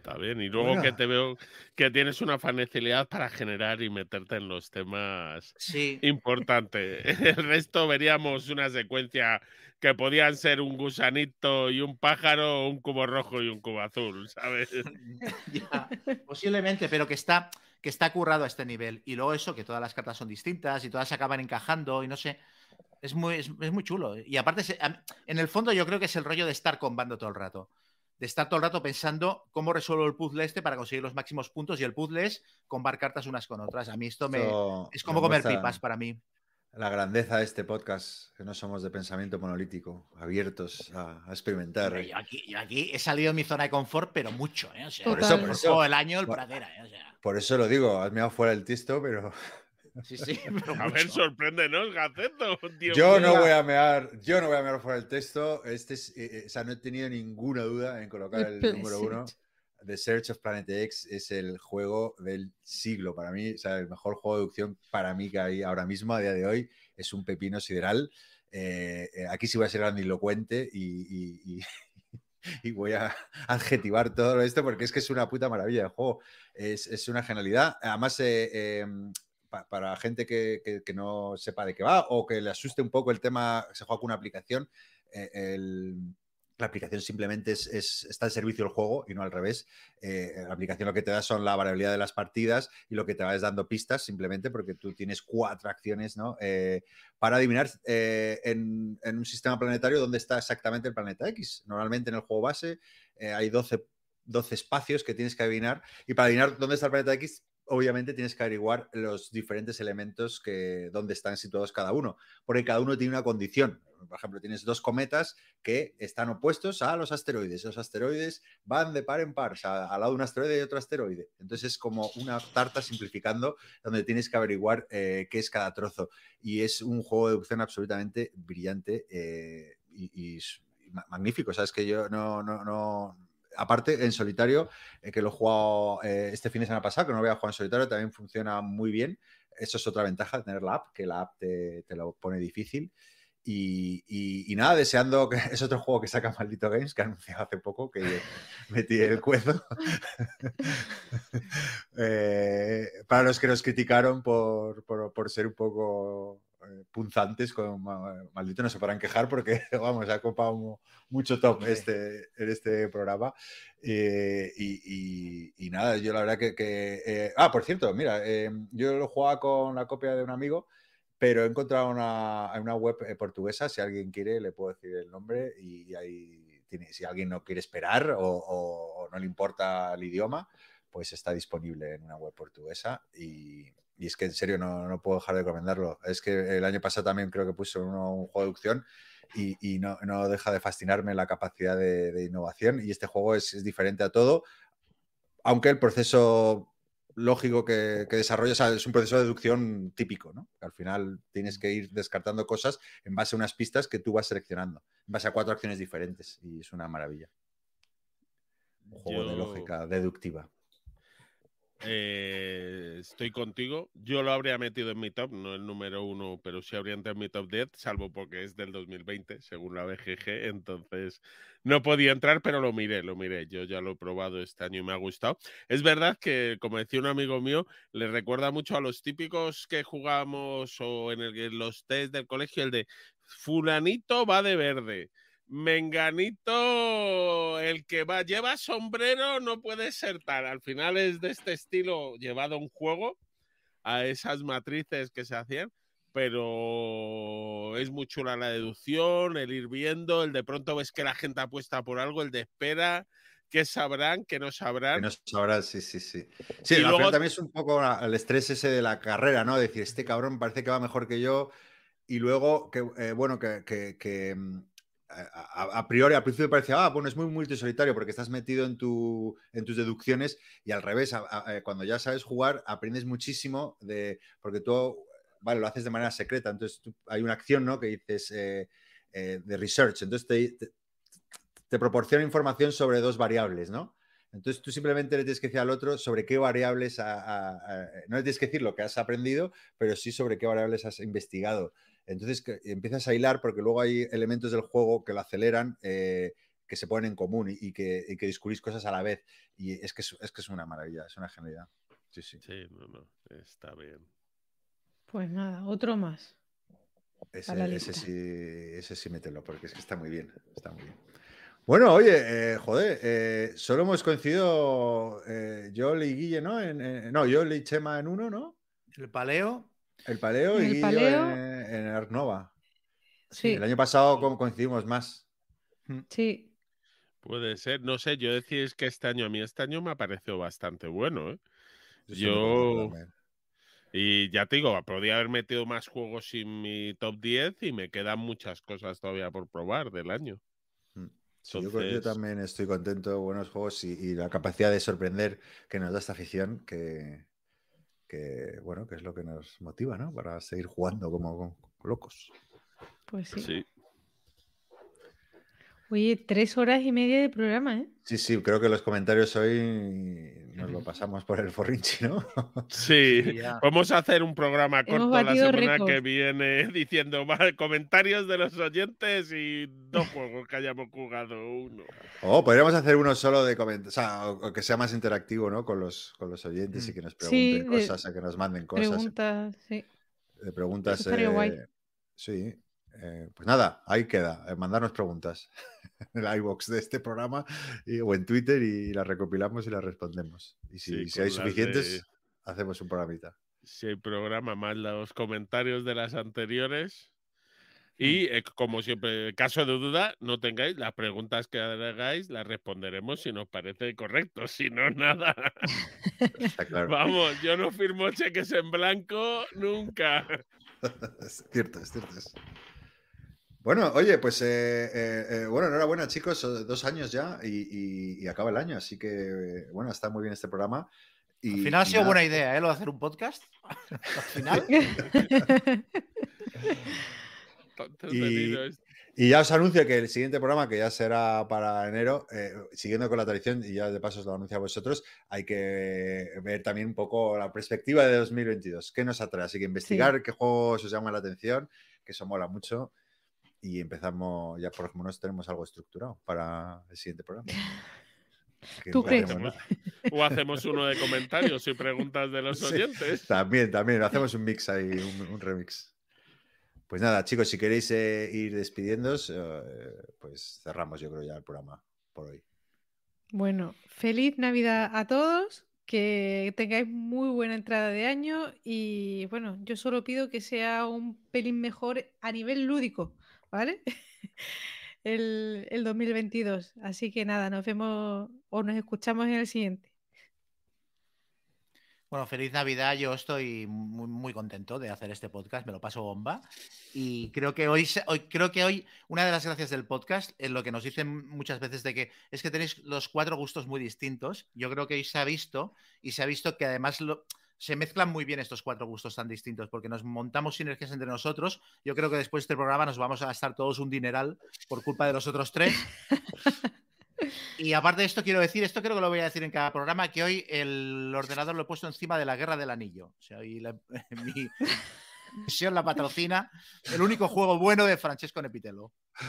Está bien. Y luego Bueno. que te veo que tienes una facilidad para generar y meterte en los temas Sí, importantes. El resto veríamos una secuencia que podían ser un gusanito y un pájaro, un cubo rojo y un cubo azul, ¿sabes? ya, posiblemente, pero que está currado a este nivel. Y luego eso, que todas las cartas son distintas y todas acaban encajando y no sé. Es muy chulo. Y aparte, en el fondo yo creo que es el rollo de estar combando todo el rato. De estar todo el rato pensando cómo resuelvo el puzzle este para conseguir los máximos puntos, y el puzzle es combar cartas unas con otras. A mí esto es como comer demuestra pipas para mí. la grandeza de este podcast, que no somos de pensamiento monolítico, abiertos a experimentar. Hombre, yo aquí he salido de mi zona de confort, pero mucho, ¿eh? O sea, Por eso- por el eso- juego del año, el por- pradera, ¿eh? O sea, Por eso lo digo, has mirado fuera el tiesto, pero sí, pero A ver, mucho. sorpréndenos, Gaceto. Dios yo mío. no voy a mear fuera el texto. O sea, no he tenido ninguna duda en colocar el número 1. The Search of Planet X es el juego del siglo para mí. O sea, el mejor juego de deducción para mí que hay ahora mismo, a día de hoy. Es un pepino sideral. Aquí sí voy a ser grandilocuente y voy a adjetivar todo esto porque es que es una puta maravilla de juego. Es una genialidad. Además, para gente que no sepa de qué va o que le asuste un poco el tema, se juega con una aplicación, la aplicación simplemente está al servicio del juego y no al revés. La aplicación lo que te da son la variabilidad de las partidas y lo que te va es dando pistas simplemente porque tú tienes 4 acciones, ¿no? Para adivinar en un sistema planetario dónde está exactamente el planeta X. Normalmente en el juego base hay 12 espacios que tienes que adivinar, y para adivinar dónde está el planeta X obviamente tienes que averiguar los diferentes elementos donde están situados cada uno, porque cada uno tiene una condición. Por ejemplo, tienes 2 cometas que están opuestos a los asteroides. Los asteroides van de par en par, o sea, al lado de un asteroide y otro asteroide. Entonces es como una tarta simplificando donde tienes que averiguar qué es cada trozo. Y es un juego de deducción absolutamente brillante y magnífico. Sabes que yo no aparte, en solitario, que lo he jugado este fin de semana pasado, que no lo había jugado en solitario, también funciona muy bien. Eso es otra ventaja de tener la app, que la app te lo pone difícil. Y nada, deseando que es otro juego que saca Maldito Games, que anunció hace poco, que metí el cuezo. Para los que nos criticaron por ser un poco punzantes, con Maldito no se podrán quejar porque, vamos, ha copado mucho top en este programa. Y nada, yo la verdad que por cierto, mira, yo lo jugaba con la copia de un amigo, pero he encontrado una web portuguesa. Si alguien quiere, le puedo decir el nombre, y ahí tiene, si alguien no quiere esperar o no le importa el idioma, pues está disponible en una web portuguesa. Y es que en serio no puedo dejar de recomendarlo. Es que el año pasado también creo que puse un juego de deducción y no deja de fascinarme la capacidad de innovación. Y este juego es diferente a todo, aunque el proceso lógico que desarrolla, o sea, es un proceso de deducción típico, ¿no? Al final tienes que ir descartando cosas en base a unas pistas que tú vas seleccionando, en base a 4 acciones diferentes, y es una maravilla. Un juego de lógica deductiva. Estoy contigo. Yo lo habría metido en mi top, no el número 1, pero sí habría entrado en mi top 10, salvo porque es del 2020, según la BGG. Entonces no podía entrar, pero lo miré. Yo ya lo he probado este año y me ha gustado. Es verdad que, como decía un amigo mío, le recuerda mucho a los típicos que jugamos o en los test del colegio, el de fulanito va de verde. Menganito, el que lleva sombrero no puede ser tal. Al final es de este estilo llevado a un juego, a esas matrices que se hacían, pero es muy chula la deducción, el ir viendo, el de pronto ves que la gente apuesta por algo, el de espera, qué sabrán, qué no sabrán. Que no sabrán, sí. Sí, Y al luego final también es un poco el estrés ese de la carrera, ¿no? Decir, este cabrón parece que va mejor que yo, y luego a priori, al principio parecía, bueno, es muy multisolitario porque estás metido en tus deducciones, y al revés, cuando ya sabes jugar, aprendes muchísimo porque tú, vale, lo haces de manera secreta, entonces hay una acción, ¿no? Que dices de research, entonces te proporciona información sobre 2 variables, ¿no? Entonces tú simplemente le tienes que decir al otro sobre qué variables, no le tienes que decir lo que has aprendido, pero sí sobre qué variables has investigado. Entonces empiezas a hilar porque luego hay elementos del juego que lo aceleran, que se ponen en común y que discutís cosas a la vez. Y es que es una maravilla, es una genialidad. Sí, sí. Sí, no, está bien. Pues nada, otro más. A la lista. Ese sí mételo, porque es que está muy bien. Está muy bien. Bueno, oye, joder, solo hemos coincidido Yoli y Guille, ¿no? No, Yoli y Chema en uno, ¿no? El paleo. El paleo y El Guille paleo. en Ark Nova. Sí, El año pasado coincidimos más. sí. Puede ser. No sé, yo decís que este año me ha parecido bastante bueno, ¿eh? Yo estoy muy contento también. Y ya te digo, podría haber metido más juegos en mi top 10 y me quedan muchas cosas todavía por probar del año. Sí, Entonces... yo también estoy contento, buenos juegos y la capacidad de sorprender que nos da esta afición, que bueno, que es lo que nos motiva, ¿no? Para seguir jugando como locos. Pues sí. Sí. Oye, 3 horas y media de programa, ¿eh? Sí, creo que los comentarios hoy nos lo pasamos por el forrinchi, ¿no? Sí, Sí, ya. vamos a hacer un programa Hemos corto la batido semana récord. que viene diciendo comentarios de los oyentes y 2 juegos que hayamos jugado, uno. Podríamos hacer uno solo de comentarios, o sea, o que sea más interactivo, ¿no? Con los oyentes y que nos pregunten Sí, cosas, a que nos manden cosas. Preguntas, sí. De preguntas. Eso estaría guay. Sí. Pues nada, ahí queda. Mandarnos preguntas en el iVoox de este programa o en Twitter y las recopilamos y las respondemos. Y si Sí, hay con suficientes, hacemos un programita. Si hay programa, más los comentarios de las anteriores. Y como siempre, en caso de duda, no tengáis las preguntas que hagáis, las responderemos si nos parece correcto. Si no, nada. Está claro. Vamos, yo no firmo cheques en blanco nunca. Es cierto. Bueno, oye, pues bueno, enhorabuena, chicos, 2 años ya y acaba el año, así que bueno, está muy bien este programa. Al final ha sido buena idea, ¿eh? Lo de hacer un podcast. Al final. Y ya os anuncio que el siguiente programa, que ya será para enero, siguiendo con la tradición, y ya de paso os lo anuncio a vosotros, hay que ver también un poco la perspectiva de 2022. ¿Qué nos atrae? Así que investigar qué juegos os llaman la atención, que eso mola mucho. Y empezamos, ya por lo menos tenemos algo estructurado para el siguiente programa. ¿Tú crees? O hacemos uno de comentarios y preguntas de los oyentes. También, hacemos un mix ahí, un remix. Pues nada, chicos, si queréis ir despidiéndoos, pues cerramos yo creo ya el programa por hoy. Bueno, feliz Navidad a todos, que tengáis muy buena entrada de año y bueno, yo solo pido que sea un pelín mejor a nivel lúdico, ¿vale? el 2022. Así que nada, nos vemos o nos escuchamos en el siguiente. Bueno, feliz Navidad. Yo estoy muy, muy contento de hacer este podcast. Me lo paso bomba. Y creo que hoy una de las gracias del podcast es lo que nos dicen muchas veces de que es que tenéis los 4 gustos muy distintos. Yo creo que hoy se ha visto que además se mezclan muy bien estos 4 gustos tan distintos porque nos montamos sinergias entre nosotros. Yo creo que después de este programa nos vamos a gastar todos un dineral por culpa de los otros 3. Y aparte de esto, quiero decir, esto creo que lo voy a decir en cada programa, que hoy el ordenador lo he puesto encima de la Guerra del Anillo. O sea, hoy mi misión la patrocina el único juego bueno de Francesco Nepitello.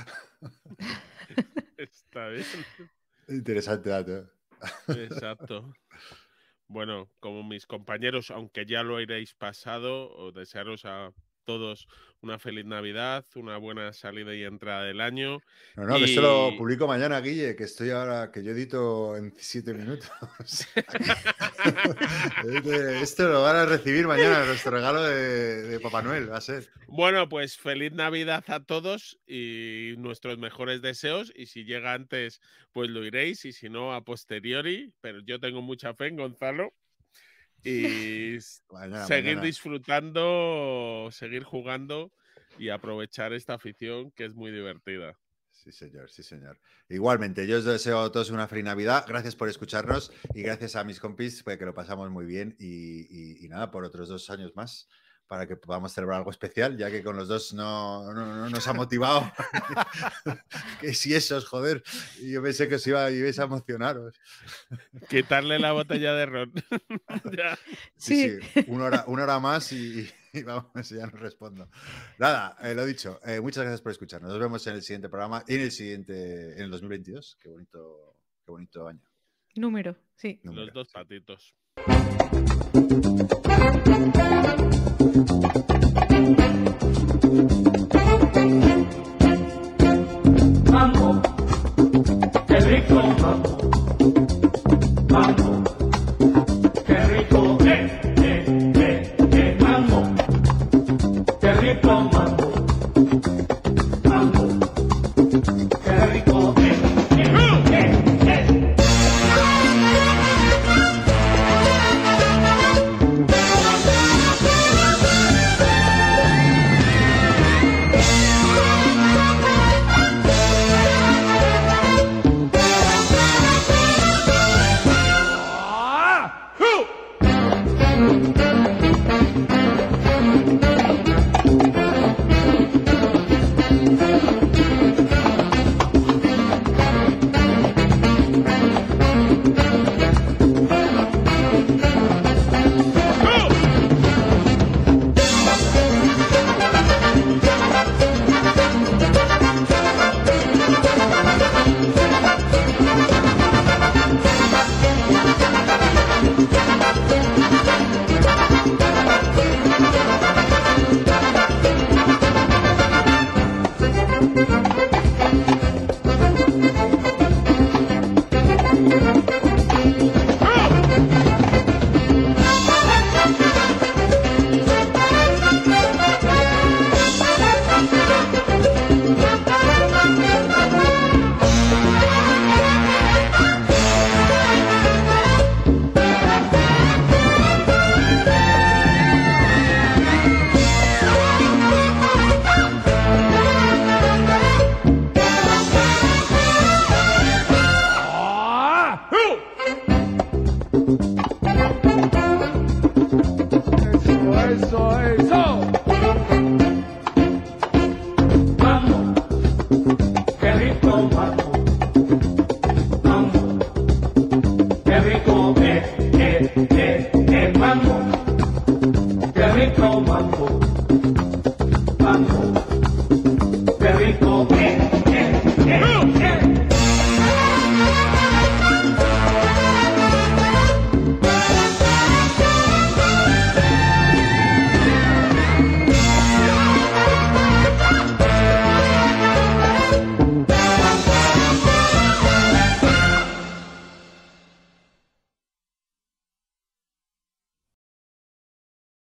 Está bien. Interesante dato. Exacto. Bueno, como mis compañeros, aunque ya lo hayáis pasado, os desearos a todos una feliz Navidad, una buena salida y entrada del año. No, que esto lo publico mañana, Guille, que estoy ahora, que yo edito en 7 minutos. Esto lo van a recibir mañana, nuestro regalo de Papá Noel, va a ser. Bueno, pues feliz Navidad a todos y nuestros mejores deseos. Y si llega antes, pues lo iréis, y si no, a posteriori. Pero yo tengo mucha fe en Gonzalo. Y seguir disfrutando, seguir jugando y aprovechar esta afición que es muy divertida. Sí, señor. Igualmente, yo os deseo a todos una feliz Navidad. Gracias por escucharnos y gracias a mis compis, pues, que lo pasamos muy bien y nada, por otros 2 años más para que podamos celebrar algo especial, ya que con los 2 no nos ha motivado. Que si esos, joder, yo pensé que os ibais a emocionaros. Quitarle la botella de ron. Sí, una hora más y Y vamos, ya no respondo. Nada, lo dicho. Muchas gracias por escucharnos. Nos vemos en el siguiente programa y en el 2022. Qué bonito año. Número, sí. Los dos patitos. Mambo, qué rico mambo. Mambo, qué rico, mambo, qué rico mambo. Mambo, qué rico, Eso. Mambo, qué rico mambo. Mambo, qué rico mambo. Qué rico mambo.